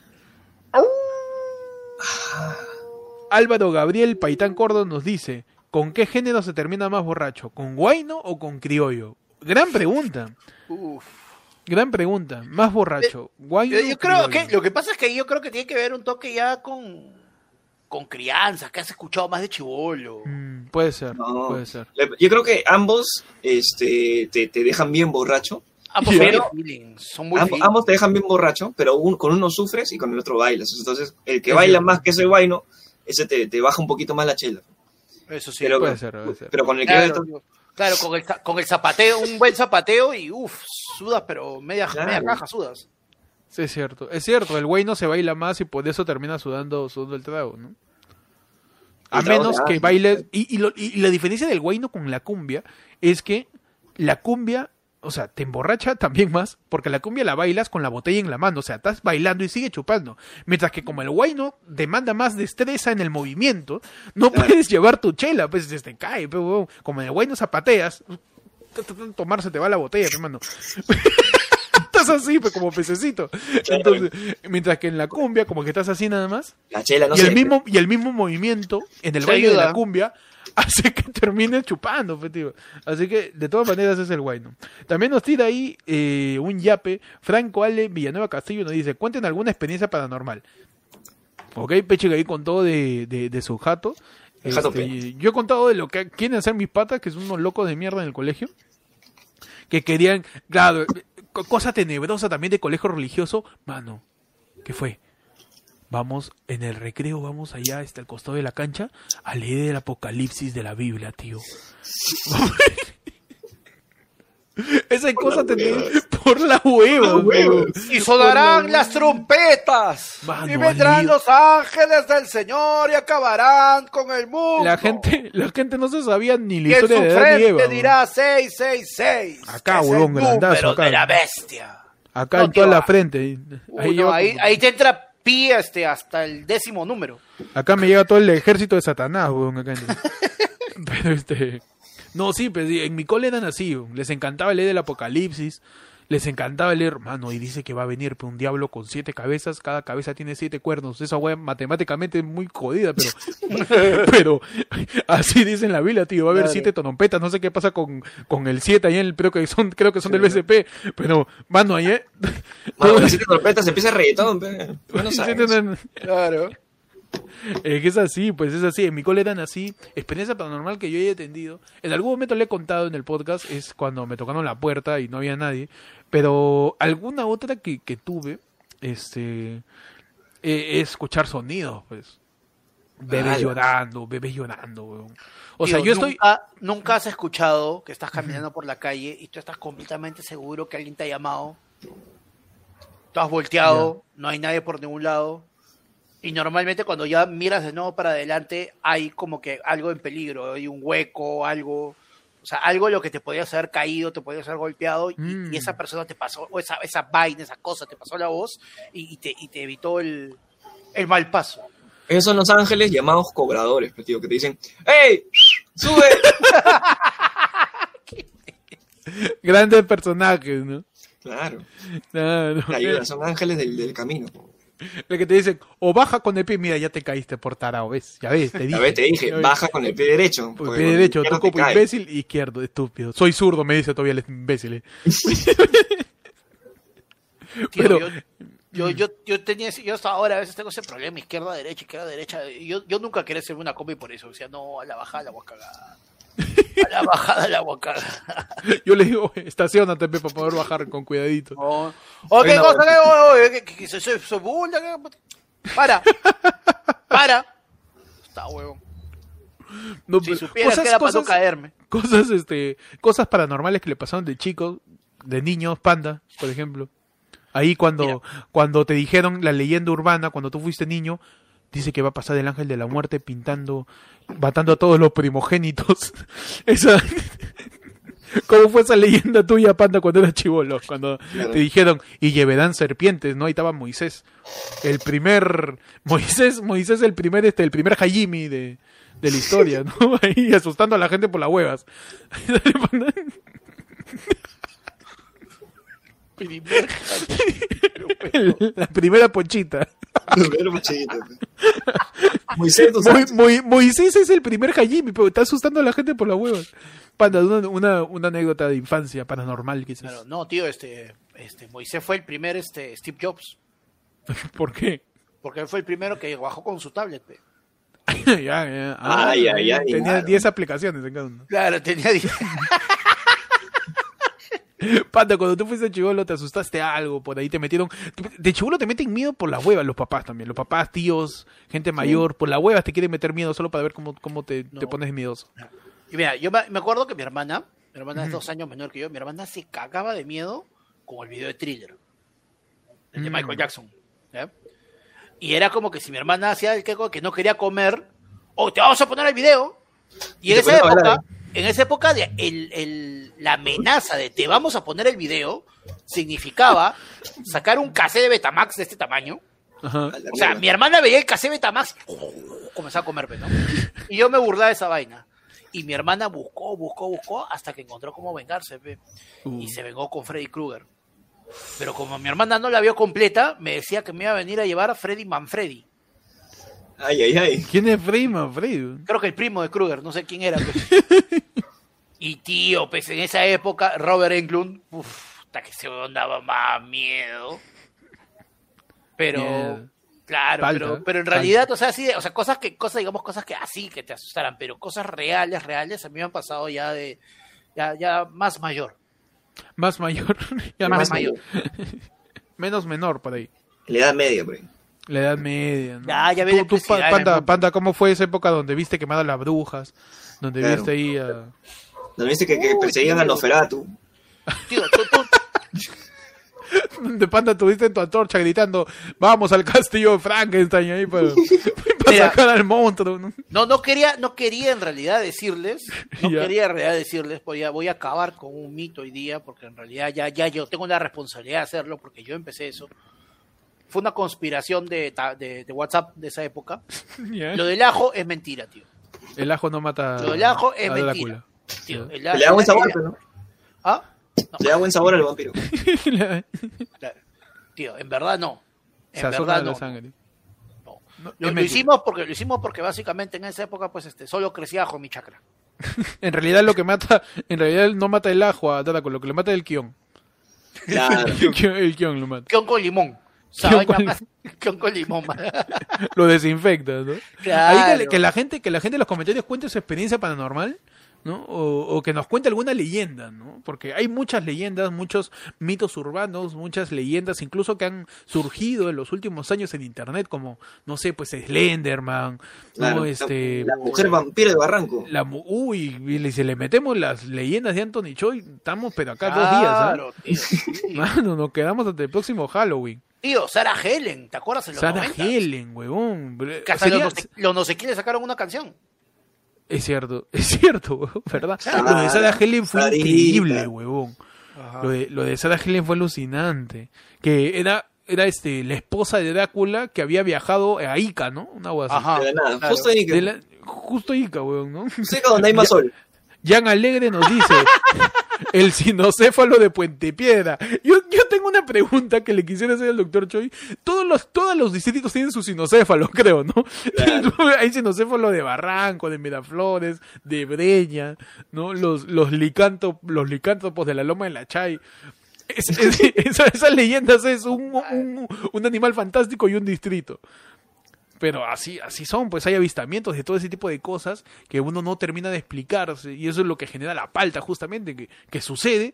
S1: Álvaro Gabriel Paitán Córdoba nos dice, ¿Con qué género se termina más borracho? ¿Con huayno o con criollo? Gran pregunta.
S3: Uf.
S1: Gran pregunta. Más borracho. ¿Huayno
S3: Yo, yo
S1: o
S3: creo
S1: criollo?
S3: que lo que pasa es que yo creo que tiene que ver un toque ya con, con crianza, que has escuchado más de chibolo.
S1: Mm, puede ser,
S2: No.
S1: puede ser.
S2: Yo creo que ambos este, te, te dejan bien borracho.
S3: Ambos
S1: Yeah.
S3: son
S2: Pero-
S3: muy feeling, son muy
S2: Amb-
S3: feeling.
S2: ambos te dejan bien borracho, pero un- con uno sufres y con el otro bailas. Entonces, el que
S1: Es
S2: baila
S1: cierto.
S2: más que ese guayno, ese te, te baja un poquito más la chela.
S3: Eso sí.
S2: Pero,
S1: puede ser, puede ser.
S2: pero con el que
S3: Claro,
S2: baila-
S3: tío. Claro, con el, za- con el zapateo, un buen zapateo y uff, sudas, pero media,
S2: Claro.
S3: media caja sudas.
S1: Sí, es cierto. Es cierto, el güey no se baila más y por eso termina sudando, sudando el trago, ¿no? A
S2: El trago
S1: menos
S2: te
S1: que
S2: hace.
S1: bailes... Y, y, lo- y la diferencia del güey no con la cumbia es que la cumbia, o sea, te emborracha también más, porque la cumbia la bailas con la botella en la mano, o sea, estás bailando y sigue chupando. Mientras que como el güey no demanda más destreza en el movimiento, no
S2: Claro.
S1: puedes llevar tu chela, pues se te cae, pero huevón. Como en el güey no zapateas, tomarse te va la botella, hermano. Estás así, pues como pececito. Entonces, mientras que en la cumbia, como que estás así nada más,
S2: la chela no
S1: y
S2: sé.
S1: el mismo y el mismo movimiento en el
S3: Se
S1: baile de
S3: ayuda.
S1: la cumbia hace que termine chupando, pues, tío. Así que de todas maneras es el guay, ¿no? También nos tira ahí eh, un yape. Franco Ale Villanueva Castillo nos dice: cuenten alguna experiencia paranormal. Ok, Peche ahí contó de, de, de su jato.
S2: El jato
S1: Este,
S2: P.
S1: yo he contado de lo que quieren hacer mis patas, que son unos locos de mierda en el colegio. Que querían, claro, co- cosa tenebrosa también de colegio religioso. Mano, ¿qué fue? Vamos, en el recreo, vamos allá, hasta el costado de la cancha, a leer el apocalipsis de la Biblia, tío. Esa cosa tenía por la hueva.
S2: Por la hueva.
S1: weón.
S3: Y sonarán
S1: Por la
S3: las trompetas.
S1: Mano,
S3: y vendrán
S1: Ali.
S3: los ángeles del Señor y acabarán con el mundo.
S1: La gente, la gente no se sabía ni la
S3: Y en su
S1: historia de Adán y
S3: frente
S1: Eva. weón.
S3: dirá seis seis seis.
S1: Acá,
S3: que es
S1: huevón,
S3: el
S1: grandazo,
S3: número
S1: acá.
S3: de la bestia.
S1: Acá
S3: No,
S1: en toda
S3: tío,
S1: la
S3: ah.
S1: frente.
S3: Uy,
S1: Ahí,
S3: no,
S1: yo-
S3: ahí, ahí te entra pi este, hasta el décimo número.
S1: Acá me llega todo el ejército de Satanás, weón, acá. Pero este... No, sí, pues en mi cole eran así, weón. Les encantaba leer el apocalipsis, les encantaba leer, mano, y dice que va a venir pues, un diablo con siete cabezas, cada cabeza tiene siete cuernos. Esa weá matemáticamente es muy jodida, pero... pero así dice en la Biblia, tío, va a haber
S3: Claro.
S1: siete trompetas, no sé qué pasa con, con el siete ahí en el... Creo que son, creo que son del B S P, pero, mano, ahí... eh,
S2: Mano, las siete trompetas empieza el reggaetón, pe. Bueno, sabes.
S3: Claro.
S1: Es que es así, pues es así. En mi cole eran así. Experiencia paranormal que yo haya atendido. En algún momento le he contado en el podcast. Es cuando me tocaron la puerta y no había nadie. Pero alguna otra que, que tuve, este, eh, es escuchar sonidos, pues. Bebés
S2: Ala.
S1: llorando, bebés llorando, weón. O
S3: Tío,
S1: sea, yo estoy...
S3: nunca, nunca has escuchado que estás caminando por la calle y tú estás completamente seguro que alguien te ha llamado. Tú has volteado, no hay nadie por ningún lado. Y normalmente cuando ya miras de nuevo para adelante hay como que algo en peligro, hay un hueco, algo, o sea, algo en lo que te podías haber caído, te podías haber golpeado y,
S1: Mm.
S3: y esa persona te pasó, o esa, esa vaina, esa cosa te pasó la voz y, y te, y te evitó el, el mal paso.
S2: Esos son los ángeles llamados cobradores, pe, tío, que te dicen, ¡Ey! ¡Sube!
S1: Grandes personajes, ¿no?
S2: Claro.
S1: No, no.
S2: Te ayudan, son ángeles del, del camino.
S1: Lo que te dicen, o baja con el pie, mira, ya te caíste por tarao, ¿ves? Ya ves, te dije.
S2: A ver, te dije,
S1: Ya ves.
S2: baja con el pie derecho.
S1: Pues
S2: porque
S1: pie
S2: con el
S1: derecho,
S2: izquierdo
S1: tú
S2: te
S1: como
S2: cae.
S1: imbécil, izquierdo, estúpido. Soy zurdo, me dice todavía el imbécil. ¿eh?
S3: Tío,
S1: Pero-
S3: yo, yo, yo, yo tenía ese- yo hasta ahora a veces tengo ese problema, izquierda, derecha, izquierda, derecha. y Yo, yo nunca quería hacerme una combi por eso. O sea, no, a la bajada la voy a cagar. A la bajada la voy a cagar.
S1: Yo le digo, estacionate pe, para poder bajar con cuidadito.
S3: Oh, oh, ¿qué
S2: Hay una
S3: cosa? ¿Qué, oh, oh, que- que- que soy, soy, soy bulda, ¿qué? Para. Para. Está huevón.
S1: No,
S3: Si
S1: pero
S3: supieras que era para no caerme.
S1: cosas, este, cosas paranormales que le pasaron de chicos, de niños, panda, por ejemplo. Ahí cuando, cuando te dijeron la leyenda urbana, cuando tú fuiste niño, dice que va a pasar el ángel de la muerte pintando, matando a todos los primogénitos. Esa, ¿cómo fue esa leyenda tuya, panda, cuando eras chibolo? Cuando
S2: Claro.
S1: te dijeron, y llevarán serpientes, ¿no? Ahí estaba Moisés. El primer, Moisés, Moisés el primer, este, el primer Hajimi de, de la historia, ¿no? Ahí asustando a la gente por las huevas.
S3: Primer
S1: La primera ponchita.
S2: Pero, muchachito, pe. Moisés dos
S1: Mo-
S2: Sánchez.
S1: Mo- Moisés es el primer Hajime, pero está asustando a la gente por las huevas. Panda, una, una, una anécdota de infancia paranormal, quizás.
S3: Claro, no, tío, este, este, Moisés fue el primer este, Steve Jobs,
S1: ¿Por qué?
S3: porque él fue el primero que bajó con su tablet. Pe.
S1: ya, ya. Ah,
S2: Ay, ay, ay,
S1: tenía
S2: claro.
S1: diez aplicaciones en cada uno.
S3: Claro, tenía diez.
S1: Panda, cuando tú fuiste chivolo, te asustaste algo, por ahí te metieron... De chivolo te meten miedo por las huevas los papás también. Los papás, tíos, gente mayor, por las huevas te quieren meter miedo solo para ver cómo, cómo te,
S3: No.
S1: te pones miedoso.
S3: Y mira, yo me me acuerdo que mi hermana, mi hermana es dos años menor que yo, mi hermana se cagaba de miedo con el video de Thriller, el de
S1: Mm.
S3: Michael Jackson. ¿ya? Y era como que si mi hermana hacía el queco que no quería comer, oh, te vamos a poner el video. Y en
S2: Y te
S3: esa
S2: ponía a bailar,
S3: época, en esa época de el, el, la amenaza de te vamos a poner el video significaba sacar un cassette de Betamax de este tamaño.
S1: Ajá.
S2: A la
S3: O sea,
S2: mierda.
S3: mi hermana veía el cassette Betamax y comenzaba a comerme, ¿no? Y yo me burlaba de esa vaina. Y mi hermana buscó, buscó, buscó hasta que encontró cómo vengarse, pe.
S1: Uh.
S3: Y se vengó con Freddy Krueger. Pero como mi hermana no la vio completa, me decía que me iba a venir a llevar a Freddy Manfredi.
S2: Ay, ay, ay.
S1: ¿Quién es Freddy Manfredi?
S3: Creo que el primo de Krueger, no sé quién era. Pues. Y tío, pues en esa época, Robert Englund, uff, hasta que se daba más miedo. Pero,
S1: Miedo.
S3: claro,
S1: Falta,
S3: pero,
S1: ¿eh?
S3: pero en
S1: Falta.
S3: realidad, o sea, sí, o sea, cosas que, cosas, digamos, cosas que así que te asustaran, pero cosas reales, reales, a mí me han pasado ya de, ya, ya más mayor.
S1: Más mayor. Ya
S3: Más
S1: más
S3: mayor.
S1: Menos menor por ahí.
S2: En la edad media, por ahí.
S1: La edad media. ¿no?
S3: Ya, ya
S1: Tú-
S3: viene
S1: tú,
S3: pues,
S1: pa-
S3: ya,
S1: Panda,
S3: ya.
S1: Panda, ¿cómo fue esa época donde viste quemadas las brujas? Donde
S2: Claro.
S1: viste ahí a...
S2: ¿No viste que, que perseguían a Noferatu?
S3: Tío, tú, tú,
S1: De Panda tuviste en tu antorcha gritando, vamos al castillo de Frankenstein ahí para, para
S3: Mira.
S1: sacar al monstruo, ¿no?
S3: no, no quería, no quería en realidad decirles, no
S1: Ya.
S3: quería en realidad decirles, voy a, voy a acabar con un mito hoy día, porque en realidad ya, ya yo tengo la responsabilidad de hacerlo, porque yo empecé eso. Fue una conspiración de, ta- de, de WhatsApp de esa época.
S1: Ya.
S3: Lo del ajo es mentira, tío.
S1: El ajo no mata
S3: Lo del ajo es
S1: a
S3: mentira.
S1: Drácula.
S3: Tío, el
S2: Le
S3: ajo-
S2: da buen sabor,
S3: el-
S2: pero ¿no?
S3: ¿Ah?
S2: Le da buen sabor al vampiro.
S3: Claro. Tío, en verdad no. En
S1: Sazona
S3: verdad
S1: la
S3: no.
S1: sangre.
S3: no.
S1: No,
S3: Lo,
S1: es
S3: lo
S1: mentira.
S3: hicimos porque lo hicimos porque básicamente en esa época pues este solo crecía ajo en mi chakra.
S1: En realidad lo que mata, en realidad no mata el ajo a Drácula, lo que le mata es el kion.
S2: Claro.
S1: El kion, el kion lo mata.
S3: Kion con limón. O sea,
S1: Kion
S3: vaina
S1: con-
S3: más- Kion con limón. man.
S1: Lo desinfecta, ¿no?
S3: Claro.
S1: Ahí que, que la gente, que la gente en los comentarios cuente su experiencia paranormal, ¿no? O, o que nos cuente alguna leyenda, ¿no? Porque hay muchas leyendas, muchos mitos urbanos, muchas leyendas incluso que han surgido en los últimos años en internet, como, no sé, pues Slenderman,
S2: Claro.
S1: ¿no? Este...
S2: La mujer vampiro de Barranco.
S1: La, mu- uy, y si le metemos las leyendas de Anthony Choi, estamos pero acá dos días, ¿ah?
S3: Claro, tío. Sí.
S1: Mano, nos quedamos hasta el próximo Halloween.
S3: Tío, Sarah Helen, ¿te acuerdas en los
S1: Sarah
S3: noventa?
S1: Helen, huevón.
S3: Que hasta
S1: Sería-
S3: los, no sé- los no sé quiénes sacaron una canción.
S1: Es cierto, es cierto, huevón, ¿verdad?
S2: Sarah,
S1: Lo de Sarah Helen fue
S2: Sarita.
S1: increíble, huevón. Lo de, lo de Sarah Helen fue alucinante. Que era, era este, la esposa de Drácula que había viajado a Ica, ¿no? Una agua así.
S3: Ajá.
S2: De la nada.
S3: claro.
S2: Justo ahí que.
S1: De la- justo Ica, huevón, ¿no?
S2: Cerca donde hay más sol.
S1: Jan Alegre nos dice, el sinocéfalo de Puente Piedra. Yo, yo tengo una pregunta que le quisiera hacer al doctor Choi. Todos los, todos los distritos tienen su sinocéfalo, creo, ¿no?
S2: Claro.
S1: Hay sinocéfalo de Barranco, de Miraflores, de Breña, ¿no? Los, los, licanto, los licántropos de la Loma de la Chay. Es- es- esa- esas leyendas es un, un, un animal fantástico y un distrito. Pero así, así son, pues hay avistamientos de todo ese tipo de cosas que uno no termina de explicarse, y eso es lo que genera la palta, justamente, que, que sucede,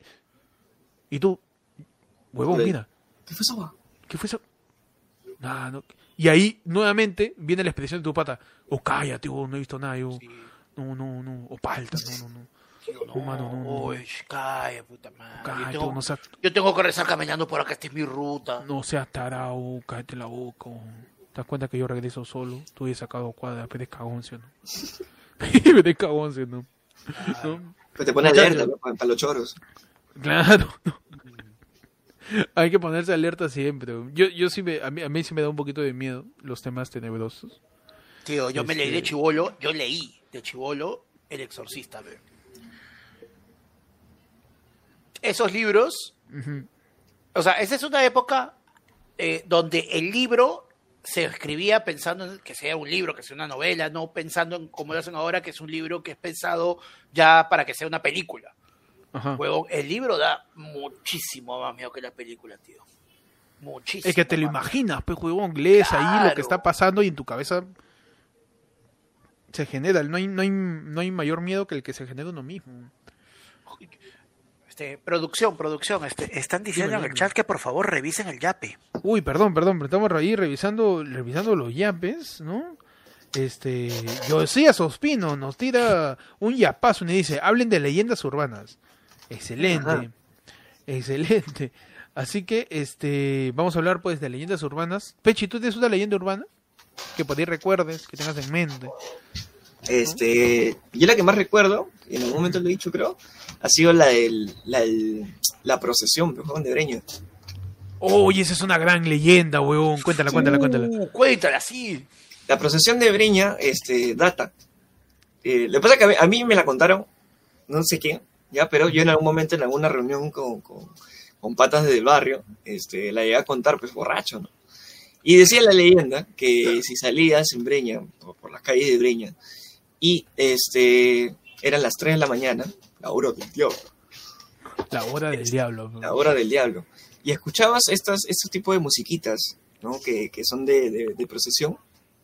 S1: y tú, huevón,
S2: Ok.
S1: mira,
S2: ¿Qué fue eso?
S1: ¿qué fue eso? Nada, no. Y ahí, nuevamente, viene la expresión de tu pata, oh, cállate, oh, no he visto nada, yo, no, no, no, o palta, no, no, no.
S3: Tío, no,
S1: Humano, no, no.
S3: uy, calla, puta madre.
S1: Cállate,
S3: yo, tengo,
S1: no seas,
S3: yo tengo que rezar caminando por acá, esta es mi ruta.
S1: no seas tarao, cállate la boca, oh. ¿Te das cuenta que yo regreso solo? Tú he sacado cuadras, pero eres cagón, ¿sí o no? Eres cagón, ¿sí o no? ¿No?
S2: Pues te pone alerta, ¿no? Para, para los choros.
S1: Claro, ¿no? Hay que ponerse alerta siempre. Yo, yo sí me, a mí, a mí sí me da un poquito de miedo los temas tenebrosos.
S3: Tío, yo me leí de
S1: Este-
S3: chivolo, yo leí de chivolo El Exorcista, ve. Esos libros,
S1: Ujú.
S3: o sea, esa es una época eh, donde el libro se escribía pensando en que sea un libro, que sea una novela, no pensando en como lo hacen ahora, que es un libro que es pensado ya para que sea una película.
S1: Ajá.
S3: Huevón, el libro da muchísimo más miedo que la película, tío. Muchísimo.
S1: Es que te lo
S3: más.
S1: imaginas, pues, huevón, lees ahí lo
S3: Claro.
S1: que está pasando y en tu cabeza se genera. No hay, no hay, no hay mayor miedo que el que se genera uno mismo.
S3: Este, producción, producción, este, están diciendo
S1: Dime,
S3: en el
S1: dime.
S3: chat que por favor revisen el yape.
S1: Uy, perdón, perdón, pero estamos ahí revisando, revisando los yapes, ¿no? Este, Josías Ospino nos tira un yapazo y dice, hablen de leyendas urbanas. Excelente,
S2: Ajá.
S1: excelente. Así que, este, vamos a hablar pues de leyendas urbanas. Pechi, ¿tú tienes una leyenda urbana? Que por ahí recuerdes, que tengas en mente.
S2: Este, yo la que más recuerdo, en algún momento lo he dicho creo, ha sido la del, la, del- la procesión de Juan de Breña.
S1: Oye, esa es una gran leyenda, huevón. Cuéntala, cuéntala, cuéntala.
S3: Uh, cuéntala, sí.
S2: La procesión de Breña, este, data. Eh, lo que pasa es que a mí, a mí me la contaron, no sé quién, ya, pero yo en algún momento en alguna reunión con, con, con patas del barrio, este, la llegué a contar, pues borracho, ¿no? Y decía la leyenda que si salías en Breña, por, por las calles de Breña, y este, eran las tres de la mañana, la hora del diablo,
S1: La hora del diablo.
S2: la hora del diablo, y escuchabas estas, estos tipos de musiquitas, ¿no? Que, que son de, de, de procesión,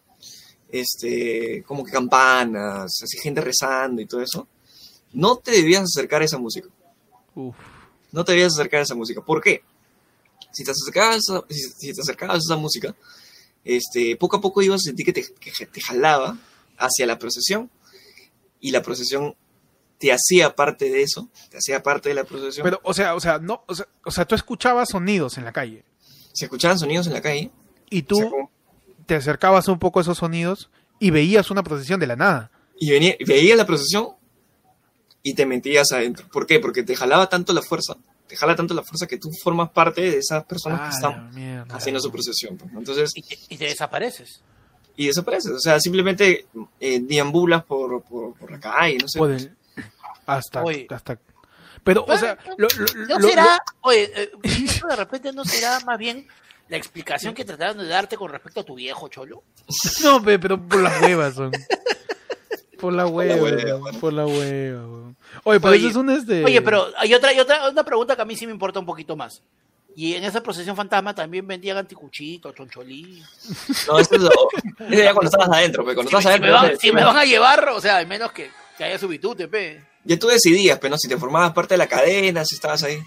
S2: este, como que campanas, así gente rezando y todo eso, no te debías acercar a esa música.
S1: Uf.
S2: No te debías acercar a esa música. ¿Por qué? Si te acercabas a, si, si te acercabas a esa música, este, poco a poco ibas a sentir que te, que te jalaba hacia la procesión, y la procesión te hacía parte de eso, te hacía parte de la procesión.
S1: Pero, o sea, o sea, no, o sea, o sea, tú escuchabas sonidos en la calle
S2: Se escuchaban sonidos en la calle.
S1: y
S2: o
S1: tú
S2: sea, como-
S1: te acercabas un poco a esos sonidos y veías una procesión de la nada.
S2: y venía, veías la procesión y te metías adentro. ¿Por qué? Porque te jalaba tanto la fuerza, te jala tanto la fuerza que tú formas parte de esas personas
S1: Ah,
S2: que
S1: la
S2: están
S1: mierda.
S2: haciendo su procesión, pues, ¿no? Entonces,
S3: Y te, y te desapareces.
S2: y desapareces. O sea, simplemente eh, deambulas por, por, por la calle, no sé.
S1: Pueden- hasta,
S3: Oye.
S1: hasta. Pero, o sea, lo, lo-
S3: ¿No
S1: lo-
S3: será, oye, eh, eso de repente no será más bien la explicación que trataron de darte con respecto a tu viejo, Cholo?
S1: lo- no, pe, pero por las huevas son. Por la hueva,
S2: hueva,
S1: weón, por la hueva, weón. Oye, pero
S3: Oye,
S1: eso es un este.
S3: Oye, pero hay otra, hay otra una pregunta que a mí sí me importa un poquito más. Y en esa procesión fantasma también vendían anticuchito, choncholí.
S2: No, eso es lo- eso ya cuando estabas adentro, pe. Cuando
S3: Si,
S2: estabas
S3: si me
S2: adentro.
S3: van,
S2: ya-
S3: si me van a llevar, o sea, al menos que, que haya su bitute, pe.
S2: Ya tú decidías, pero no, si te formabas parte de la cadena, si estabas ahí.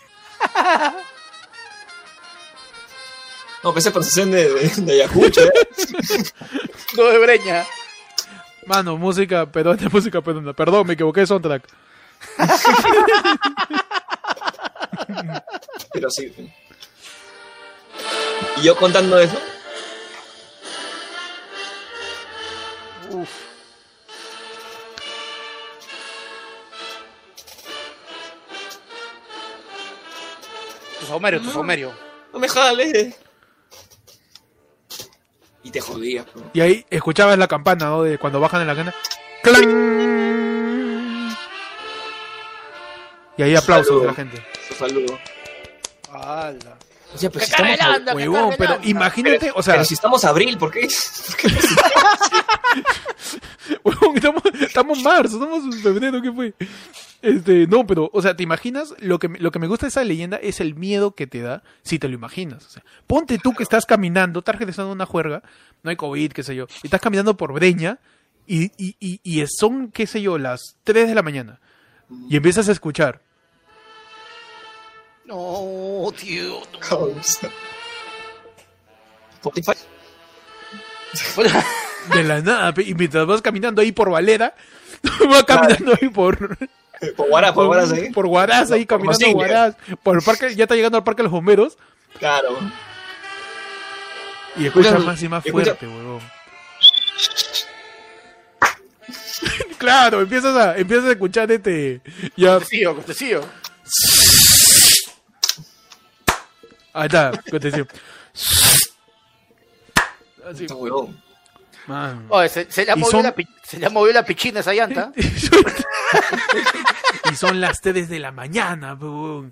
S2: No, pues esa procesión de, de, de Ayacucho, ¿eh?
S3: No de breña.
S1: Mano, música peruana, música peruana. Perdón, me equivoqué de soundtrack.
S2: Pero sí. pe. Y yo contando eso,
S3: Uf. Tu saumerio, tu saumerio.
S2: no me jales. Y te jodías, bro.
S1: Y ahí escuchabas la campana, ¿no? De cuando bajan en la cadena. ¡Clang! Y ahí aplausos de la gente.
S2: Un saludo.
S3: ¡Hala!
S2: O sea, pero
S3: ¡Qué
S2: si estamos,
S3: carrelanda, qué
S1: Huevón, pero
S3: carrelanda!
S1: imagínate, o sea,
S2: pero si estamos abril, ¿por qué?
S1: huevón, estamos, estamos en marzo, estamos en febrero, ¿qué fue? Este, no, pero, o sea, ¿te imaginas? Lo que, me- lo que me gusta de esa leyenda es el miedo que te da si te lo imaginas. O sea, ponte tú que estás caminando, estás regresando a una juerga, no hay COVID, qué sé yo, y estás caminando por Breña y, y, y, y son, qué sé yo, las tres de la mañana y empiezas a escuchar.
S3: No, tío. no.
S2: Causa. Spotify.
S1: De la nada, pe, y mientras vas caminando ahí por Valera, vas caminando ahí por...
S2: Por Guará, por Guará, ¿sí?
S1: por Huaraz, ahí
S2: Por
S1: caminando
S2: Mosilia.
S1: Huaraz, por el parque, ya está llegando al parque de los bomberos
S2: Claro.
S1: y escuchas
S2: Escucha-
S1: más y más
S2: escucha-
S1: fuerte, huevón. Claro, empiezas a, empiezas a escuchar este, ya,
S3: Contecillo, contecillo.
S1: ahí está, aconteció. Así,
S2: Está huevón.
S1: man.
S3: Oye, se, se le ha
S1: Y
S3: movido
S1: son-
S3: la, pi- se le ha movido la pichina a esa llanta.
S1: Y son las tres de la mañana, huevón.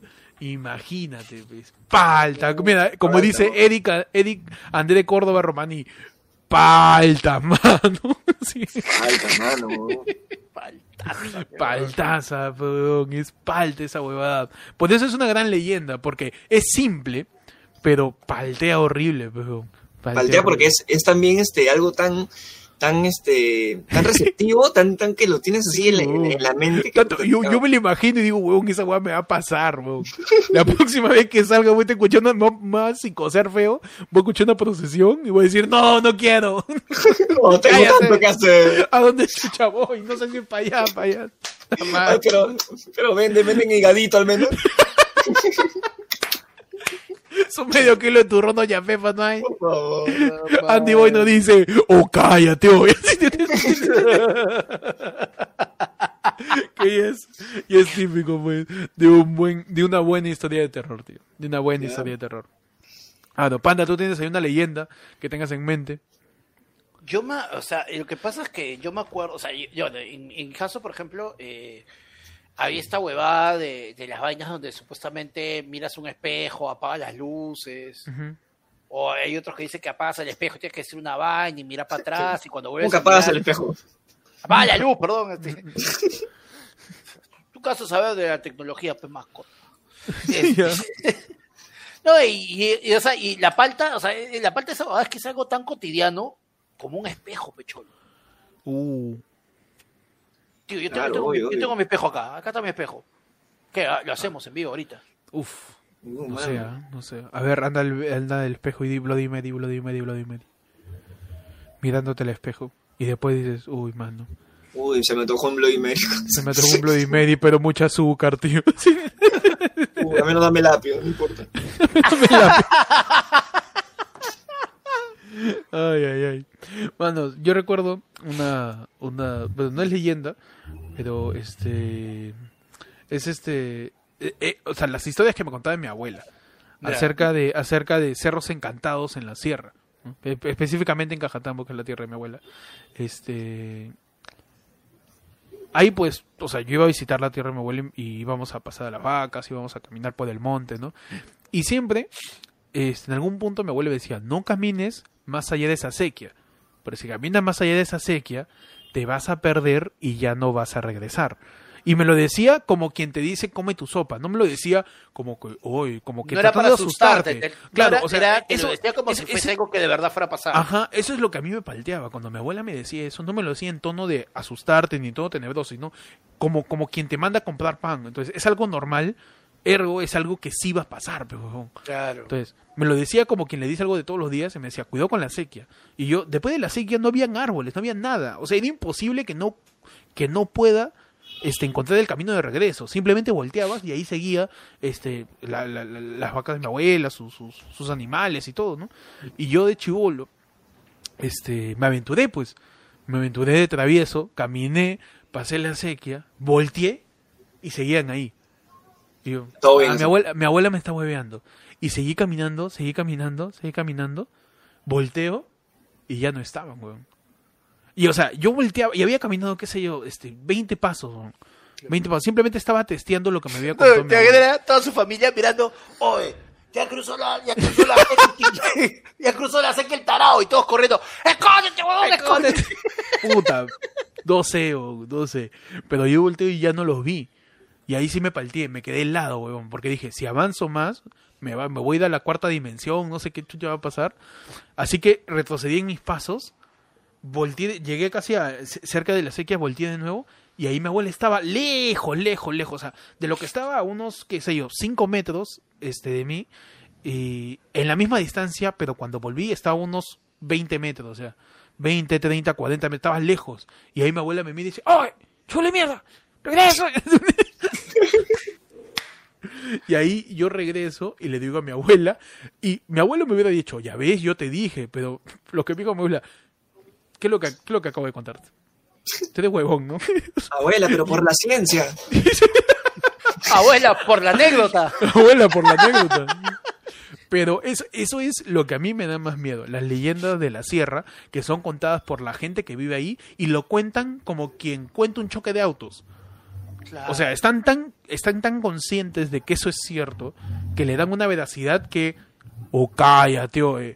S1: Imagínate, pues. Palta. Mira, como
S2: Palta,
S1: dice
S2: ¿no?
S1: Eric, Eric André Córdoba Romani. palta, mano. Sí.
S2: Palta, mano.
S3: Paltaza.
S1: Paltaza, weón, es palta esa huevada. Por eso es una gran leyenda, porque es simple, pero paltea horrible, weón. Paltea,
S2: Paltea porque
S1: horrible.
S2: es, es también este algo tan tan este tan receptivo, tan tan que lo tienes así en la, en la mente. Que
S1: Tanto, yo, yo me lo imagino y digo, weón, esa weá me va a pasar, weón. La próxima vez que salga voy a estar escuchando no, más sin coser feo, voy a escuchar una procesión y voy a decir, no, no quiero.
S2: No, tengo
S1: Cállate.
S2: tanto que hacer.
S1: ¿A dónde chucha voy? No sé si para allá, para allá.
S2: Ay, pero, pero venden, venden higadito al menos.
S1: Es un medio kilo de turrón doña Pepa, no hay.
S2: Por favor.
S1: Andy Boy nos dice, oh, cállate, oye. Que es, y es típico, pues, de un buen, de una buena historia de terror, tío. De una buena
S2: Ya.
S1: historia de terror. Ah, no, Panda, tú tienes ahí una leyenda que tengas en mente.
S3: Yo me, o sea, lo que pasa es que yo me acuerdo, o sea, yo, yo, en, en mi caso, por ejemplo, eh, había esta huevada de, de las vainas donde supuestamente miras un espejo, apagas las luces,
S1: Ujú.
S3: o hay otros que dicen que apagas el espejo, tienes que hacer una vaina y mirar para atrás, y cuando vuelves
S2: Nunca
S3: a
S2: apagas
S3: mirar-
S2: el espejo.
S3: Apaga la luz, perdón. Este. Tu caso sabes de la tecnología, pues más cosa.
S1: Ya.
S3: No, y, y, y, o sea, y la palta, o sea, eh, la palta esa huevada es que es algo tan cotidiano como un espejo, pecholo.
S1: Uh,
S3: Tío, yo, tengo,
S2: Claro,
S3: yo tengo,
S2: obvio,
S3: yo
S2: obvio.
S3: tengo mi espejo acá, acá está mi espejo. ¿Qué? Ah, Lo hacemos en vivo ahorita.
S1: uf.
S2: Uh,
S1: No
S2: mano.
S1: sé, ¿ah? No sé. A ver, anda el, anda el espejo y di Bloody Mary, Bloody Mary, Bloody Mary. Mirándote el espejo. Y después dices, uy, mano.
S2: Uy, se me antojó un Bloody Mary.
S1: Se me atragó un Bloody Mary, pero mucha azúcar, tío. Sí.
S2: Uy, a menos dame el apio, no importa.
S1: Ay, ay, ay. Mano, yo recuerdo una, una, bueno, no es leyenda, pero este, es este, eh, eh, o sea, las historias que me contaba mi abuela
S3: Ya.
S1: acerca de, acerca de cerros encantados en la sierra, ¿no? E- específicamente en Cajatambo, que es la tierra de mi abuela. Este, ahí pues, o sea, yo iba a visitar la tierra de mi abuela y y íbamos a pasar a las vacas, íbamos a caminar por el monte, ¿no? Y siempre, este, en algún punto mi abuelo decía, no camines más allá de esa sequía, pero si caminas más allá de esa sequía, te vas a perder y ya no vas a regresar. Y me lo decía como quien te dice come tu sopa, no me lo decía como que, uy, como que
S3: No era
S1: tratando
S3: para
S1: de
S3: asustarte. te- no
S1: Claro,
S3: era-
S1: o sea,
S3: era- te
S1: eso
S3: lo decía como
S1: eso-
S3: si fuese
S1: eso-
S3: algo que de verdad fuera a pasar.
S1: Ajá, eso es lo que a mí me palteaba. Cuando mi abuela me decía eso, no me lo decía en tono de asustarte ni en tono tenebroso, sino como, como quien te manda a comprar pan. Entonces, es algo normal, ergo es algo que sí va a pasar, pero huevón.
S3: Claro.
S1: Entonces, me lo decía como quien le dice algo de todos los días y me decía, cuidado con la sequía. Y yo, después de la sequía no habían árboles, no había nada. O sea, era imposible que no, que no pueda este, encontrar el camino de regreso. Simplemente volteabas y ahí seguía este, la- la- la- las vacas de mi abuela, sus, sus, sus animales y todo, ¿no? Y yo de chibolo, este, me aventuré, pues. Me aventuré de travieso, caminé, pasé la sequía, volteé y seguían ahí. Y yo,
S2: Todo bien,
S1: ah, mi,
S2: así.
S1: abuela, mi abuela me está hueveando. Y seguí caminando, seguí caminando, seguí caminando, volteo y ya no estaban, weón. Y o sea, yo volteaba y había caminado, qué sé yo, este, veinte pasos, weón. veinte pasos. Simplemente estaba testeando lo que me había contado mi
S3: Te
S1: abuela.
S3: era toda su familia mirando, oye, ya cruzó la, ya cruzó la seca, ya cruzó la seca el tarao y todos corriendo, ¡escóndete, huevón, escóndete!
S1: Puta, doce o doce. Pero yo volteo y ya no los vi. Y ahí sí me palteé, me quedé helado, huevón. Porque dije, si avanzo más, me, va, me voy a ir a la cuarta dimensión, no sé qué chucha va a pasar. Así que retrocedí en mis pasos, volteé, llegué casi a, c- cerca de la sequía, volteé de nuevo. Y ahí mi abuela estaba lejos, lejos, lejos. O sea, de lo que estaba a unos, qué sé yo, cinco metros este, de mí. Y en la misma distancia, pero cuando volví estaba a unos veinte metros. O sea, veinte, treinta, cuarenta metros. Estaba lejos. Y ahí mi abuela me mira y dice, ¡ay! ¡Chule mierda! ¡Regreso! Y ahí yo regreso y le digo a mi abuela. Y mi abuelo me hubiera dicho, ya ves, yo te dije. Pero lo que me dijo mi abuela, ¿qué es lo que, qué es lo que acabo de contarte? Te de huevón, ¿no?
S2: Abuela, pero por la ciencia.
S3: Abuela, por la anécdota.
S1: Abuela, por la anécdota. Pero eso, eso es lo que a mí me da más miedo. Las leyendas de la sierra, que son contadas por la gente que vive ahí y lo cuentan como quien cuenta un choque de autos.
S3: Claro.
S1: O sea, están tan, están tan conscientes de que eso es cierto que le dan una veracidad que, o cállate, oe,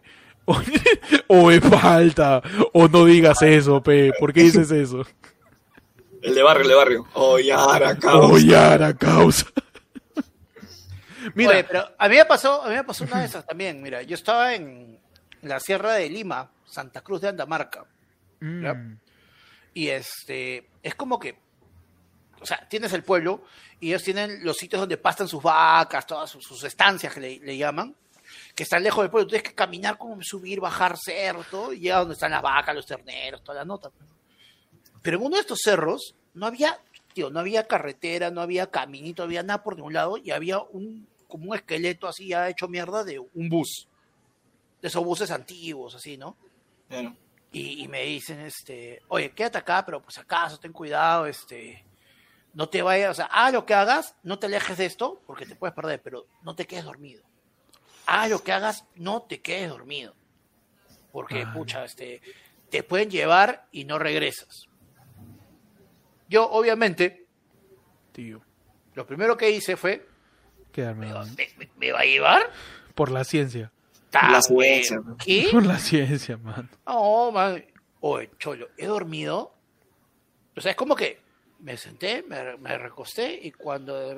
S1: O me falta. O no digas eso, pe. ¿Por qué dices eso?
S2: El de barrio, el de barrio. Oyara, cabrón.
S1: Oyara, causa.
S3: Mira, Oye, pero a mí me pasó, a mí me pasó una de esas también. Mira, yo estaba en la Sierra de Lima, Santa Cruz de Andamarca. ¿ya? Mm. Y este, es como que, o sea, tienes el pueblo y ellos tienen los sitios donde pastan sus vacas, todas sus, sus estancias que le, le llaman, que están lejos del pueblo. Tú tienes que caminar, como subir, bajar cerro, todo, y llega donde están las vacas, los terneros, toda la nota. Pero en uno de estos cerros no había, tío, no había carretera, no había caminito, no había nada por ningún lado, y había un, como un esqueleto así ya hecho mierda de un bus. De esos buses antiguos, así, ¿no?
S2: Claro.
S3: Y, y me dicen, este, oye, quédate acá, pero pues acaso, ten cuidado, este, no te vayas, o sea, haz lo que hagas, no te alejes de esto, porque te puedes perder, pero no te quedes dormido. Haz lo que hagas, no te quedes dormido. Porque, Ay. pucha, este, te pueden llevar y no regresas. Yo, obviamente,
S1: tío,
S3: lo primero que hice fue,
S1: quedarme.
S3: ¿Me, me, me va a llevar?
S1: Por la ciencia.
S2: Por la ciencia.
S3: ¿Qué?
S1: Por la ciencia, man.
S3: No, man. Oye, cholo, he dormido. O sea, es como que me senté, me, me recosté y cuando...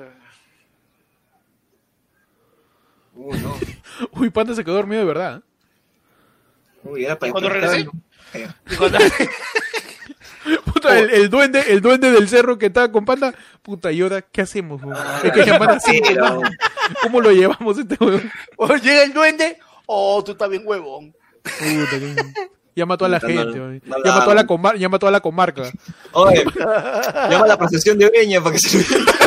S2: Uy, no.
S1: Uy, Panda se quedó dormido de verdad.
S2: Uy, era para
S3: ¿Y cuando regresé? ¿Y cuando...
S1: Puta, el, el duende, el duende del cerro que estaba con Panda, puta, ¿y ahora qué hacemos? Ah, es que Panda, sí, no. ¿Cómo lo llevamos este huevón?
S3: O llega el duende, oh, tú estás bien huevón.
S1: Puta, que... Llama a toda la no, gente, no, no, llama, a toda la comar... llama a toda la comarca.
S2: Oye, llama a la procesión de Breña para que se...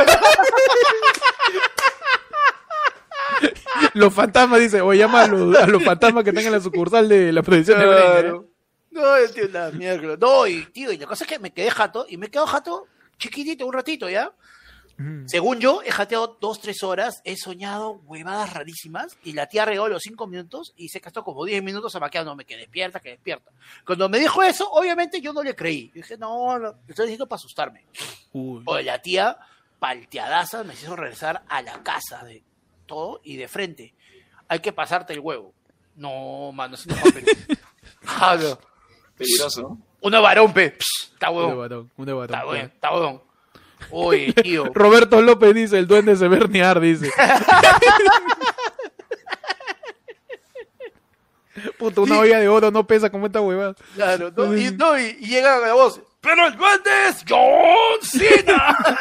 S1: Los fantasmas, dice, o llama a los, a los fantasmas que están en la sucursal de la procesión de Breña.
S3: Claro. No, tío, la mierda. No, y tío, y la cosa es que me quedé jato, y me quedo jato chiquitito un ratito, ¿ya? Mm. Según yo, he jateado dos, tres horas, he soñado huevadas rarísimas, y la tía regó los cinco minutos, y se gastó como diez minutos amaqueándome, que despierta, que despierta. Cuando me dijo eso, obviamente yo no le creí. Yo dije, no, no, lo estoy diciendo para asustarme. Uy. O la tía, palteadaza, me hizo regresar a la casa de todo, y de frente. Hay que pasarte el huevo. No, mano, eso no es papel. Ah, no.
S2: Peligroso, ¿no?
S3: Uno varón, pe. Psh, está huevón.
S1: Uno varón, uno varón.
S3: Está huevón, está huevón. Uy, tío.
S1: Roberto López dice, el duende se vernear, dice. Puta, una olla de oro no pesa como esta huevada.
S3: Claro, no, y, no, y, y llega la voz, ¡pero el duende es John Cena!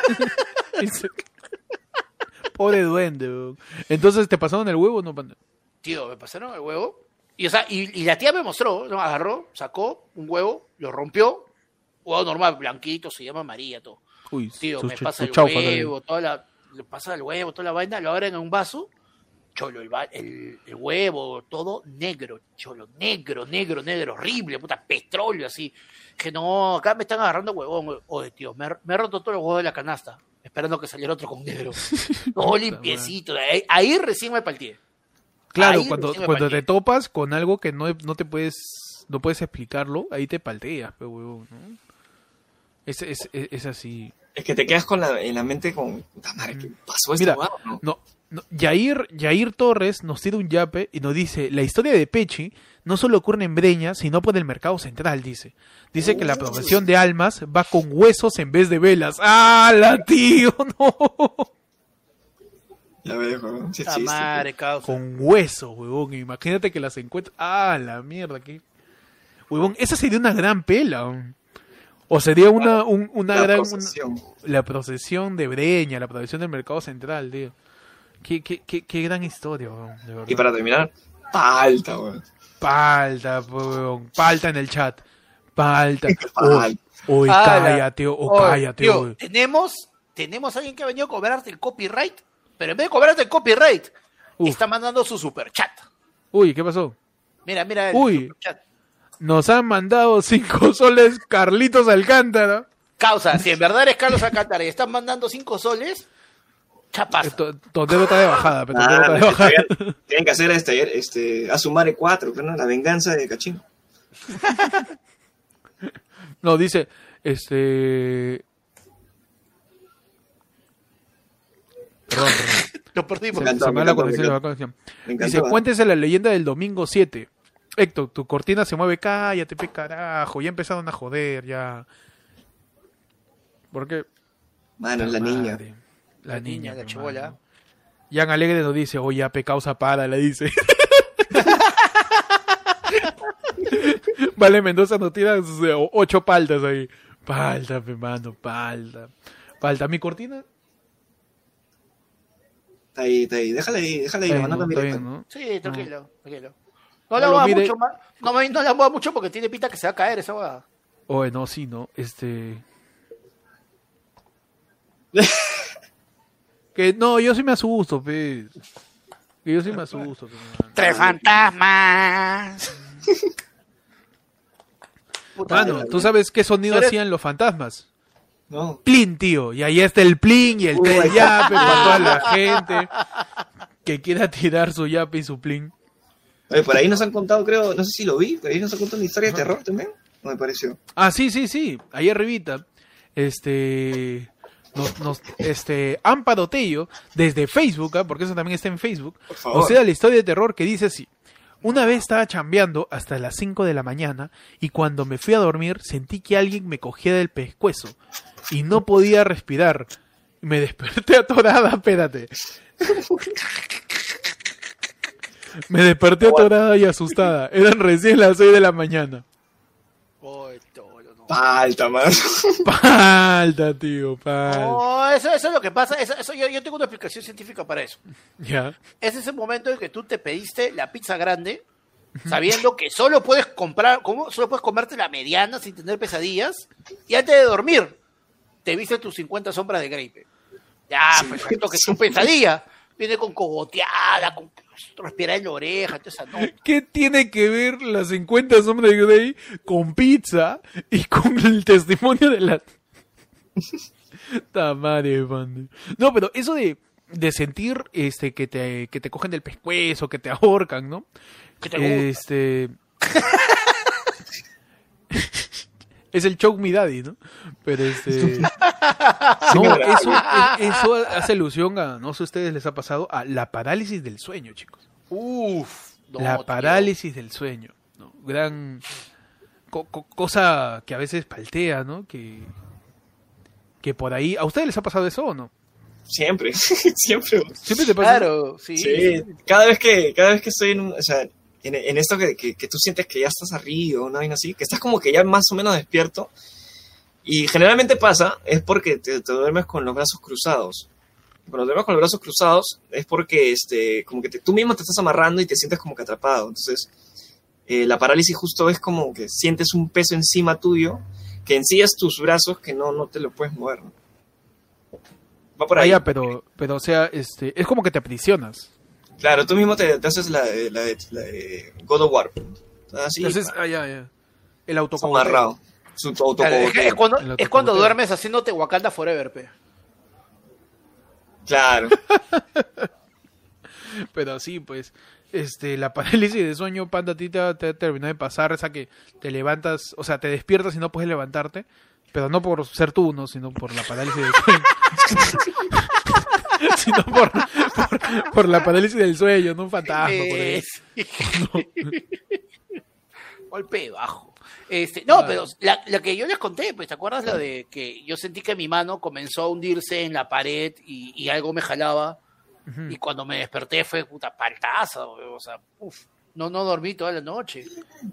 S1: Pobre duende, bro. Entonces, ¿te pasaron el huevo o no, Panda?
S3: Tío, me pasaron el huevo. Y, o sea, y, y la tía me mostró, ¿no? Agarró, sacó un huevo, lo rompió, huevo normal, blanquito, se llama María, todo. Uy, tío, su, me su, pasa su el chaufa, huevo, toda la, le pasa el huevo, toda la vaina, lo abren en un vaso, cholo, el, el, el huevo, todo negro, cholo, negro, negro, negro, horrible, puta, petróleo, así. Que no, acá me están agarrando huevón. Oye, tío, me, me he roto todos los huevos de la canasta, esperando que saliera otro con negro. Todo limpiecito, ahí, ahí recién me palteé.
S1: Claro, ahí cuando, cuando te topas con algo que no, no te puedes, no puedes explicarlo, ahí te palteas, pe huevón, ¿no? Es, es, es, es así.
S2: Es que te quedas con la, en la mente con, puta madre, ¿qué pasó esto?
S1: Mira,
S2: wow, ¿no?
S1: no, no, Yair, Yair Torres nos tira un yape y nos dice, la historia de Pechi no solo ocurre en Breña, sino por el mercado central, dice. Dice uh, que la profesión de almas va con huesos en vez de velas. ¡Ah, tío! ¡No!
S2: Ya me dejo, sí
S3: existe, madre,
S1: con hueso, huevón. Imagínate que las encuentras. ¡Ah, la mierda! ¿Qué? Huevón, esa sería una gran pela. O sería una, un, una
S2: la
S1: gran...
S2: Procesión.
S1: Una, la procesión de Breña, la procesión del mercado central, tío. Qué, qué, qué, qué gran historia, huevón, de verdad.
S2: Y para terminar, palta, huevón.
S1: Palta, huevón. Palta en el chat. Palta. Uy, uy cállate, o oh, cállate.
S3: Tío, uy. Tenemos, tenemos alguien que ha venido a cobrarte el copyright. Pero en vez de cobrarte el copyright, Uf. está mandando su superchat.
S1: Uy, ¿qué pasó?
S3: Mira, mira el
S1: Uy, superchat. Nos han mandado cinco soles Carlitos Alcántara.
S3: Causa, si en verdad eres Carlos Alcántara y están mandando cinco soles, chapas.
S1: Tondero está de bajada, pero ah, está de bajada.
S2: Tienen que hacer este, este, a sumar cuatro, ¿no? La venganza de Cachín.
S1: No, dice, este... Perdón, perdón.
S3: Lo perdimos.
S1: Se, se me da la conexión. Dice, cuéntese la leyenda del domingo siete. Héctor, tu cortina se mueve, cállate, pe carajo, ya empezaron a joder, ya. ¿Por qué?
S2: Mano, es la
S1: Madre,
S2: niña.
S1: La,
S3: La
S1: niña,
S3: niña, la
S1: pe,
S3: chibola.
S1: mano. Jan Alegre nos dice, oye, ya pe causa para, le dice. Vale, Mendoza nos tira sus, eh, ocho paltas ahí. Palta, pe mano, palta. Palta, mi cortina.
S2: Está ahí, está ahí. Déjala ahí, déjala ahí.
S1: Está
S2: la
S1: bien,
S2: mano
S1: ¿no?
S2: también
S1: Está
S2: está.
S1: bien, ¿no?
S3: Sí, tranquilo, tranquilo.
S1: No
S3: No la
S1: lo
S3: mueva
S1: mire.
S3: mucho más. No, me- no la mueva mucho porque tiene pinta que se va a caer esa hueá.
S1: Oye, no, sí, no. Este. Que no, yo sí me asusto, pe. Que yo sí me asusto, pe, mano.
S3: Tres fantasmas. Puta,
S1: Mano, ¿tú sabes qué sonido
S3: ¿Eres-
S1: hacían los fantasmas?
S2: No.
S1: Plin, tío. Y ahí está el plin y el
S2: Uy.
S1: tel yape para toda la gente que quiera tirar su yape y su plin.
S2: Oye, por ahí nos han contado, creo, no sé si lo vi, por ahí nos han contado una historia de terror también. No me pareció.
S1: Ah, sí, sí, sí. Ahí arribita. Este. Nos, nos, este. Amparo Tello, desde Facebook, ¿ah? Porque eso también está en Facebook.
S2: Por favor.
S1: O sea, la historia de terror que dice así. Una vez estaba chambeando hasta las cinco de la mañana y cuando me fui a dormir sentí que alguien me cogía del pescuezo y no podía respirar. Me desperté atorada, espérate. Me desperté atorada y asustada. Eran recién las seis de la mañana.
S3: Ay, tolo, no.
S2: Falta, mano.
S1: Palta, tío, palta.
S3: No, eso, eso es lo que pasa. Eso, eso yo, yo tengo una explicación científica para eso.
S1: Ya.
S3: Es ese momento en que tú te pediste la pizza grande, sabiendo que solo puedes comprar, ¿cómo? Solo puedes comerte la mediana sin tener pesadillas, y antes de dormir, te viste tus cincuenta sombras de Grey. Ya, perfecto, que es tu pesadilla. Viene con cogoteada, con respirar en la oreja, toda esa nota.
S1: ¿Qué tiene que ver las cincuenta sombras de Grey con pizza y con el testimonio de la... Ta madre, man. No, pero eso de, de sentir este que te, que te cogen del pescuezo, que te ahorcan, ¿no?
S3: Que te gusta.
S1: Este... es el choke me daddy, ¿no? Pero este... No, eso, es- eso hace alusión a, no sé si a ustedes les ha pasado, a la parálisis del sueño, chicos.
S3: Uf, no,
S1: la
S3: tío.
S1: parálisis del sueño, ¿no? Gran co- co- cosa que a veces paltea, ¿no? Que, que por ahí... ¿A ustedes les ha pasado eso o no?
S2: Siempre, siempre.
S1: Siempre te pasa.
S3: Claro, sí.
S2: Sí, cada vez que, cada vez que estoy en, un- o sea, en, en esto que, que, que tú sientes que ya estás arriba, una vaina así, que estás como que ya más o menos despierto, y generalmente pasa, es porque te, te duermes con los brazos cruzados. Cuando duermes con los brazos cruzados, es porque este, como que te- tú mismo te estás amarrando y te sientes como que atrapado. Entonces, eh, la parálisis justo es como que sientes un peso encima tuyo, que en sí es tus brazos que no, no te lo puedes mover, ¿no? Va por
S1: Ah,
S2: ahí.
S1: ya, pero, pero, o sea, este, es como que te aprisionas.
S2: Claro, tú mismo te, te haces la de, la, de, la de God of War. Así,
S1: Entonces,
S2: pa,
S1: ah, ya, ya. El autocogoteo.
S2: amarrado. Su
S3: Claro, es,
S2: autocogoteo.
S3: es cuando,
S1: El
S3: es
S1: autocogoteo.
S3: cuando duermes haciéndote Wakanda Forever, pe.
S2: Claro.
S1: Pero sí, pues, este, la parálisis de sueño, Panda, a ti te, ha- te ha terminado de pasar esa que te levantas, o sea, te despiertas y no puedes levantarte, pero no por ser tú, no, sino por la parálisis del sueño. Sino por, por, por la parálisis del sueño, no un fantasma. Por ahí.
S3: Eh, Golpe bajo. Este, no,
S1: Claro.
S3: pero la, la que yo les conté, pues, ¿te acuerdas la de que yo sentí que mi mano comenzó a hundirse en la pared y, y algo me jalaba?
S1: Ujú.
S3: Y cuando me desperté fue puta paltaza, o sea, uf, no, no dormí toda la noche.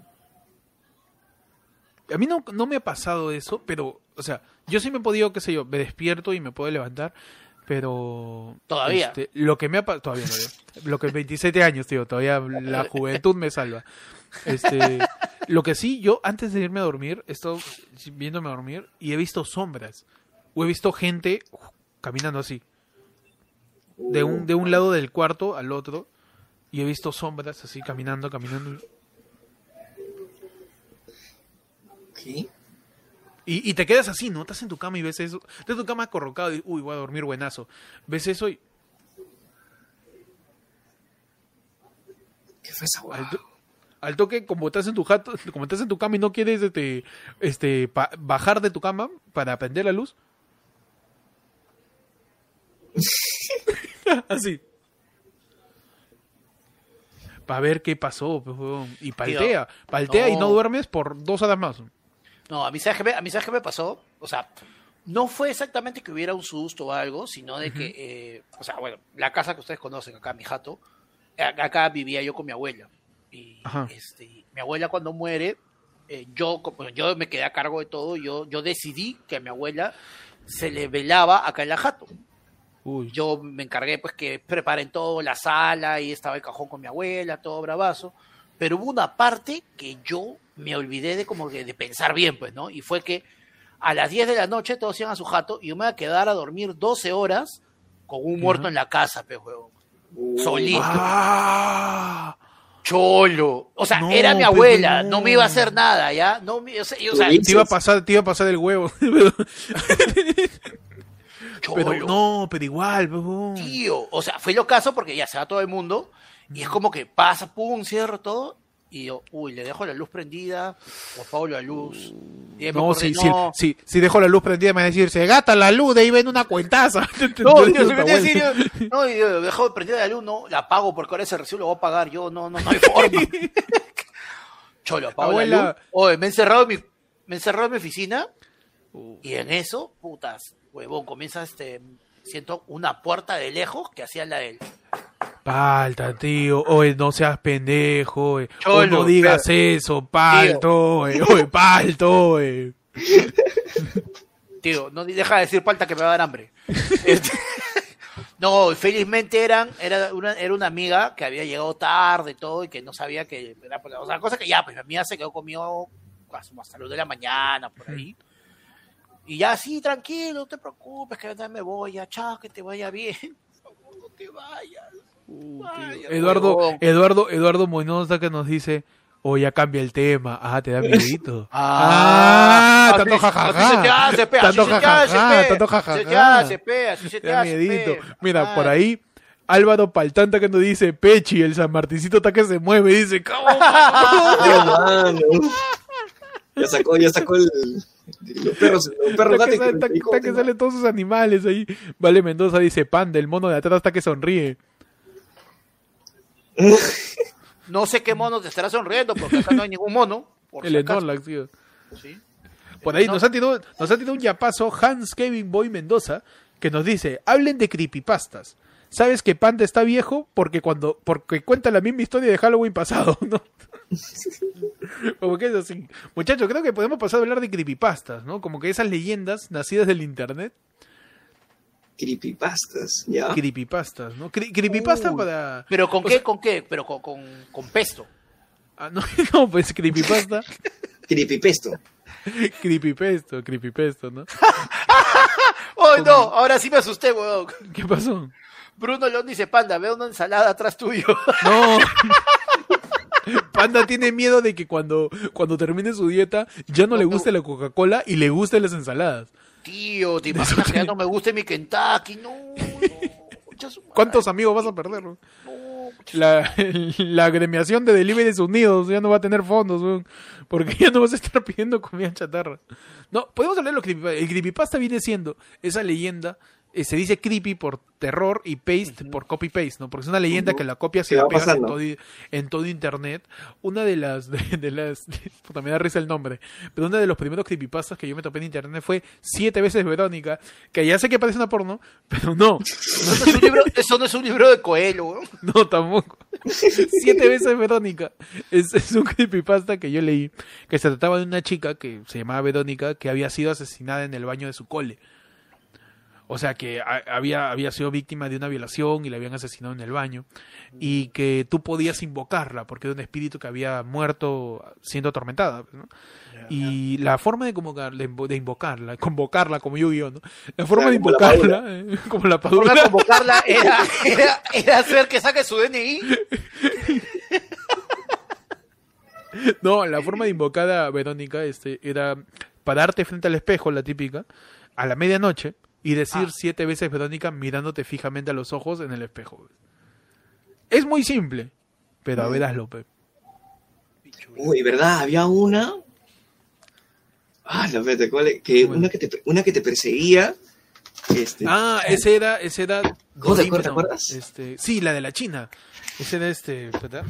S1: A mí no, no me ha pasado eso, pero, o sea, yo sí me he podido, qué sé yo, me despierto y me puedo levantar, pero...
S3: Todavía.
S1: este, lo que me ha pasado... Todavía, todavía. Lo que veintisiete años, tío, todavía la juventud me salva. Este, lo que sí, yo antes de irme a dormir, he estado viéndome a dormir y he visto sombras. O he visto gente uf, caminando así. De un, de un lado del cuarto al otro. Y he visto sombras así caminando, caminando.
S2: ¿Qué?
S1: Y, y te quedas así, ¿no? Estás en tu cama y ves eso. Estás en tu cama acorrocado y, uy, voy a dormir buenazo. Ves eso y
S2: ¿Qué fue esa
S1: al,
S2: hueá?
S1: to- al toque, como estás en tu jato, como estás en tu cama y no quieres este, este, pa- bajar de tu cama para prender la luz. Así. para ver qué pasó, pues, huevón. Y paltea, paltea
S3: no.
S1: y no duermes por dos horas más.
S3: No, a mí sabes qué me, a mí sabes qué me pasó, o sea, no fue exactamente que hubiera un susto o algo, sino de uh-huh. que, eh, o sea, bueno, la casa que ustedes conocen acá, mi jato, acá vivía yo con mi abuela. Y este, mi abuela cuando muere, eh, yo, bueno, yo me quedé a cargo de todo, yo, yo decidí que a mi abuela se le velaba acá en la jato. Uy. Yo me encargué pues que preparen todo, la sala, y estaba el cajón con mi abuela, todo bravazo, pero hubo una parte que yo me olvidé de como que de pensar bien, pues, ¿no? Y fue que a las diez de la noche todos iban a su jato y yo me iba a quedar a dormir doce horas con un muerto uh-huh. en la casa, pues, huevón. Uh, Solito. Ah, cholo. O sea, no, era mi abuela, no. no me iba a hacer nada, ¿ya? No me, o sea, yo, o sea,
S1: te iba a pasar, te iba a pasar el huevo. Pero no, pero igual, huevón.
S3: Tío, o sea, fue lo caso porque ya se va todo el mundo y es como que pasa, pum, cierro todo. Y yo, uy, le dejo la luz prendida, o apago la luz. Y
S1: no, ocurre, si, no. Si, si, si dejo la luz prendida me va a decir, se gata la luz, de ahí ven una cuentaza.
S3: No, tío, se me decir, no, y yo dejo prendida la luz, no, la apago porque ahora ese recibo lo voy a pagar, yo no, no, no hay forma. Cholo, apago Abuela. la luz. Oye, me he encerrado en mi, me he encerrado en mi oficina, uh. y en eso, putas, huevón, comienza este, siento una puerta de lejos que hacía la del...
S1: Palta, tío, oye, no seas pendejo, oye. Cholo, no digas pero... eso, palto, oye, oye, palto, oye.
S3: Tío, no deja de decir palta que me va a dar hambre. Este... No, felizmente eran, era una, era una amiga que había llegado tarde y todo, y que no sabía que era, o sea, cosa que ya, pues mi amiga se quedó conmigo hasta las dos de la mañana, por ahí. Y ya, sí, tranquilo, no te preocupes, que ya me voy, ya, chao, que te vaya bien. No te vayas.
S1: Uh, Eduardo, huevón. Eduardo, Eduardo Moinosa que nos dice, o oh, ya cambia el tema, ah, te da miedito.
S3: ah,
S1: ah, tanto jajaja. Tanto jajaja, tanto jajaja. Te da miedito. Mira, por ahí, Álvaro Paltanta que nos dice, Pechi, el San Martincito está que se mueve, dice, ¿cómo?
S2: Ya sacó, ya sacó el... Los perros, los perros
S1: está que, sale, está, está que salen todos sus animales ahí. Vale Mendoza dice, Panda, el mono de atrás está que sonríe.
S3: No sé qué mono te estará sonriendo, porque acá no hay ningún mono. Por
S1: el Snorlax, tío. ¿Sí? Por ahí nos ha tirado, nos ha tirado un yapazo Hans Kevin Boy Mendoza, que nos dice, hablen de creepypastas. ¿Sabes que Panda está viejo? Porque cuando porque cuenta la misma historia de Halloween pasado, ¿no? Como que es así. Muchachos, creo que podemos pasar a hablar de creepypastas, ¿no? Como que esas leyendas nacidas del internet.
S2: Creepypastas, ya.
S1: Creepypastas, ¿no? Cre- creepypasta uh, para...
S3: ¿Pero con qué? Sea... ¿Con qué? Pero con, con, con pesto.
S1: Ah, no, no, pues creepypasta.
S2: Creepypesto.
S1: Creepypesto, creepypesto, ¿no?
S3: ¡Oh, no! Ahora sí me asusté, weón.
S1: ¿Qué pasó?
S3: Bruno León dice, Panda, veo una ensalada atrás tuyo.
S1: No. Panda tiene miedo de que cuando, cuando termine su dieta ya no, no le guste no. la Coca-Cola y le gusten las ensaladas.
S3: Tío, te imaginas que ya no me guste mi Kentucky. No, no.
S1: ¿Cuántos amigos vas a perder? No, la, la agremiación de Deliveries Unidos ya no va a tener fondos, ¿no? Porque ya no vas a estar pidiendo comida chatarra. No, podemos hablar de lo creepypasta. El creepypasta viene siendo esa leyenda. Eh, se dice creepy por terror y paste uh-huh. por copy-paste, ¿no? Porque es una leyenda uh-huh. que la copias y la pegas en todo, en todo internet. Una de las... De, de las de, puta, me da risa el nombre. Pero uno de los primeros creepypastas que yo me topé en internet fue Siete veces Verónica, que ya sé que parece una porno, pero no.
S3: Eso no es un libro, eso no es un libro de Coelho, ¿no?
S1: No, tampoco. Siete veces Verónica. Es, es un creepypasta que yo leí, que se trataba de una chica que se llamaba Verónica, que había sido asesinada en el baño de su cole. O sea, que a, había, había sido víctima de una violación y la habían asesinado en el baño. Y que tú podías invocarla, porque era un espíritu que había muerto siendo atormentada, ¿no? Yeah, y yeah. la forma de, convocar, de, de invocarla, convocarla como Yu-Gi-Oh, ¿no? La forma yeah, de invocarla, la eh, como la padula.
S3: La forma de convocarla era, era, era hacer que saque su D N I.
S1: No, la forma de invocar a Verónica este, era pararte frente al espejo, la típica, a la medianoche, y decir ah. siete veces Verónica mirándote fijamente a los ojos en el espejo. Es muy simple, pero a ver, hazlo, Pep.
S2: Uy, ¿verdad? Había una... Ah, la verdad, ¿cuál es? Que bueno. una, que te, una que te perseguía... Este...
S1: Ah, ese era, ese era
S2: ¿Cómo te,
S1: Dodime,
S2: acuer- te
S1: no,
S2: acuerdas?
S1: Este, sí, la de la China. Ese era este, ¿verdad?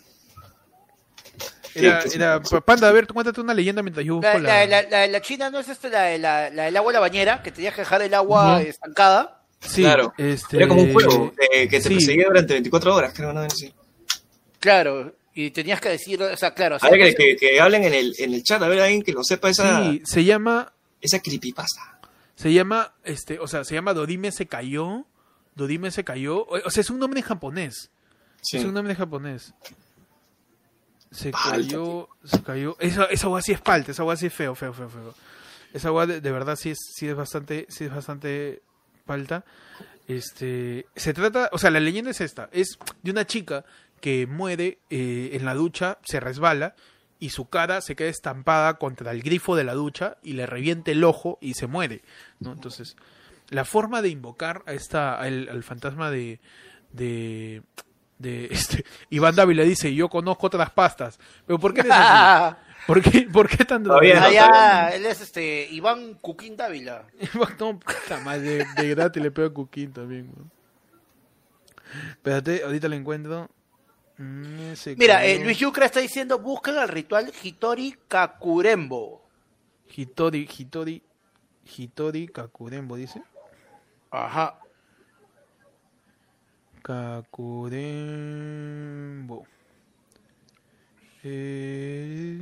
S1: Era,
S2: Sí, sí,
S1: era,
S2: sí.
S1: Panda, a ver, tú cuéntate una leyenda mientras yo busco
S3: La,
S1: la...
S3: la, la, la, la China no es este, la, la, la del agua en la bañera, que tenías que dejar el agua
S1: Ujú.
S3: estancada.
S1: Sí,
S2: Claro.
S1: este...
S2: Era como un juego eh, que te
S1: sí.
S2: perseguía durante veinticuatro horas, creo, ¿no? Sí.
S3: Claro, y tenías que decir, o sea, claro. O sea,
S2: A ver, que,
S3: pues,
S2: que, que hablen en el, en el chat, a ver, alguien que lo sepa esa,
S1: Sí, se llama,
S2: esa creepypasta.
S1: se llama, este, o sea, se llama Dodime se cayó, Dodime se cayó, o, o sea, es un nombre en japonés,
S2: Sí.
S1: es un nombre en japonés. Se
S2: Palta,
S1: cayó, se cayó, esa, esa agua sí es palta, esa agua sí es feo, feo, feo, feo. Esa agua de, de verdad sí es, sí es bastante, sí es bastante palta. Este, se trata, o sea, la leyenda es esta, es de una chica que muere eh, en la ducha, se resbala y su cara se queda estampada contra el grifo de la ducha y le reviente el ojo y se muere, ¿no? Entonces, la forma de invocar a esta, al, al fantasma de, de, de este, Iván Dávila dice, yo conozco otras pastas, pero ¿por qué eres así? ¿Por qué, por qué tan
S2: Todavía no.
S3: allá, él es este, Iván Cuquín Dávila.
S1: No, puta madre, de, de gratis le pego a Cuquín también, ¿no? Espérate, ahorita lo encuentro. Mm, se
S3: Mira, eh,
S1: cayó.
S3: Luis Yucra está diciendo, busquen el ritual Hitori Kakurembo.
S1: Hitori, Hitori, Hitori Kakurembo, dice.
S3: Ajá.
S1: Kakurembo. Eh,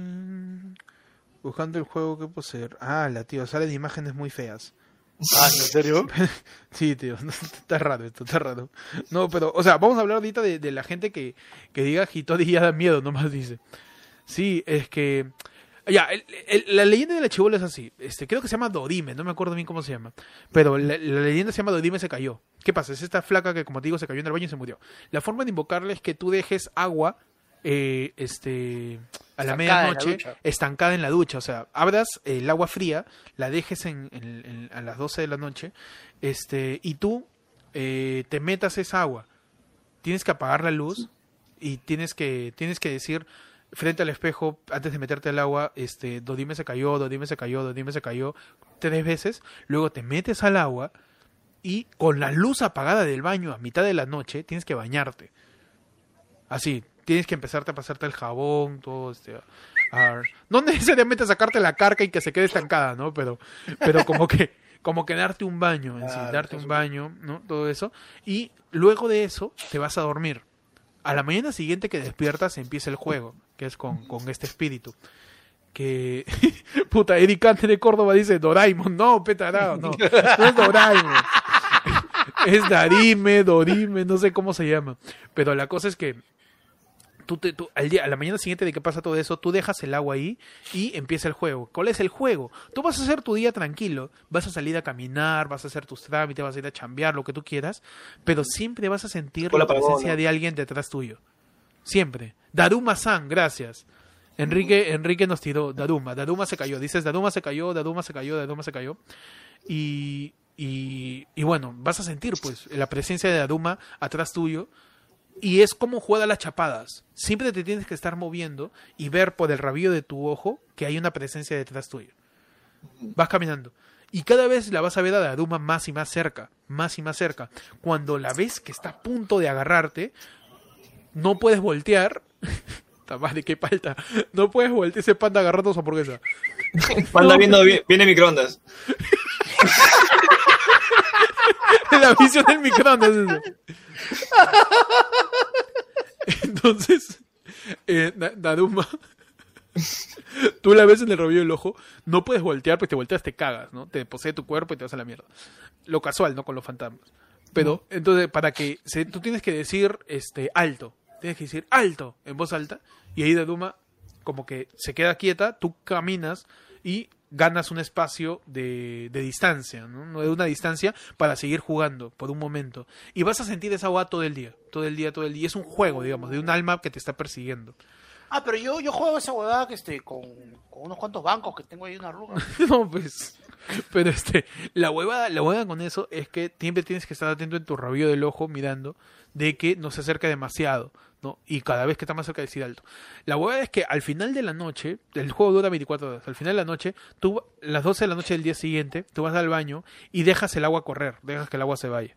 S1: buscando el juego que poseer. Ah, la tío, salen imágenes muy feas.
S3: Ah, ¿en serio?
S1: Sí, tío, no, está raro esto, está raro. No, pero, o sea, vamos a hablar ahorita de, de la gente que, que diga Hitori ya da miedo, nomás dice. Sí, es que... Ya, el- el- la leyenda de la chibola es así. Este, creo que se llama Dodime, no me acuerdo bien cómo se llama. Pero la, la leyenda se llama Dodime se cayó. ¿Qué pasa? Es esta flaca que, como te digo, se cayó en el baño y se murió. La forma de invocarle es que tú dejes agua eh, este, a la
S3: Estancada en la
S1: medianoche
S3: ducha.
S1: estancada en la ducha. O sea, abras el agua fría, la dejes en, en- en- a las doce de la noche este, y tú eh, te metas esa agua. Tienes que apagar la luz y tienes que, tienes que decir frente al espejo, antes de meterte al agua, este, Dodime se cayó, Dodime se cayó, Dodime se cayó, tres veces. Luego te metes al agua y con la luz apagada del baño a mitad de la noche tienes que bañarte. Así, tienes que empezarte a pasarte el jabón, todo este... a- no necesariamente sacarte la carca y que se quede estancada, ¿no? Pero, pero como que, como que darte un baño, en sí,
S3: Claro,
S1: darte
S3: eso
S1: un
S3: es-
S1: baño, ¿no? Todo eso. Y luego de eso te vas a dormir. A la mañana siguiente que despiertas empieza el juego, que es con, con este espíritu. Que, puta, Eric Cante de Córdoba dice Doraemon. No, petarado, no. No es Doraemon. Es Darime, Dorime, no sé cómo se llama. Pero la cosa es que tú, te, tú al día, a la mañana siguiente de que pasa todo eso, tú dejas el agua ahí y empieza el juego. ¿Cuál es el juego? Tú vas a hacer tu día tranquilo, vas a salir a caminar, vas a hacer tus trámites, vas a ir a chambear, lo que tú quieras, pero siempre vas a sentir
S2: Hola,
S1: la
S2: Pagón,
S1: presencia
S2: ¿no?
S1: de alguien detrás tuyo. Siempre. Daruma-san, gracias. Enrique, Enrique nos tiró Daruma. Daruma se cayó. Dices Daruma se cayó, Daruma se cayó, Daruma se cayó. Y, y, y bueno, vas a sentir pues la presencia de Daruma atrás tuyo. Y es como juega las chapadas. Siempre te tienes que estar moviendo y ver por el rabillo de tu ojo que hay una presencia detrás tuyo. Vas caminando. Y cada vez la vas a ver a Daruma más y más cerca. Más y más cerca. Cuando la ves que está a punto de agarrarte, no puedes voltear. Ta madre, qué falta. No puedes voltear ese panda agarrando su hamburguesa.
S2: Panda viendo, vi- viene microondas.
S1: La visión del microondas. es eso. Entonces, eh, Na- Daruma, tú la ves en el rabillo del ojo, no puedes voltear, pues te volteas, te cagas, ¿no? Te posee tu cuerpo y te vas a la mierda. Lo casual, ¿no? Con los fantasmas. Pero, entonces, para que se, tú tienes que decir este alto. Tienes que decir alto en voz alta. Y ahí Daruma como que se queda quieta, tú caminas y ganas un espacio de, de distancia, ¿no? No de una distancia para seguir jugando por un momento. Y vas a sentir esa agua todo el día, todo el día, todo el día. Es un juego, digamos, de un alma que te está persiguiendo.
S3: Ah, pero yo, yo juego esa huevada que este, con, con unos cuantos bancos que tengo ahí una arruga.
S1: No, pues. Pero este, la huevada, la huevada con eso es que siempre tienes que estar atento en tu rabillo del ojo mirando de que no se acerque demasiado, ¿no? Y cada vez que está más cerca decir alto. La huevada es que al final de la noche, el juego dura veinticuatro horas, al final de la noche, tú, las doce de la noche del día siguiente, tú vas al baño y dejas el agua correr, dejas que el agua se vaya.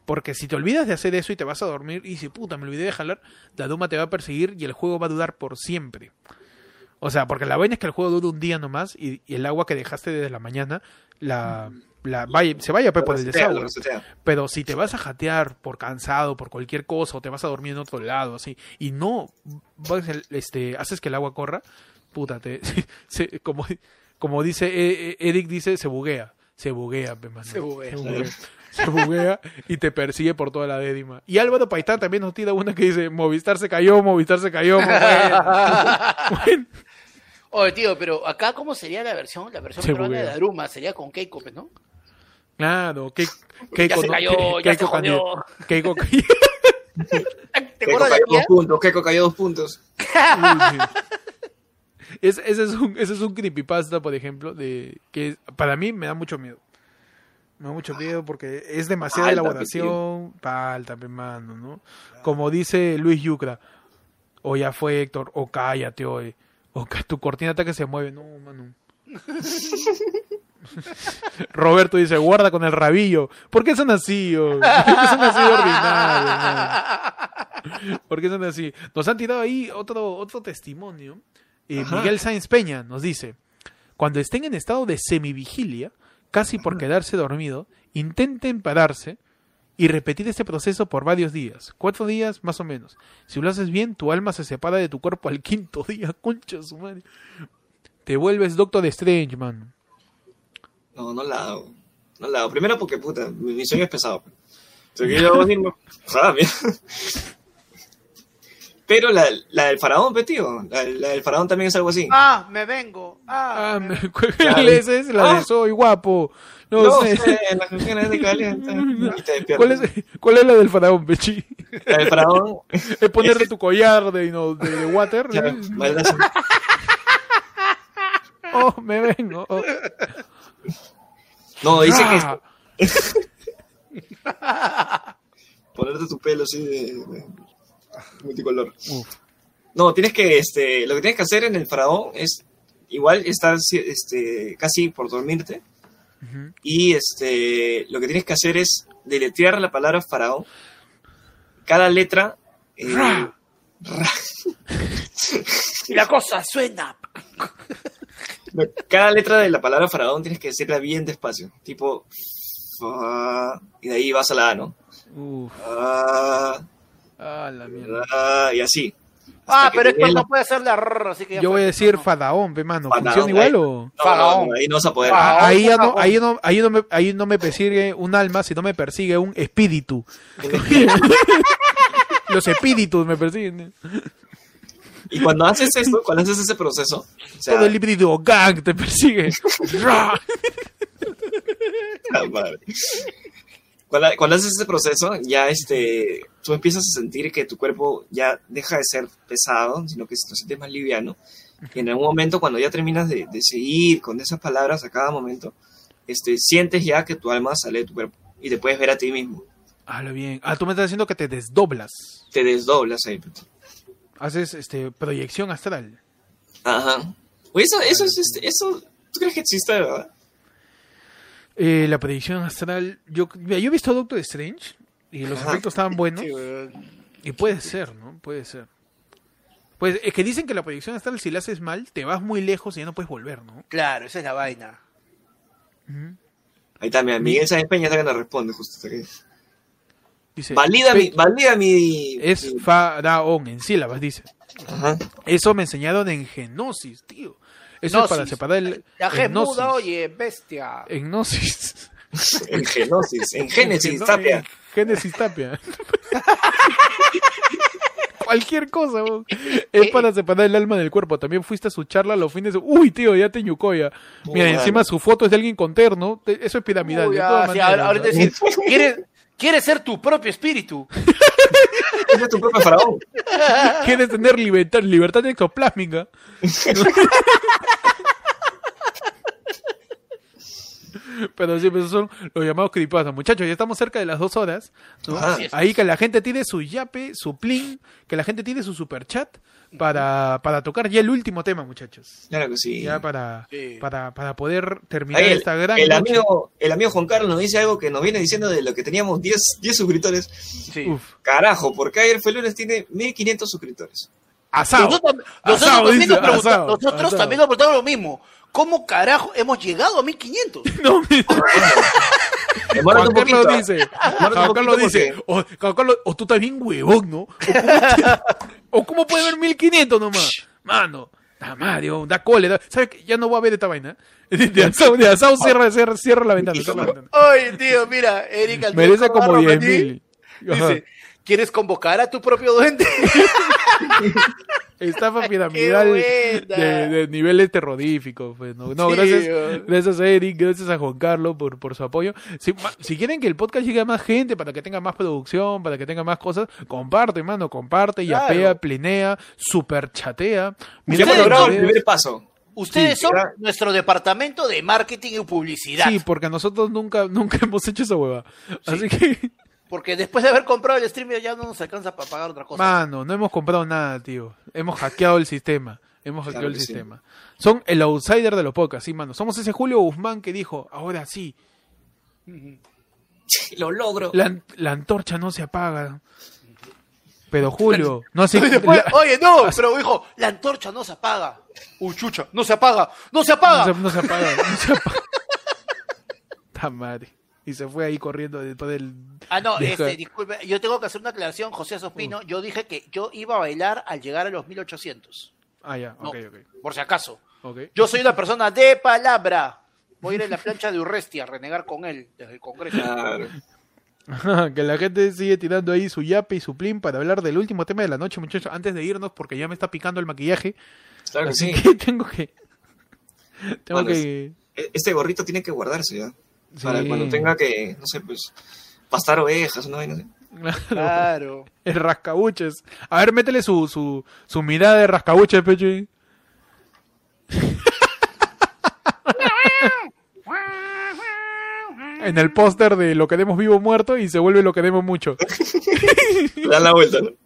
S1: Porque si te olvidas de hacer eso y te vas a dormir y si puta, me olvidé de jalar, la Duma te va a perseguir y el juego va a durar por siempre. O sea, porque la vaina es que el juego dura un día nomás y, y el agua que dejaste desde la mañana la, la vaya, se vaya pues, por el
S2: resetea,
S1: desagüe.
S2: lo resetea.
S1: Pero si te vas a jatear por cansado, por cualquier cosa, o te vas a dormir en otro lado, así, y no vas, este, haces que el agua corra, puta, te, se, como, como dice eh, Eric, dice, se buguea. Se buguea, pe, mano.
S3: Se buguea.
S1: Se buguea. Se buguea y te persigue por toda la décima. Y Álvaro Paitán también nos tira una que dice, Movistar se cayó, Movistar se cayó. Bueno. Bueno.
S3: Oye, tío, pero acá, ¿cómo sería la versión? La versión
S1: Se
S3: peruana de
S1: buguea.
S3: Daruma sería con Keiko, pues, ¿no?
S1: Claro, que, Keiko,
S3: Ya se
S1: no-
S3: cayó,
S1: Ke-
S3: ya se
S1: Keiko
S3: jodió.
S1: Candid- Keiko
S3: ¿Te
S2: Keiko
S3: acuerdas de
S2: cayó
S3: la tía?
S2: dos puntos, Keiko cayó dos puntos.
S1: Uy, sí. Es- ese, es un, ese es un creepypasta, por ejemplo, de que para mí me da mucho miedo. Me da mucho miedo porque es demasiada
S2: Palta,
S1: elaboración. Palta, pe, mano, ¿no? Como dice Luis Yucra, o ya fue Héctor, o cállate, oye. O que tu cortina hasta que se mueve. No, mano. Roberto dice, guarda con el rabillo. ¿Por qué son así? Oh? ¿Por qué son así de ordinarios, man? ¿Por qué son así? Nos han tirado ahí otro, otro testimonio. Eh,
S2: Ajá.
S1: Miguel Sáenz Peña nos dice, cuando estén en estado de semivigilia, casi por quedarse dormido, intenten pararse y repetir este proceso por varios días. Cuatro días más o menos. Si lo haces bien, tu alma se separa de tu cuerpo al quinto día. Concha su madre. Te vuelves Doctor Strange, man.
S2: No, no la hago. No la hago. Primero porque, puta, mi, mi sueño es pesado. Pues. Entonces, yo dormir, joder, mira. Pero la, la del faraón, pe, tío. La, la del faraón también es algo así.
S3: Ah, me vengo. Ah,
S1: Ah,
S3: me
S1: me,
S3: vengo.
S1: ¿cuál es esa? La de
S2: Ah.
S1: soy guapo. No,
S2: No
S1: sé.
S2: sé, las canciones de caliente. Y te despiertas.
S1: ¿Cuál es, ¿Cuál es la del faraón, Pechi?
S2: La del faraón.
S1: Es ponerte tu collar de, no, de, de water.
S2: Ya,
S1: ¿no?
S2: maldad.
S1: Oh, me vengo. Oh.
S2: No, dice
S1: Ah.
S2: que ponerte tu pelo así de, de multicolor.
S1: Uf.
S2: No, tienes que, este, lo que tienes que hacer en el faraón es igual estar, este, casi por dormirte.
S1: Ujú.
S2: Y este, lo que tienes que hacer es deletrear la palabra faraón. Cada letra. eh,
S1: Ra.
S2: ra-
S3: Y la cosa suena.
S2: no, cada letra de la palabra faraón tienes que decirla bien despacio. Tipo. Fa, y de ahí vas a la A, ¿no?
S1: Uf.
S2: Ah,
S1: Ah, la mierda.
S2: ah, y así.
S3: Ah,
S2: Hasta que
S3: pero
S2: te
S3: esto
S2: dé la-
S3: no puede ser la rrr, así que ya
S1: Yo
S3: fue.
S1: voy a decir
S3: No, no.
S1: faraón, pe, mano.
S2: Faraón,
S1: ¿Funciona igual
S2: ahí.
S1: o...?
S2: No, no,
S3: Faraón.
S2: no, ahí no vas a poder.
S3: Faraón.
S1: Ah, ahí ya no,
S3: faraón.
S1: ahí no, ahí no me, ahí no me persigue un alma, sino me persigue un espíritu. Los espíritus me persiguen.
S2: Y cuando haces esto, cuando haces ese proceso, o sea,
S1: Todo el híbrido gang te persigue. Ra.
S2: ah, madre. Cuando, cuando haces ese proceso, ya este, tú empiezas a sentir que tu cuerpo ya deja de ser pesado, sino que lo sientes más liviano. Y en algún momento, cuando ya terminas de, de seguir con esas palabras a cada momento, este, sientes ya que tu alma sale de tu cuerpo y te puedes ver a ti mismo.
S1: Habla bien. Ah, tú me estás diciendo que te desdoblas.
S2: Te desdoblas ahí.
S1: Haces este proyección astral.
S2: Ajá. Oye, eso, eso, es, este, eso, ¿tú crees que existe, verdad?
S1: Eh, la proyección astral. Yo, mira, yo he visto Doctor Strange y los
S2: Ajá.
S1: efectos estaban buenos.
S3: Sí, weón.
S1: Y puede ser, ¿no? Puede ser. Pues es que dicen que la proyección astral, si la haces mal, te vas muy lejos y ya no puedes volver, ¿no?
S3: Claro, esa es la vaina.
S1: Ujú.
S2: Ahí está, mira, Miguel Sáenz Peña está que nos responde justo hasta aquí.
S1: Dice,
S2: Valida
S1: pe-
S2: mi, valida mi...
S1: Es
S2: mi-
S1: faraón, en sílabas, dice.
S2: Ajá.
S1: Eso me enseñaron en Genosis, tío. Eso es para
S3: Gnosis.
S1: separar el...
S3: La G
S1: Gnosis.
S3: muda, oye, bestia.
S1: En Gnosis.
S2: En Genosis, en Génesis,
S1: En Geno-
S2: Tapia.
S1: en Génesis Tapia. Cualquier cosa, weón. Es para separar el alma del cuerpo. También fuiste a su charla a los fines de... Uy, tío, ya te ñucoya. Mira,
S2: Uy,
S1: encima su foto es de alguien con terno. Te- Eso es piramidal.
S3: Uy,
S1: de
S3: ah,
S1: todas
S3: sí,
S1: maneras,
S3: ahora- ahorita
S1: ¿no?
S3: decir, ¿quieres, ¿quieres ser tu propio espíritu?
S2: Ese es tu propio faraón.
S1: ¿Quieres tener libertad, libertad ectoplásmica? Pero sí, pues son los llamados creepypasta. Muchachos, ya estamos cerca de las dos horas, ¿no?
S2: Ajá.
S1: Ahí que la gente tiene su yape, su plin, que la gente tiene su superchat para, para tocar ya el último tema, muchachos.
S2: Claro que sí.
S1: Ya para,
S3: Sí.
S1: para, para poder terminar
S2: Ahí el,
S1: esta gran
S2: el
S1: noche.
S2: amigo, el amigo Juan Carlos nos dice algo que nos viene diciendo de lo que teníamos diez, diez suscriptores.
S3: Sí.
S1: Uf.
S2: Carajo, porque ayer fue lunes tiene mil quinientos suscriptores.
S1: Asado.
S3: Nosotros, nosotros
S1: Asado,
S3: también,
S1: dice,
S3: nos, pregunta-
S1: asado,
S3: nosotros
S1: asado.
S3: también nos preguntamos lo mismo. ¿Cómo carajo hemos llegado a mil quinientos?
S1: No,
S2: Demórate
S1: Juan
S2: un poquito.
S1: Carlos dice,
S2: Demórate
S1: Juan
S2: un
S1: Carlos
S2: poquito
S1: dice, o, Juan Carlos, o tú estás bien huevón, ¿no? O cómo, o cómo puede haber mil quinientos nomás. Mano, da Mario, da cólera. ¿Sabes qué? Ya no voy a ver esta vaina. De asado, de asado cierra, cierra, cierra la ventana. Cierra la ventana.
S3: Ay, tío, mira, Erika.
S1: Merece como diez mil.
S3: Dice, ¿quieres convocar a tu propio duende?
S1: Estafa piramidal
S3: Qué
S1: de,
S3: buena.
S1: de niveles terroríficos. Pues, ¿no? No,
S3: Sí,
S1: gracias,
S3: weón.
S1: gracias a Eric, gracias a Juan Carlos por, por su apoyo. Si, ma- si quieren que el podcast llegue a más gente, para que tenga más producción, para que tenga más cosas, comparte, mano, comparte,
S3: Claro.
S1: yapea, plinea, super chatea.
S2: Ya hemos
S3: Ustedes
S2: logrado el
S3: son-
S2: primer paso.
S3: Ustedes
S2: Sí,
S3: son
S2: era-
S3: nuestro departamento de marketing y publicidad.
S1: Sí, porque nosotros nunca, nunca hemos hecho esa hueva. Así que,
S3: Porque después de haber comprado el streamer ya no nos alcanza para pagar otra cosa.
S1: mano, no hemos comprado nada, tío. Hemos hackeado el sistema. Hemos hackeado
S2: Claro
S1: el
S2: que sí.
S1: sistema. Son el outsider de los podcasts, sí, mano. Somos ese Julio Guzmán que dijo, ahora sí,
S2: Lo logro.
S1: la, la antorcha no se apaga. Pero Julio, no así.
S3: Y después,
S1: la-
S3: oye, no, pero dijo, la antorcha no se apaga. Uy, chucha, no se apaga, no se apaga.
S1: no, se, no se apaga, no se apaga. Ta madre. Y se fue ahí corriendo después del.
S3: Ah, no,
S1: deja-
S3: este, disculpe, yo tengo que hacer una aclaración, José Sospino. Yo dije que yo iba a bailar al llegar a los mil ochocientos.
S1: Ah, ya,
S3: No,
S1: ok, ok.
S3: por si acaso.
S1: Ok.
S3: Yo soy una persona de palabra. Voy a ir en la plancha de Urresti a renegar con él desde el Congreso.
S2: Claro.
S1: Ajá, que la gente sigue tirando ahí su yape y su plin para hablar del último tema de la noche, muchachos, antes de irnos, porque ya me está picando el maquillaje.
S2: Claro que
S1: Así
S2: sí.
S1: que tengo que. Tengo
S2: Mano,
S1: que.
S2: E- Este gorrito tiene que guardarse ya. Para
S1: Sí.
S2: cuando tenga que, no sé, pues, pastar ovejas, ¿no? No sé.
S1: Claro,
S3: Claro.
S1: el rascabuches. A ver, métele su, su, su mirada de rascabuches, peche. En el póster de Lo queremos vivo o muerto y se vuelve Lo queremos mucho.
S2: Le dan la vuelta, ¿no?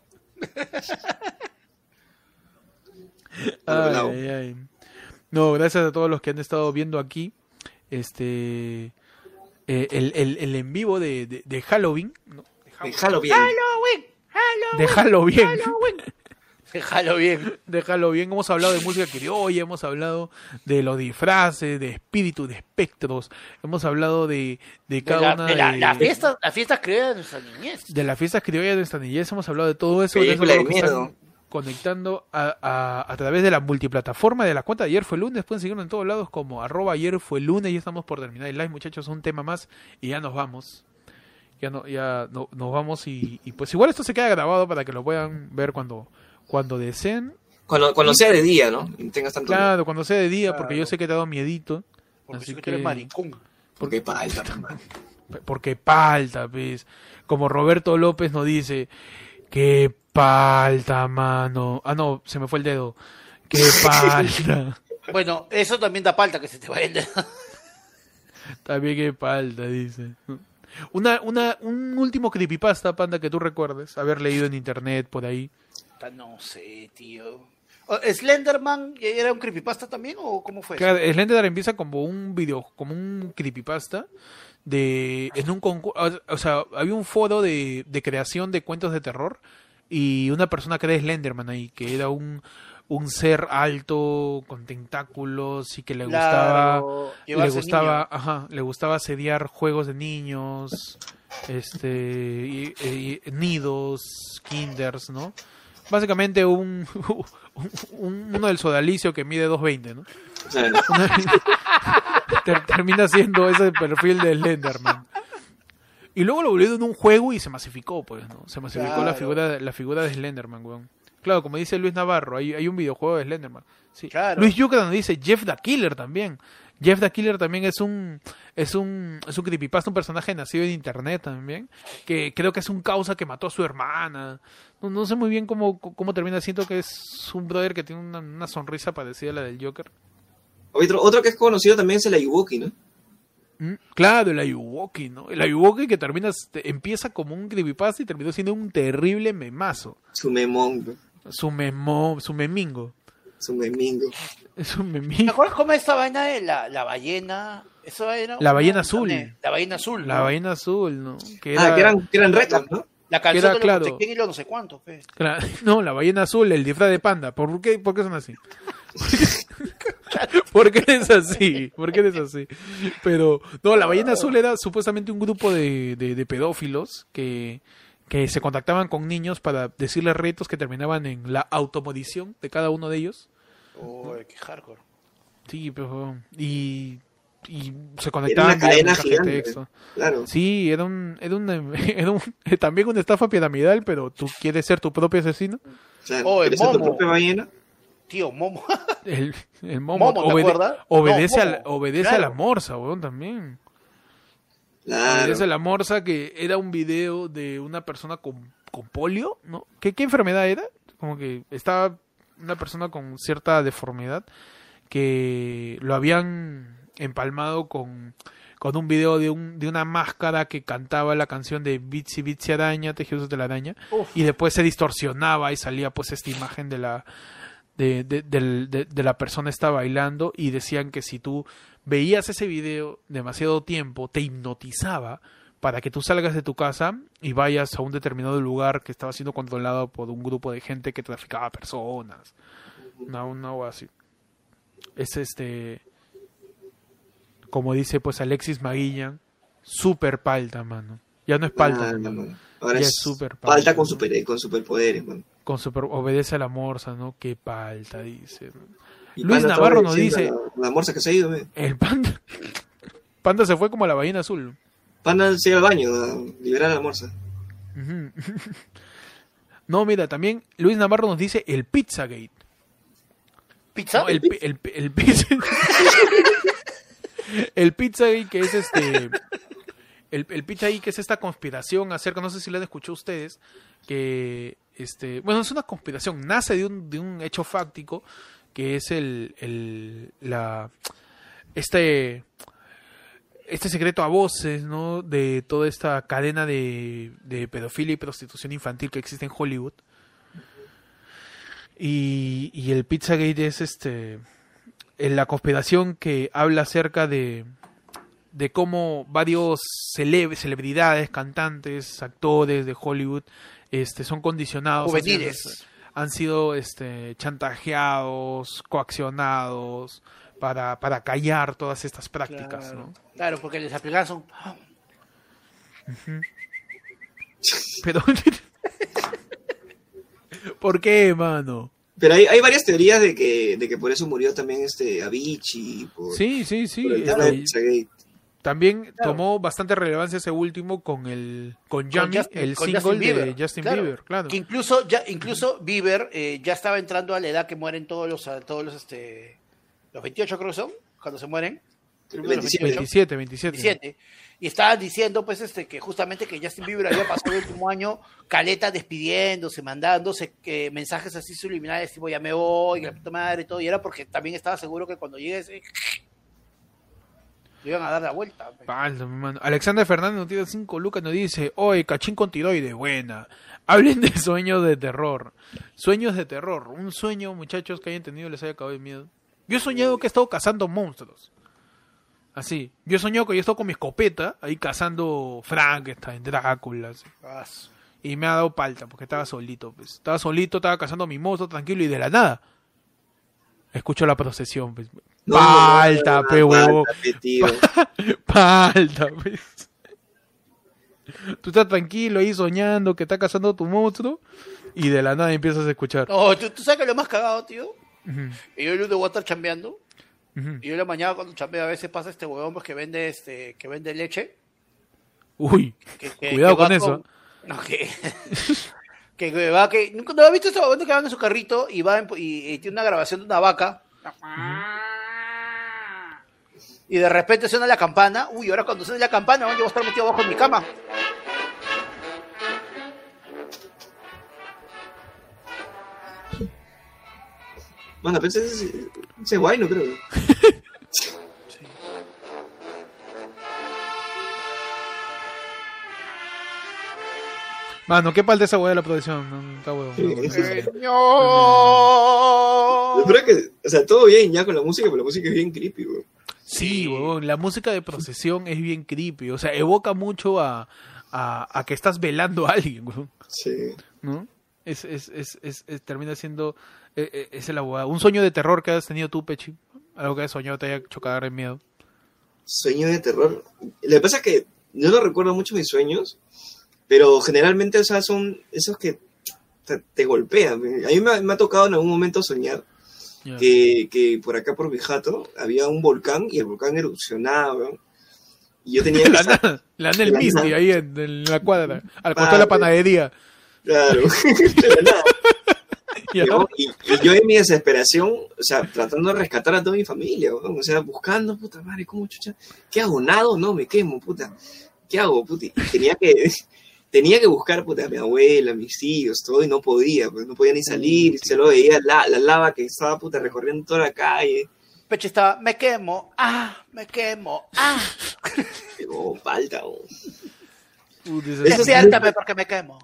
S1: Ay,
S2: Bravo.
S1: ay, ay. No, gracias a todos los que han estado viendo aquí. Este. eh, el, el, el en vivo de, de, de Halloween. ¿no? De Halloween.
S2: Déjalo bien.
S3: Halloween, Halloween,
S1: De Halloween.
S3: Halloween. Déjalo bien.
S1: De Halloween. Hemos hablado de música criolla, hemos hablado de los disfraces, de espíritus, de espectros. Hemos hablado de, de
S3: De
S1: cada
S3: la,
S1: una
S3: de la,
S1: de,
S3: la fiesta, la fiesta creada de nuestra niñez.
S1: de las fiestas criollas de nuestra niñez. Hemos hablado de todo eso.
S2: Película
S1: de
S2: de
S1: eso que están
S2: miedo.
S1: conectando a, a, a través de la multiplataforma de la cuenta de Ayer Fue Lunes. Pueden seguirnos en todos lados como arroba Ayer Fue Lunes. Ya estamos por terminar el live, muchachos. Un tema más y ya nos vamos. Ya no, ya no, nos vamos y, y pues igual esto se queda grabado para que lo puedan ver cuando, cuando deseen.
S2: Cuando, cuando sea de día, ¿no? Y tengas tanto...
S1: Claro, cuando sea de día, porque
S3: Claro.
S1: yo sé que te ha dado miedito.
S3: Porque
S1: Así
S3: si que
S1: que-
S3: tú eres maricón.
S2: Porque palta, hermano.
S1: Porque palta, pues. Como Roberto López nos dice, que palta, mano. Ah, no, se me fue el dedo. Que palta.
S3: Bueno, eso también da palta que se te vaya el dedo.
S1: También que palta, dice. Una, una, un último creepypasta, Panda, que tú recuerdes. Haber leído en internet, por ahí.
S3: No sé, tío. Oh, ¿Slenderman era un creepypasta también o cómo fue?
S1: Claro, Slender empieza como un video, como un creepypasta de en un concurso, o sea, había un foro de, de creación de cuentos de terror y una persona crea Slenderman ahí, que era un, un ser alto con tentáculos y que le
S3: Claro,
S1: gustaba le
S3: llevarse
S1: gustaba,
S3: niño.
S1: ajá, le gustaba asediar juegos de niños, este y- y- nidos, kinders, ¿no? Básicamente un, un- uno del sodalicio que mide dos veinte, ¿no?
S2: Claro.
S1: Ter- termina siendo ese perfil de Slenderman. Y luego lo volvieron en un juego y se masificó, pues, ¿no? Se masificó la
S3: Claro.
S1: figura la figura de Slenderman, weón. Claro, como dice Luis Navarro, hay, hay un videojuego de Slenderman. Sí.
S3: Claro.
S1: Luis Yucra nos dice Jeff the Killer también. Jeff the Killer también es un es un es un creepypasta, un personaje nacido en internet también, que creo que es un causa que mató a su hermana. No, no sé muy bien cómo, cómo termina, siento que es un brother que tiene una, una sonrisa parecida a la del Joker.
S2: Otro, otro que es conocido también es el Ayuwoki, ¿no?
S1: Mm, Claro, el Ayuwoki, ¿no? El Ayuwoki que termina, te- empieza como un creepypasta y terminó siendo un terrible memazo.
S2: Su memón, ¿no?
S1: Su memo, su memingo.
S2: Su memingo.
S1: Es un
S3: ¿Te
S1: memingo.
S3: acuerdas cómo esta vaina de la, la ballena? Eso era
S1: La
S3: una-
S1: ballena azul.
S3: La ballena azul.
S1: La
S3: ¿no?
S1: ballena azul, ¿no? Que
S2: Ah, que eran, que eran retos, ¿no?
S3: La canción
S1: era,
S3: de los
S1: claro.
S3: no sé quién y los no sé cuántos, pues.
S1: Cla- No, la ballena azul, el disfraz de panda. ¿Por qué, por qué son así? ¿Por qué es así? ¿Por qué es así? Pero, no, la ballena azul era supuestamente un grupo de, de, de pedófilos que, que se contactaban con niños para decirles retos que terminaban en la automodición de cada uno de ellos.
S3: Uy, qué hardcore.
S1: Sí, pero, y, y se
S2: Era
S1: conectaban
S2: una
S1: vía
S2: cadena
S1: mensaje de
S2: gigante.
S1: texto.
S2: Claro.
S1: Sí, era un, era un, era un, también una estafa piramidal, pero tú quieres ser tu propio asesino.
S2: O sea,
S3: Oh, el
S2: ¿quieres ser tu
S3: Momo.
S2: propia ballena?
S3: Tío, Momo.
S1: El, el Momo,
S3: Momo, ¿te
S1: obede-
S3: acuerdas?
S1: obedece,
S3: No,
S1: a la,
S3: Momo,
S1: obedece
S3: claro.
S1: a la morsa, weón, también.
S2: Claro.
S1: Obedece a la morsa, que era un video de una persona con, con polio, ¿no? ¿Qué, ¿Qué enfermedad era? Como que estaba una persona con cierta deformidad que lo habían empalmado con, con un video de, un, de una máscara que cantaba la canción de Bitsy Bitsy Araña, Tejidos de la Araña,
S3: Uf.
S1: y después se distorsionaba y salía pues esta imagen de la de, de, del- de- de la persona está bailando, y decían que si tú veías ese video demasiado tiempo te hipnotizaba para que tú salgas de tu casa y vayas a un determinado lugar que estaba siendo controlado por un grupo de gente que traficaba personas. Una, una o así. Es este, como dice pues Alexis Maguillan, super palta, mano. Ya no es palta,
S2: Ah,
S1: mano.
S2: no. Ahora
S1: Ya
S2: es
S1: es super
S2: palta
S1: palta,
S2: con,
S1: ¿no?
S2: super, con superpoderes, man.
S1: Con super, obedece a la morsa, ¿no? Qué palta, dice.
S2: Y
S1: Luis
S2: Panda
S1: Navarro
S2: estaba
S1: nos
S2: diciendo
S1: dice,
S2: La, la morsa que se ha ido, man.
S1: el panda, panda se fue como la ballena azul.
S2: Panda se iba al baño a liberar a la morsa.
S1: Ujú. No, mira, también Luis Navarro nos dice el Pizzagate.
S3: ¿Pizza?
S1: No, el, pi- el, pi- el, pizza... el Pizzagate, que es este... El, el Pizzagate, que es esta conspiración acerca, no sé si lo han escuchado ustedes, que, este, bueno, es una conspiración, nace de un, de un hecho fáctico, que es el, el, la, este, este secreto a voces, ¿no? De toda esta cadena de, de pedofilia y prostitución infantil que existe en Hollywood. Y, y el Pizzagate es este, en la conspiración que habla acerca de, de cómo varios cele- celebridades, cantantes, actores de Hollywood este, son condicionados, han sido,
S3: Juveniles.
S1: han sido este, chantajeados, coaccionados para, para callar todas estas prácticas,
S3: Claro.
S1: ¿no?
S3: Claro, porque les aplicaban son...
S1: Pero, ¿por qué, mano?
S2: Pero hay, hay varias teorías de que, de que por eso murió también este Avicii. Por,
S1: Sí, sí, sí.
S2: por el tema
S1: este,
S2: de Pizzagate.
S1: También
S3: Claro.
S1: tomó bastante relevancia ese último con el con Yummy,
S3: Justin-
S1: el
S3: con
S1: single
S3: Justin
S1: de
S3: Bieber.
S1: Justin
S3: Claro.
S1: Bieber, claro.
S3: Que incluso, ya, incluso Bieber eh, ya estaba entrando a la edad que mueren todos los, a todos los, este, los veintiocho creo que son, cuando se mueren. Creo que los
S2: veintisiete.
S1: veintisiete, veintisiete.
S3: veintisiete. Y estaban diciendo, pues, este, que justamente que Justin Bieber había pasado el último año caleta despidiéndose, mandándose eh, mensajes así subliminales, tipo ya me voy, la puta madre y todo, y era porque también estaba seguro que cuando llegue ese le iban a dar la vuelta. pues.
S1: Palda, mi mano. Alexander Fernández nos tiene cinco lucas, nos dice, oye, cachín con tiroide, buena. Hablen de sueños de terror. Sueños de terror. Un sueño, muchachos, que hayan tenido les haya acabado el miedo. Yo he soñado que he estado cazando monstruos. Así. Yo he soñado que yo he estado con mi escopeta ahí cazando Frankenstein, Drácula. Así.
S3: Ah, su-
S1: Y me ha dado palta porque estaba solito. Pues. Estaba solito, estaba cazando a mi monstruo tranquilo y de la nada escucho la procesión. Pues.
S2: No,
S1: Palta,
S2: no, no,
S1: pe
S2: no,
S1: huevo.
S2: palta, pe, tío.
S1: Palta, pues. Tú estás tranquilo ahí soñando que está cazando tu monstruo y de la nada empiezas a escuchar.
S3: No, ¿tú, tú sabes que lo más cagado, tío.
S1: Ujú,
S3: Y yo el lunes voy a estar chambeando.
S1: ujú.
S3: Y yo en la mañana cuando chambeo a veces pasa este huevón pues, que vende este que vende leche.
S1: Uy,
S3: Que, que-
S1: cuidado
S3: que va
S1: con eso.
S3: No, que, que, que va que nunca no has visto ese huevón que va en su carrito y va en- y, y tiene una grabación de una vaca. Y de repente suena la campana. Uy, ahora cuando suena la campana, yo voy a estar metido abajo en mi cama.
S2: Mano, pensé ese, ese guay, no creo.
S1: Mano, qué palta esa hueá de la producción. No, está huevo.
S2: Sí,
S1: No,
S2: sí,
S1: no,
S2: sí.
S3: Señor.
S2: Lo peor es que, o sea, todo bien ya con la música, pero la música es bien creepy, weón.
S1: Sí, huevón, la música de procesión es bien creepy. O sea, evoca mucho a, a, a que estás velando a alguien, huevón,
S2: Sí.
S1: ¿no? Es, es, es, es, es- termina siendo eh, eh, es el abogado. Un sueño de terror que has tenido tú, Pechi. Algo que has soñado te haya hecho cagar en miedo.
S2: Sueño de terror. Lo que pasa es que yo no recuerdo mucho mis sueños, pero generalmente, o sea, son esos que te, te golpean. A mí me, ha- me ha tocado en algún momento soñar
S1: Ya.
S2: que, que por acá, por mi jato, había un volcán y el volcán erupcionaba, weón. Y yo tenía que
S1: La
S2: estar...
S1: nada, la nada el
S2: La
S1: Misty
S2: nada.
S1: ahí en, en la cuadra, al costado de la
S2: Ah,
S1: panadería.
S2: Claro, de la nada.
S1: Ya.
S2: Yo- y, y yo en mi desesperación, o sea, tratando de rescatar a toda mi familia, weón, o sea, buscando, puta madre, ¿cómo chucha? ¿Qué hago? ¿Nado? No, me quemo, puta. ¿Qué hago, puta? Y tenía que, tenía que buscar, puta, a mi abuela, a mis tíos, todo, y no podía, pues no podía ni salir, solo veía la, la lava que estaba, puta, recorriendo toda la calle.
S3: Peche estaba, me quemo, ah, me quemo, ah.
S2: Digo, falta, weón.
S1: Puta, esa-
S2: Eso es-
S3: Despiértame porque me quemo.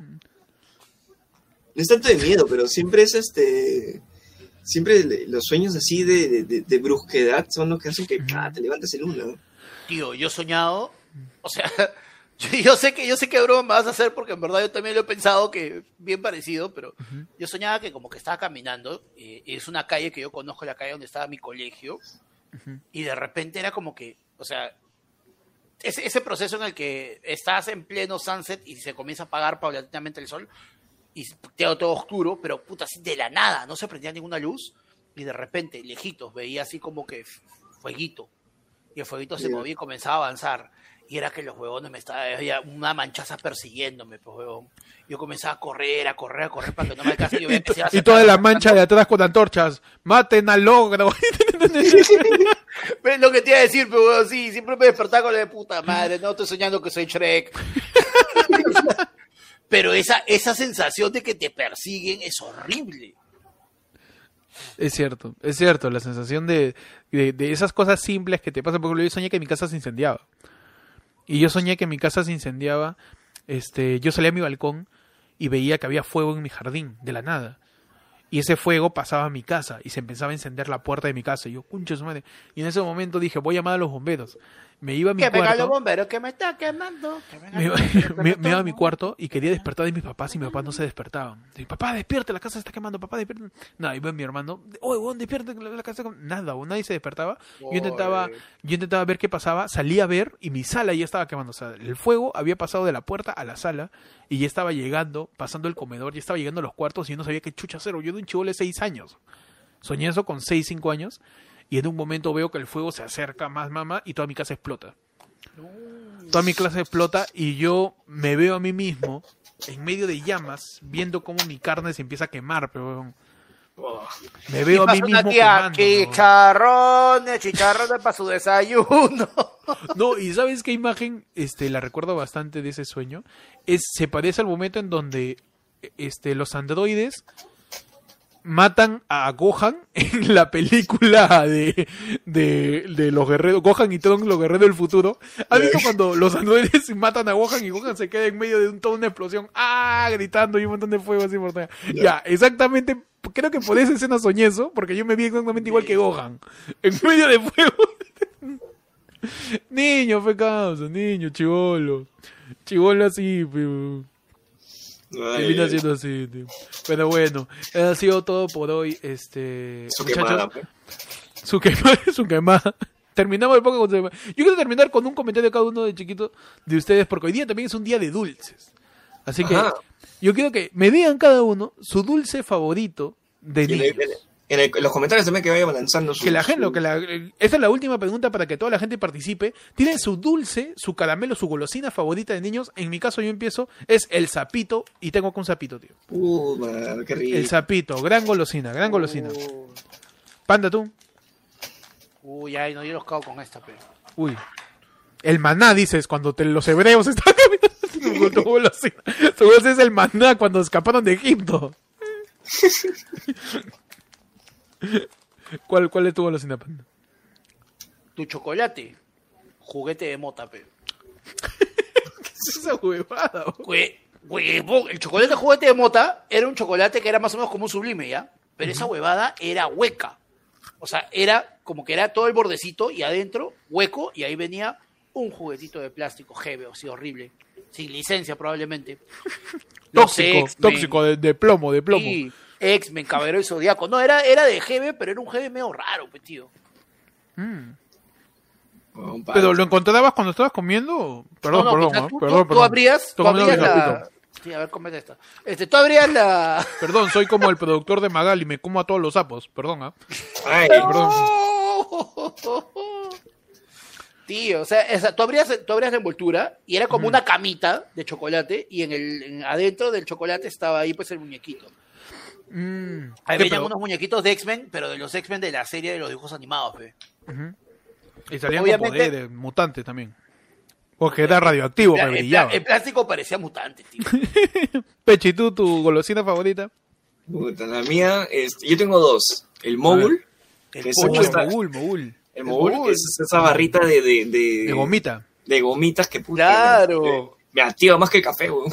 S2: No es tanto de miedo, pero siempre es este. Siempre le- los sueños así de, de, de- de brusquedad son los que hacen que ah, te levantes en una, ¿no?
S3: Tío, yo he soñado, o sea, yo, yo sé que yo sé qué broma me vas a hacer porque en verdad yo también lo he pensado que bien parecido, pero yo soñaba que como que estaba caminando, eh, es una calle que yo conozco, la calle donde estaba mi colegio, y de repente era como que, o sea, ese, ese proceso en el que estás en pleno sunset y se comienza a apagar paulatinamente el sol y queda todo oscuro, pero puta, así de la nada, no se prendía ninguna luz y de repente, lejitos, veía así como que fueguito y el fueguito se
S2: Ya.
S3: movía y comenzaba a avanzar y era que los huevones me estaban, había una manchaza persiguiéndome, pues huevón. Yo comenzaba a correr, a correr, a correr para que no me alcance y yo veía que se iba
S1: Y toda
S3: acercando,
S1: la mancha de atrás con antorchas. Maten al logro.
S3: Es lo que te iba a decir, pero weón, sí, siempre me despertaba con la de puta madre, no estoy soñando que soy Shrek. Pero esa, esa sensación de que te persiguen es horrible.
S1: Es cierto, es cierto, la sensación de, de, de esas cosas simples que te pasan. Por ejemplo, yo soñé que mi casa se incendiaba. Y yo soñé que mi casa se incendiaba. Este, yo salía a mi balcón y veía que había fuego en mi jardín, de la nada. Y ese fuego pasaba a mi casa y se empezaba a encender la puerta de mi casa. Y yo, concha su madre. Y en ese momento dije, voy a llamar a los bomberos. Me iba a mi
S3: Que vengan los
S1: cuarto.
S3: bomberos que me está quemando. Que vengan
S1: Me iba,
S3: los bomberos que
S1: me- me iba a mi
S3: está
S1: cuarto y quería despertar de mis papás y mis papás no se despertaban. Y, papá, despierte, la casa se está quemando, papá, despierte. Nada, iba mi hermano, oye, weón, despierte, la, la casa se está quemando. Nada, weón, nadie se despertaba. Yo intentaba,
S3: Oye.
S1: yo intentaba ver qué pasaba, salía a ver y mi sala ya estaba quemando. O sea, el fuego había pasado de la puerta a la sala y ya estaba llegando, pasando el comedor, ya estaba llegando a los cuartos y yo no sabía qué chucha hacer. Yo de un chivolo de seis años. Soñé eso con seis, cinco años y en un momento veo que el fuego se acerca más, mamá, y toda mi casa explota. Toda mi clase explota y yo me veo a mí mismo en medio de llamas, viendo cómo mi carne se empieza a quemar, pero me veo a mí
S3: pasa
S1: mismo
S3: una tía,
S1: quemando.
S3: chicharrones, chicharrones para su desayuno.
S1: No, y ¿sabes qué imagen? Este, la recuerdo bastante de ese sueño. Es, se parece al momento en donde este, los androides matan a Gohan en la película de, de, de los guerreros, Gohan y Trunks, los guerreros del futuro. ¿Has visto cuando los androides matan a Gohan y Gohan se queda en medio de un, toda una explosión? ¡Ah! Gritando y un montón de fuego así por allá. Ya, exactamente. Creo que por esa escena soñé eso, porque yo me vi exactamente igual que Gohan. En medio de fuego. Niño, fe causa, niño, chivolo. Chivolo así, pero...
S2: Ay,
S1: Termina
S2: ay,
S1: siendo así, tío. Pero bueno, ha sido todo por hoy, este...
S2: su
S1: muchachos.
S2: quemada, pues.
S1: Su quemada, su quemada. Terminamos el poco con su quemada. Yo quiero terminar con un comentario de cada uno de chiquito de ustedes, porque hoy día también es un día de dulces. Así que
S2: Ajá.
S1: yo quiero que me digan cada uno su dulce favorito de
S2: En, el-
S1: niños.
S2: en el- en el- en los comentarios también que vayan lanzando su,
S1: Que la gente,
S2: su-
S1: que la, esta es la última pregunta para que toda la gente participe. ¿Tienen su dulce, su caramelo, su golosina favorita de niños? En mi caso yo empiezo, es el sapito, y tengo con un sapito, tío.
S2: Uh, man, qué rico.
S1: El sapito, gran golosina, gran golosina. Panda, tú.
S3: Uy, ay, no, yo los cago con esta, pero.
S1: Uy. El maná, dices, cuando te- los hebreos estaban caminando con tu golosina. Tu golosina es el maná cuando escaparon de Egipto. ¿Cuál, cuál es tu golosina, Panda?
S3: Tu chocolate, juguete de mota, pero.
S1: ¿Qué es esa huevada? bro?
S3: Jue- Huevón, el chocolate juguete de mota era un chocolate que era más o menos como un Sublime, ¿ya? Pero esa huevada era hueca. O sea, era como que era todo el bordecito y adentro hueco y ahí venía un juguetito de plástico heavy, así horrible. Sin licencia probablemente. Los
S1: Tóxico,
S3: X-Men.
S1: tóxico, de, de plomo, de plomo.
S3: Sí, X-Men, Caballero y Zodíaco. No, era, era de G B, pero era un G B medio raro, pues, tío.
S1: Mm.
S2: Huevón,
S1: ¿Pero
S2: palta.
S1: lo encontrabas cuando estabas comiendo? Perdón,
S3: no, no,
S1: perdón,
S3: o sea,
S1: ¿ah?
S3: tú,
S1: perdón,
S3: tú- tú
S1: perdón.
S3: abrías, tú
S1: Estoy comiendo
S3: abrías
S1: mi
S3: la...
S1: papito.
S3: Sí, a ver, cómete esta. Este, tú abrías la...
S1: Perdón, soy como el productor de Magali, me como a todos los sapos, perdón, ¿ah?
S2: Ay,
S1: Perdón.
S3: Tío, o sea, esa- tú, abrías, tú abrías la envoltura y era como una camita de chocolate y en el en- adentro del chocolate estaba ahí pues el muñequito.
S1: Mm.
S3: Ahí
S1: ¿Qué
S3: venían
S1: pedo?
S3: unos muñequitos de X-Men, pero de los X-Men de la serie de los dibujos animados, pe.
S1: Ujú. Y salían
S3: Obviamente-
S1: con poderes, mutantes también. Porque era radioactivo,
S3: Pla-
S1: me
S3: el, pla-
S1: brillaba.
S3: el plástico parecía mutante, tío.
S1: Pechi, ¿tú tu golosina favorita?
S2: puta, la mía, este, yo tengo dos. El mogul,
S3: El
S2: que es
S3: mogul.
S1: Uy,
S2: esta-
S1: mogul, mogul.
S2: el mogul,
S3: mogul.
S2: que es esa barrita de, de, de,
S1: De gomita.
S2: de gomitas que puta,
S3: Claro.
S2: me, me activa más que el café, weón.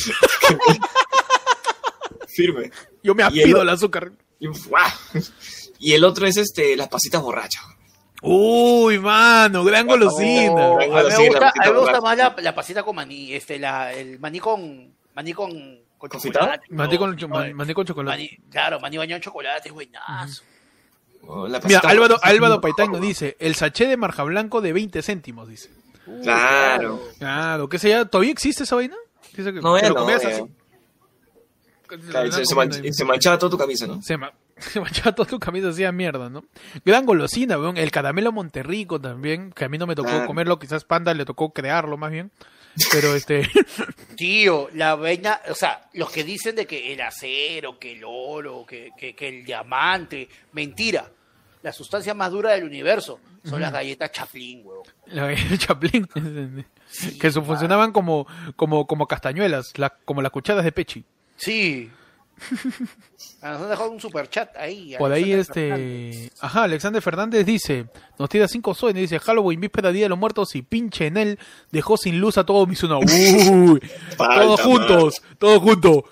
S2: Firme.
S1: Yo me
S2: Y el
S1: apido
S2: o-
S1: el azúcar.
S2: Y, ¡guau! Y el otro es este, las pasitas borrachas.
S1: Uy, mano, gran golosina.
S3: Oh,
S2: Gran
S3: a mí me
S2: golosina,
S3: gusta, a
S2: pasita
S3: mí me gusta
S2: borracha.
S3: más la, la pasita con maní, este, la, el maní con, maní con, con
S2: ¿Confitado?
S3: chocolate.
S1: Maní con,
S3: No,
S1: man-
S3: no,
S1: maní con chocolate.
S3: maní- claro, maní bañado en chocolate, es buenazo.
S2: Oh, la
S1: Mira,
S2: pasita
S1: Álvaro,
S2: borracha.
S1: Álvaro Paitán nos dice, el sachet de marja blanco de veinte céntimos, dice.
S2: Claro.
S1: Claro, ¿qué sé ya? ¿Todavía existe esa vaina? Dice que
S2: No,
S1: te
S2: ya
S1: lo
S2: no,
S1: comías
S2: ya.
S1: así.
S2: Claro, y se, se manch- y se manchaba toda tu camisa, ¿no?
S1: Se, ma- se manchaba toda tu camisa, hacía mierda, ¿no? Gran golosina, weón. El caramelo Monterrico también, que a mí no me tocó
S2: Claro.
S1: comerlo, quizás Panda le tocó crearlo más bien. Pero este,
S3: Tío, la vaina, o sea, los que dicen de que el acero, que el oro, que, que, que el diamante, mentira. La sustancia más dura del universo son las galletas Chaplin, weón.
S1: la el Chaplin, que eso funcionaban como, como, como castañuelas, la- como las cucharas de Pechi.
S3: Sí. Ah, Nos han dejado un super chat ahí.
S1: Por ahí
S3: Alexander
S1: este...
S3: Fernández.
S1: Ajá, Alexander Fernández dice, nos tira cinco soles, dice, Halloween, víspera Día de los Muertos y pinche en él dejó sin luz a todo Mizuno. Uy,
S2: Falta,
S1: todos juntos, todos juntos.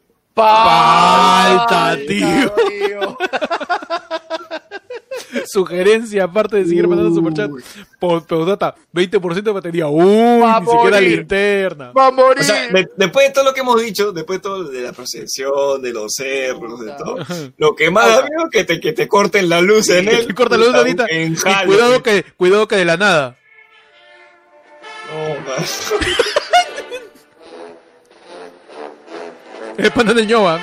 S1: Falta, tío.
S3: tío.
S1: Sugerencia, aparte de seguir mandando superchat, por data, veinte por ciento de batería. Uy,
S3: Va a
S1: ni siquiera
S3: morir.
S1: linterna.
S3: Va a morir.
S2: O sea, de- después de todo lo que hemos dicho, después de todo de la procesión, de los cerros, de todo, lo que más da miedo es que te, que te corten la luz en él.
S1: Te corta la luz
S2: puta,
S1: ahorita.
S2: en
S1: Y
S2: Halloween.
S1: cuidado que, cuidado que de la nada.
S2: No, man.
S1: Es pana del ñoba.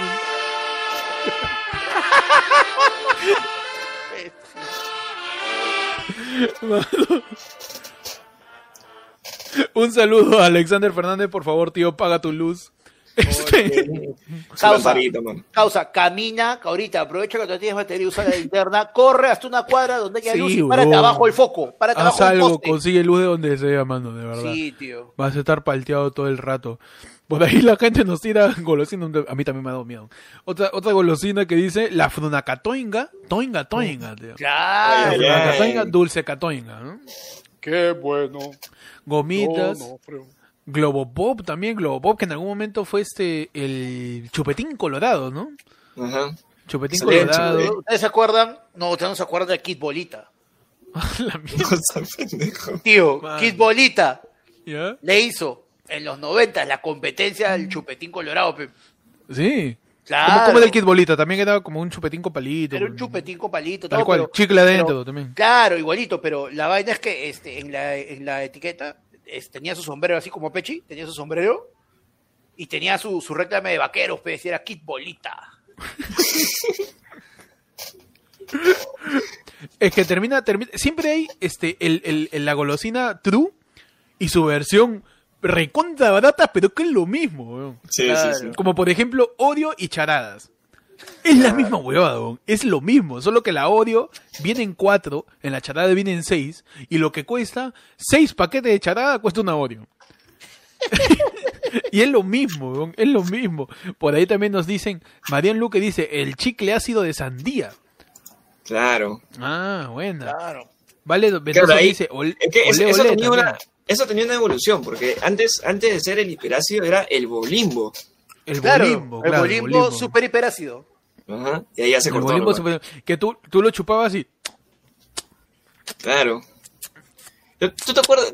S1: Un saludo a Alexander Fernández, por favor, tío, paga tu luz. Este,
S2: Su
S3: Causa.
S2: lamparita, man.
S3: Causa, camina, ahorita, aprovecha que no tienes batería y usa la linterna, corre hasta una cuadra donde haya
S1: Sí,
S3: luz y párate
S1: huevón.
S3: abajo el foco, párate
S1: haz
S3: abajo el
S1: algo,
S3: poste.
S1: consigue luz de donde sea, mano, de verdad.
S3: Sí, tío.
S1: Vas a estar palteado todo el rato. Por ahí la gente nos tira golosina. A mí también me ha dado miedo. Otra, otra golosina que dice la frunacatoinga. Toinga, toinga, tío.
S3: Claro.
S2: Ay, ay,
S1: Frunacatoinga,
S2: ay.
S1: dulce catoinga, ¿no?
S3: Qué bueno.
S1: Gomitas.
S3: No, no, pero-
S1: Globopop también. Globopop que en algún momento fue este el chupetín colorado, ¿no?
S2: Ajá.
S1: Chupetín
S2: Excelente,
S1: colorado.
S2: ¿eh?
S3: ¿Ustedes se acuerdan? No, ustedes no se acuerdan de Kid Bolita.
S1: La mierda,
S2: No seas pendejo.
S3: Tío,
S1: Man.
S3: Kid Bolita
S1: ¿ya?
S3: le hizo en los noventa la competencia del chupetín colorado. pe.
S1: Sí.
S3: Claro.
S1: Como, como del Kid Bolita. También era como un chupetín con palito.
S3: Era un chupetín con palito.
S1: Tal
S3: todo,
S1: cual.
S3: pero-
S1: Chicle adentro
S3: pero-
S1: también.
S3: Claro, igualito, pero la vaina es que este, en, la, en la etiqueta es- tenía su sombrero así como Pechi, tenía su sombrero y tenía su, su reclame de vaqueros, pues, y era Kid Bolita.
S1: Es que termina, termina siempre hay este el, el, el- la golosina true y su versión recontra barata, pero que es lo mismo, weón.
S2: Sí,
S3: Claro.
S2: sí, sí.
S1: Como por ejemplo Oreo y charadas. Es la misma huevada, weón. Es lo mismo, solo que la Oreo viene en cuatro, en la charada viene en seis, y lo que cuesta seis paquetes de charada cuesta una Oreo. Y es lo mismo, weón, es lo mismo. Por ahí también nos dicen, Marian Luque dice, el chicle ácido de sandía.
S2: Claro.
S1: Ah, buena.
S3: Claro.
S1: Vale, Mendoza
S2: Claro, ahí-
S1: dice, ol-
S2: Es que
S1: olé,
S2: esa
S1: olé
S2: tenía
S1: también.
S2: una, eso tenía una evolución, porque antes, antes de ser el hiperácido era el bolimbo.
S1: El
S3: Claro,
S1: bolimbo,
S3: el
S1: claro,
S3: bolimbo super hiperácido.
S2: Ajá. Y ahí ya se
S1: El
S2: cortó.
S1: bolimbo
S2: nomás.
S1: super- que tú, tú lo chupabas y...
S2: Claro. ¿Tú te acuerdas?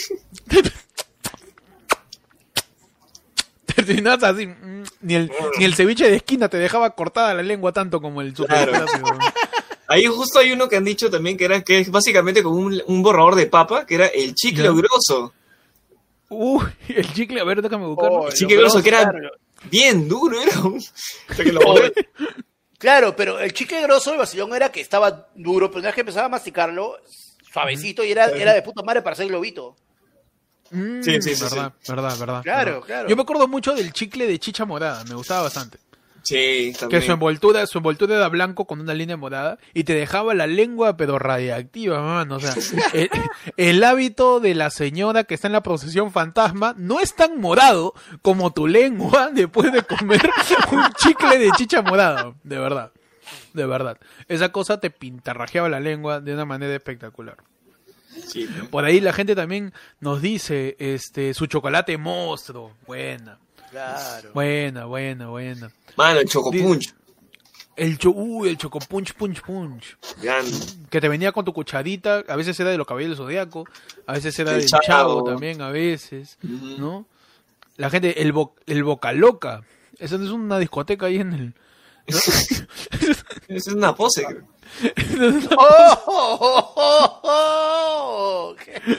S1: Terminabas así. mm, Ni el, ni el ceviche de esquina te dejaba cortada la lengua tanto como el super
S2: Claro.
S1: hiperácido.
S2: Ahí justo hay uno que han dicho también que era que es básicamente como un, un borrador de papa, que era el chicle
S1: Ya.
S2: grosso.
S1: Uy, el chicle, a ver, déjame buscarlo.
S3: Oh,
S2: El chicle
S3: lo
S2: grosso, que era
S3: claro.
S2: bien duro, era un... o sea, que lo
S3: Oh,
S2: mordía-
S3: Claro, pero el chicle grosso del vacilón era que estaba duro, pero una vez que empezaba a masticarlo, suavecito, y era, era de puta madre para hacer globito.
S1: Mm,
S2: Sí, sí, sí,
S1: verdad, verdad, verdad.
S3: Claro,
S1: verdad.
S3: claro.
S1: Yo me acuerdo mucho del chicle de chicha morada, me gustaba bastante.
S2: Sí,
S1: Que
S2: también.
S1: su envoltura, su envoltura era blanco con una línea morada y te dejaba la lengua pero radiactiva, mano. O sea, el, el hábito de la señora que está en la procesión fantasma no es tan morado como tu lengua después de comer un chicle de chicha morada. De verdad, de verdad. Esa cosa te pintarrajeaba la lengua de una manera espectacular.
S2: Sí.
S1: Por ahí la gente también nos dice, este, su chocolate monstruo. Buena,
S3: Claro.
S1: buena, buena, buena.
S2: Mano, el chocopunch.
S1: El cho, uy, el choco punch punch punch.
S2: Grande.
S1: Que te venía con tu cucharita, a veces era de los caballeros del Zodiaco, a veces era
S2: El
S1: del
S2: Chavo.
S1: Chavo también, a veces,
S2: Ujú.
S1: ¿no? La gente, el, bo, el Boca Loca, eso no es una discoteca ahí en el... ¿no?
S2: Esa es una pose, creo.
S3: ¡Oh! oh, oh, oh, oh!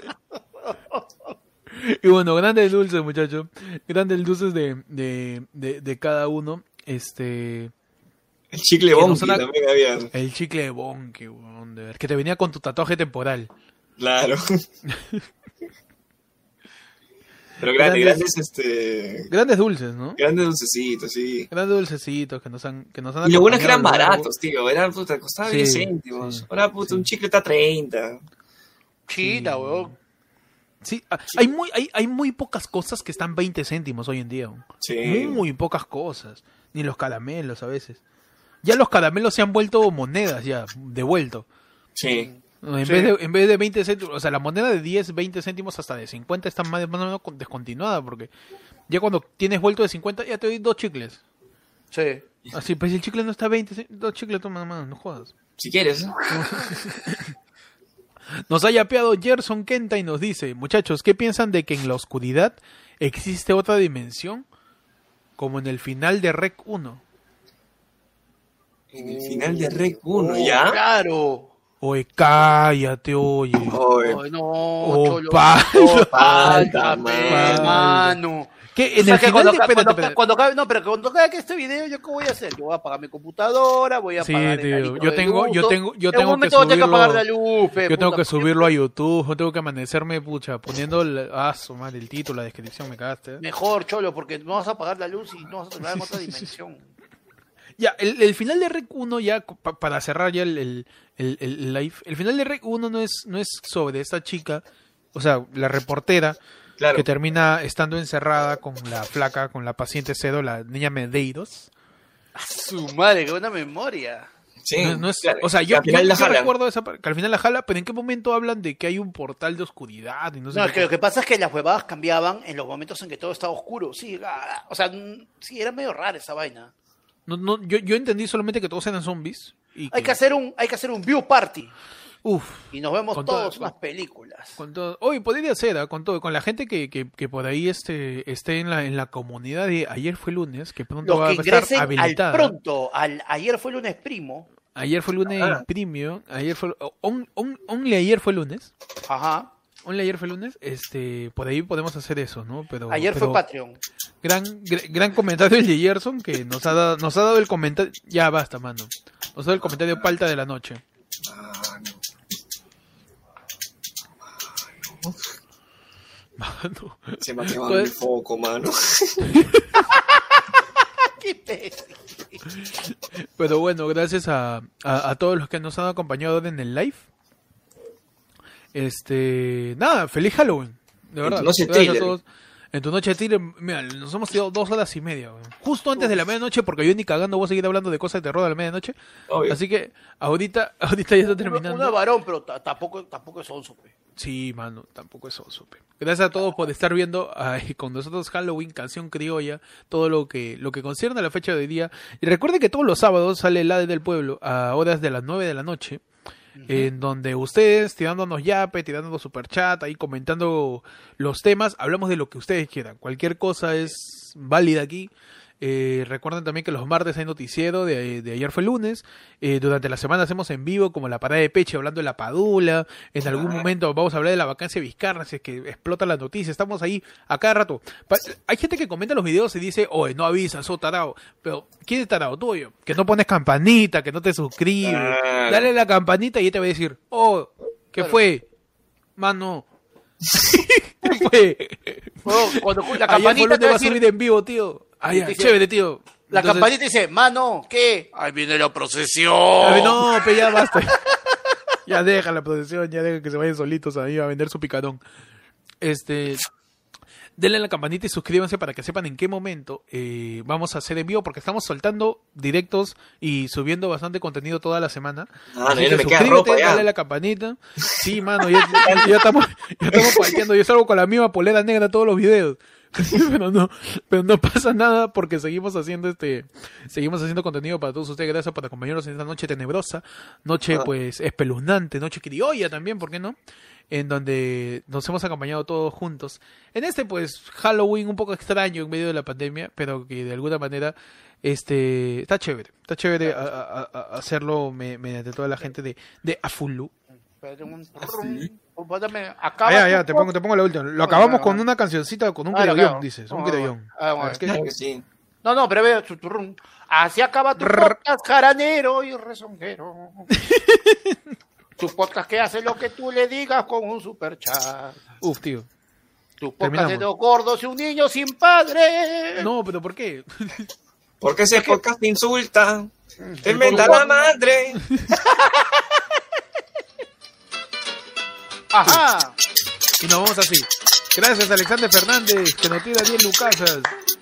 S1: Y bueno, grandes dulces, muchachos, grandes dulces de, de, de, de cada uno, este...
S2: El chicle
S1: Que no
S2: bonky
S1: suena-
S2: también había.
S1: El chicle de bonque, weón, de ver, que te venía con tu tatuaje temporal.
S2: Claro. Pero grandes,
S1: Grandes-
S2: grandes, este...
S1: Grandes dulces, ¿no?
S2: Grandes dulcecitos, sí.
S1: Grandes dulcecitos que nos han, que nos han
S2: Y lo bueno es que eran
S1: acompañado a lo largo-
S2: baratos, tío. Eran, puta, costaban
S1: Sí,
S2: diez céntimos.
S1: sí,
S2: Ahora, puta,
S1: sí.
S2: un chicle está a treinta.
S3: Chita, weón.
S1: Sí, ah, hay muy, hay, hay muy pocas cosas que están veinte céntimos hoy en día. aún.
S2: Sí.
S1: Muy pocas cosas. Ni los caramelos a veces. Ya los caramelos se han vuelto monedas ya, devuelto.
S2: Sí.
S1: En,
S3: Sí.
S1: vez de, en vez de veinte céntimos, o sea, la moneda de diez, veinte céntimos hasta de cincuenta está más, más o menos con- descontinuada porque ya cuando tienes vuelto de cincuenta ya te doy dos chicles.
S3: Sí.
S1: Así, pues si el chicle no está veinte, cé- dos chicles toma más, no jodas.
S2: Si quieres, ¿eh?
S1: Nos ha yapeado Gerson Kenta y nos dice, muchachos, ¿qué piensan de que en la oscuridad existe otra dimensión? Como en el final de Rec uno.
S2: En el final de Rec uno,
S3: Oh,
S2: ¿ya?
S3: Claro.
S1: Oye, cállate, oye.
S2: Oye,
S3: Ay, no,
S1: Oh,
S3: cholo.
S1: pa-
S3: Oh,
S2: Falta,
S3: falta,
S2: man.
S3: mano.
S1: ¿Qué? En
S3: O sea,
S1: el
S3: que
S1: final
S3: cuando,
S1: de...
S3: ca-
S1: espérate,
S3: cuando,
S1: espérate.
S3: cuando acabe- no, pero cuando acabe este video, ¿yo qué voy a hacer? Yo voy a apagar mi computadora, voy a
S1: Sí,
S3: apagar
S1: tío,
S3: el litro
S1: yo
S3: de
S1: tengo-
S3: luz,
S1: yo
S3: todo.
S1: tengo- yo
S3: En
S1: tengo
S3: un
S1: que
S3: momento voy a tener que
S1: subirlo-
S3: apagar la luz, fe,
S1: Yo tengo
S3: puta,
S1: que subirlo a YouTube, yo tengo que amanecerme, pucha, poniendo el... Ah, su madre, el título, la descripción, me cagaste. ¿eh?
S3: Mejor, cholo, porque no vas a apagar la luz y no vas a entrar en otra dimensión.
S1: Ya, el, el final de Rec uno, ya pa- para cerrar ya el, el, el, el live, el final de Rec uno no es, no es sobre esta chica, o sea, la reportera,
S2: claro.
S1: que termina estando encerrada con la flaca, con la paciente Cedo, la niña Medeiros.
S3: Su madre, qué buena memoria.
S2: Sí,
S1: No, no es,
S2: claro.
S1: o sea,
S2: Que
S1: yo,
S2: al final
S1: yo-
S2: la
S1: yo
S2: jalan.
S1: recuerdo esa parte, que al final la jala, pero ¿en qué momento hablan de que hay un portal de oscuridad? Y no sé
S3: No,
S1: qué
S3: es que lo
S1: cosa?
S3: que pasa es que las huevadas cambiaban en los momentos en que todo estaba oscuro. Sí, ah, o sea, mm, sí, era medio rara esa vaina.
S1: No, no, yo, yo entendí solamente que todos eran zombies. Y
S3: Hay que hacer un, hay que hacer un view party
S1: Uf,
S3: y nos vemos
S1: Con
S3: todos
S1: todo-
S3: unas películas.
S1: con todo. Oye, podría ser, ¿ah? Con todo, con la gente que, que, que por ahí este, esté en la, en la comunidad de ayer fue lunes, que pronto
S3: Los
S1: va a
S3: que
S1: estar
S3: ingresen al
S1: habilitada.
S3: pronto, al ayer fue lunes primo,
S1: Ayer fue lunes
S2: Ah.
S1: premium, ayer fue on, on- only ayer fue lunes.
S3: ajá,
S1: Only ayer fue lunes, este, por ahí podemos hacer eso, ¿no? Pero
S3: ayer
S1: pero
S3: fue Patreon.
S1: gran gr- gran comentario el de Gerson que nos ha dado nos ha dado el comentario, ya basta, mano. Nos ha dado el comentario palta de la noche. Mano.
S2: Se me ha quemado
S1: Pues-
S2: el foco, mano.
S3: Qué imbécil.
S1: Pero bueno, gracias a, a, a todos los que nos han acompañado en el live. Este, nada, feliz Halloween. De verdad.
S2: No sé,
S1: Gracias a
S2: Taylor.
S1: todos. En tu noche de tiro, mira, nos hemos tirado dos horas y media, weón. Justo antes de la medianoche, porque yo ni cagando voy a seguir hablando de cosas de terror a la medianoche.
S2: Obvio.
S1: Así que ahorita, ahorita ya está
S3: Uno,
S1: terminando.
S3: uno es varón, pero ta- tampoco, tampoco es onzo, pe.
S1: Sí, mano, tampoco eso supe. Gracias a todos por estar viendo ay, con nosotros Halloween, canción criolla, todo lo que lo que concierne a la fecha de hoy día. Y recuerden que todos los sábados sale el A D E del Pueblo a horas de las nueve de la noche, uh-huh. en donde ustedes, tirándonos yape, tirándonos superchat, ahí comentando los temas, hablamos de lo que ustedes quieran. Cualquier cosa es válida aquí. Eh, recuerden también que los martes hay noticiero, de, de ayer fue lunes. Eh, durante la semana hacemos en vivo como la parada de Peche hablando de la Padula. En algún momento vamos a hablar de la vacancia de Vizcarra, si es que explota la noticia. Estamos ahí a cada rato. Pa- hay gente que comenta los videos y dice, oye, no avisas, sos tarado. Pero, ¿quién es tarado? Tuyo. Que no pones campanita, que no te suscribes.
S2: Ah.
S1: Dale la campanita y él te va a decir, oh, ¿qué
S3: Claro.
S1: fue? Mano. ¿Qué fue?
S3: Bueno, cuando la
S1: Ayer fue
S3: campanita
S1: lunes,
S3: te va
S1: va
S3: a
S1: a subir
S3: decir,
S1: en vivo, tío. Ay,
S3: Dice-
S1: chévere, tío.
S3: la
S1: Entonces-
S3: campanita dice, mano, ¿qué? Ahí viene la procesión.
S1: Ay, no, pero ya basta. Ya deja la producción, ya deja que se vayan solitos ahí a vender su picarón. Este, denle a la campanita y suscríbanse para que sepan en qué momento eh, vamos a hacer en vivo, porque estamos soltando directos y subiendo bastante contenido toda la semana.
S2: Ah,
S1: Así
S2: no, ya
S1: que
S2: no me queda
S1: suscríbete,
S2: ropa ya.
S1: dale a la campanita. Sí, mano, ya, ya- ya estamos, ya estamos parqueando. Yo salgo con la misma polera negra todos los videos. pero no, pero no pasa nada porque seguimos haciendo este, seguimos haciendo contenido para todos ustedes. Gracias por acompañarnos en esta noche tenebrosa, noche
S2: Ah.
S1: pues espeluznante, noche criolla también, ¿por qué no? En donde nos hemos acompañado todos juntos. En este pues Halloween un poco extraño en medio de la pandemia, pero que de alguna manera este está chévere, está chévere a- a- a- a hacerlo me- mediante toda la gente de, de Afulu.
S3: Espérate un-
S2: sí?
S3: Bótame,
S1: Ah,
S3: acaba
S1: ya,
S3: tu
S1: ya, te pongo, te pongo la última. Lo acabamos con una cancioncita, con un
S3: Claro,
S1: criollón,
S3: claro.
S1: dices, un
S3: Vamos,
S1: criollón.
S3: vamos, vamos.
S1: Es que-
S2: Claro que sí.
S3: No, no, pero ve, tu turrún. Así acaba tu
S1: Rrr.
S3: podcast jaranero y rezonguero. Tu podcast que hace lo que tú le digas con un superchat.
S1: Uf, tío.
S3: Tu podcast
S1: Terminamos.
S3: de dos gordos y un niño sin padre.
S1: No, pero ¿por qué?
S2: Porque ese podcast te insulta. Te
S3: El
S2: inventa
S3: podcast-
S2: la madre.
S3: Ajá.
S1: Y nos vamos así. Gracias, Alexander Fernández, que nos tira diez lucasas.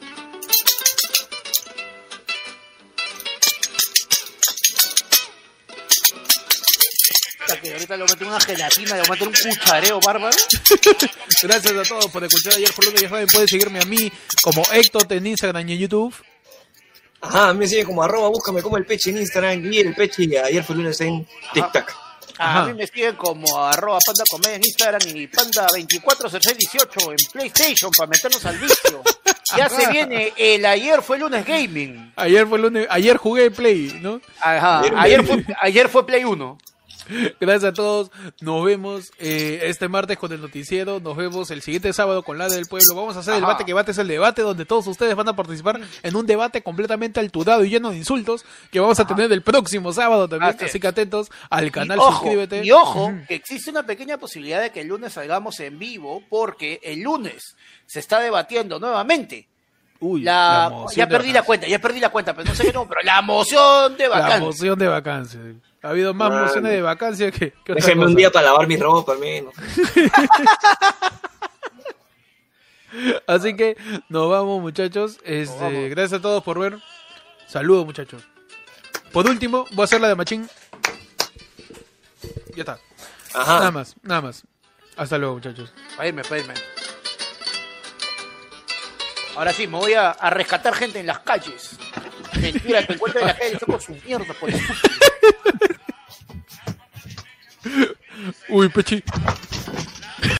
S3: Hasta que ahorita le voy a meter una gelatina, le voy a meter un cuchareo bárbaro.
S1: Gracias a todos por escuchar ayer por lunes. Ya saben, pueden seguirme a mí como Héctor en Instagram y en YouTube.
S2: Ajá, me sigue como arroba, búscame como el Peche en Instagram y el Peche ayer fue lunes en TikTok.
S1: Ajá.
S3: A mí me siguen como arroba panda comedia en Instagram y panda veinticuatro cero seis dieciocho en PlayStation para meternos al vicio. Ya se viene el ayer fue lunes gaming.
S1: Ayer fue lunes, ayer jugué Play, ¿no?
S3: Ajá.
S2: Ayer-
S3: Ayer fue, ayer fue Play uno.
S1: Gracias a todos. Nos vemos eh, este martes con el noticiero. Nos vemos el siguiente sábado con la del pueblo. Vamos a hacer el
S3: Ajá.
S1: debate que bate es el debate donde todos ustedes van a participar en un debate completamente alturado y lleno de insultos que vamos a tener el próximo sábado también.
S3: Así
S1: Así
S3: es.
S1: que atentos al canal,
S3: y ojo,
S1: suscríbete.
S3: y ojo,
S1: Ujú.
S3: que existe una pequeña posibilidad de que el lunes salgamos en vivo porque el lunes se está debatiendo nuevamente.
S1: Uy,
S3: La,
S1: moción
S3: ya
S1: de
S3: perdí la
S1: vacancia.
S3: cuenta, ya perdí la cuenta, pero no sé qué no, pero la moción de
S1: La
S3: vacancia.
S1: moción de vacancia. Ha habido más
S2: Bueno.
S1: mociones de vacancia que, que otra
S2: Déjenme un
S1: cosa.
S2: día para lavar mi ropa al menos.
S1: Así que nos vamos, muchachos. Este,
S3: vamos.
S1: Gracias a todos por ver. Saludos, muchachos. Por último, voy a hacer la de Machín. Ya está.
S2: Ajá.
S1: Nada más, nada más. Hasta luego, muchachos.
S3: Para irme, para irme. Ahora sí, me voy a, a rescatar gente en las calles. Mentira, que encuentro en la calle, con su mierda por eso.
S1: Uy, Pechi.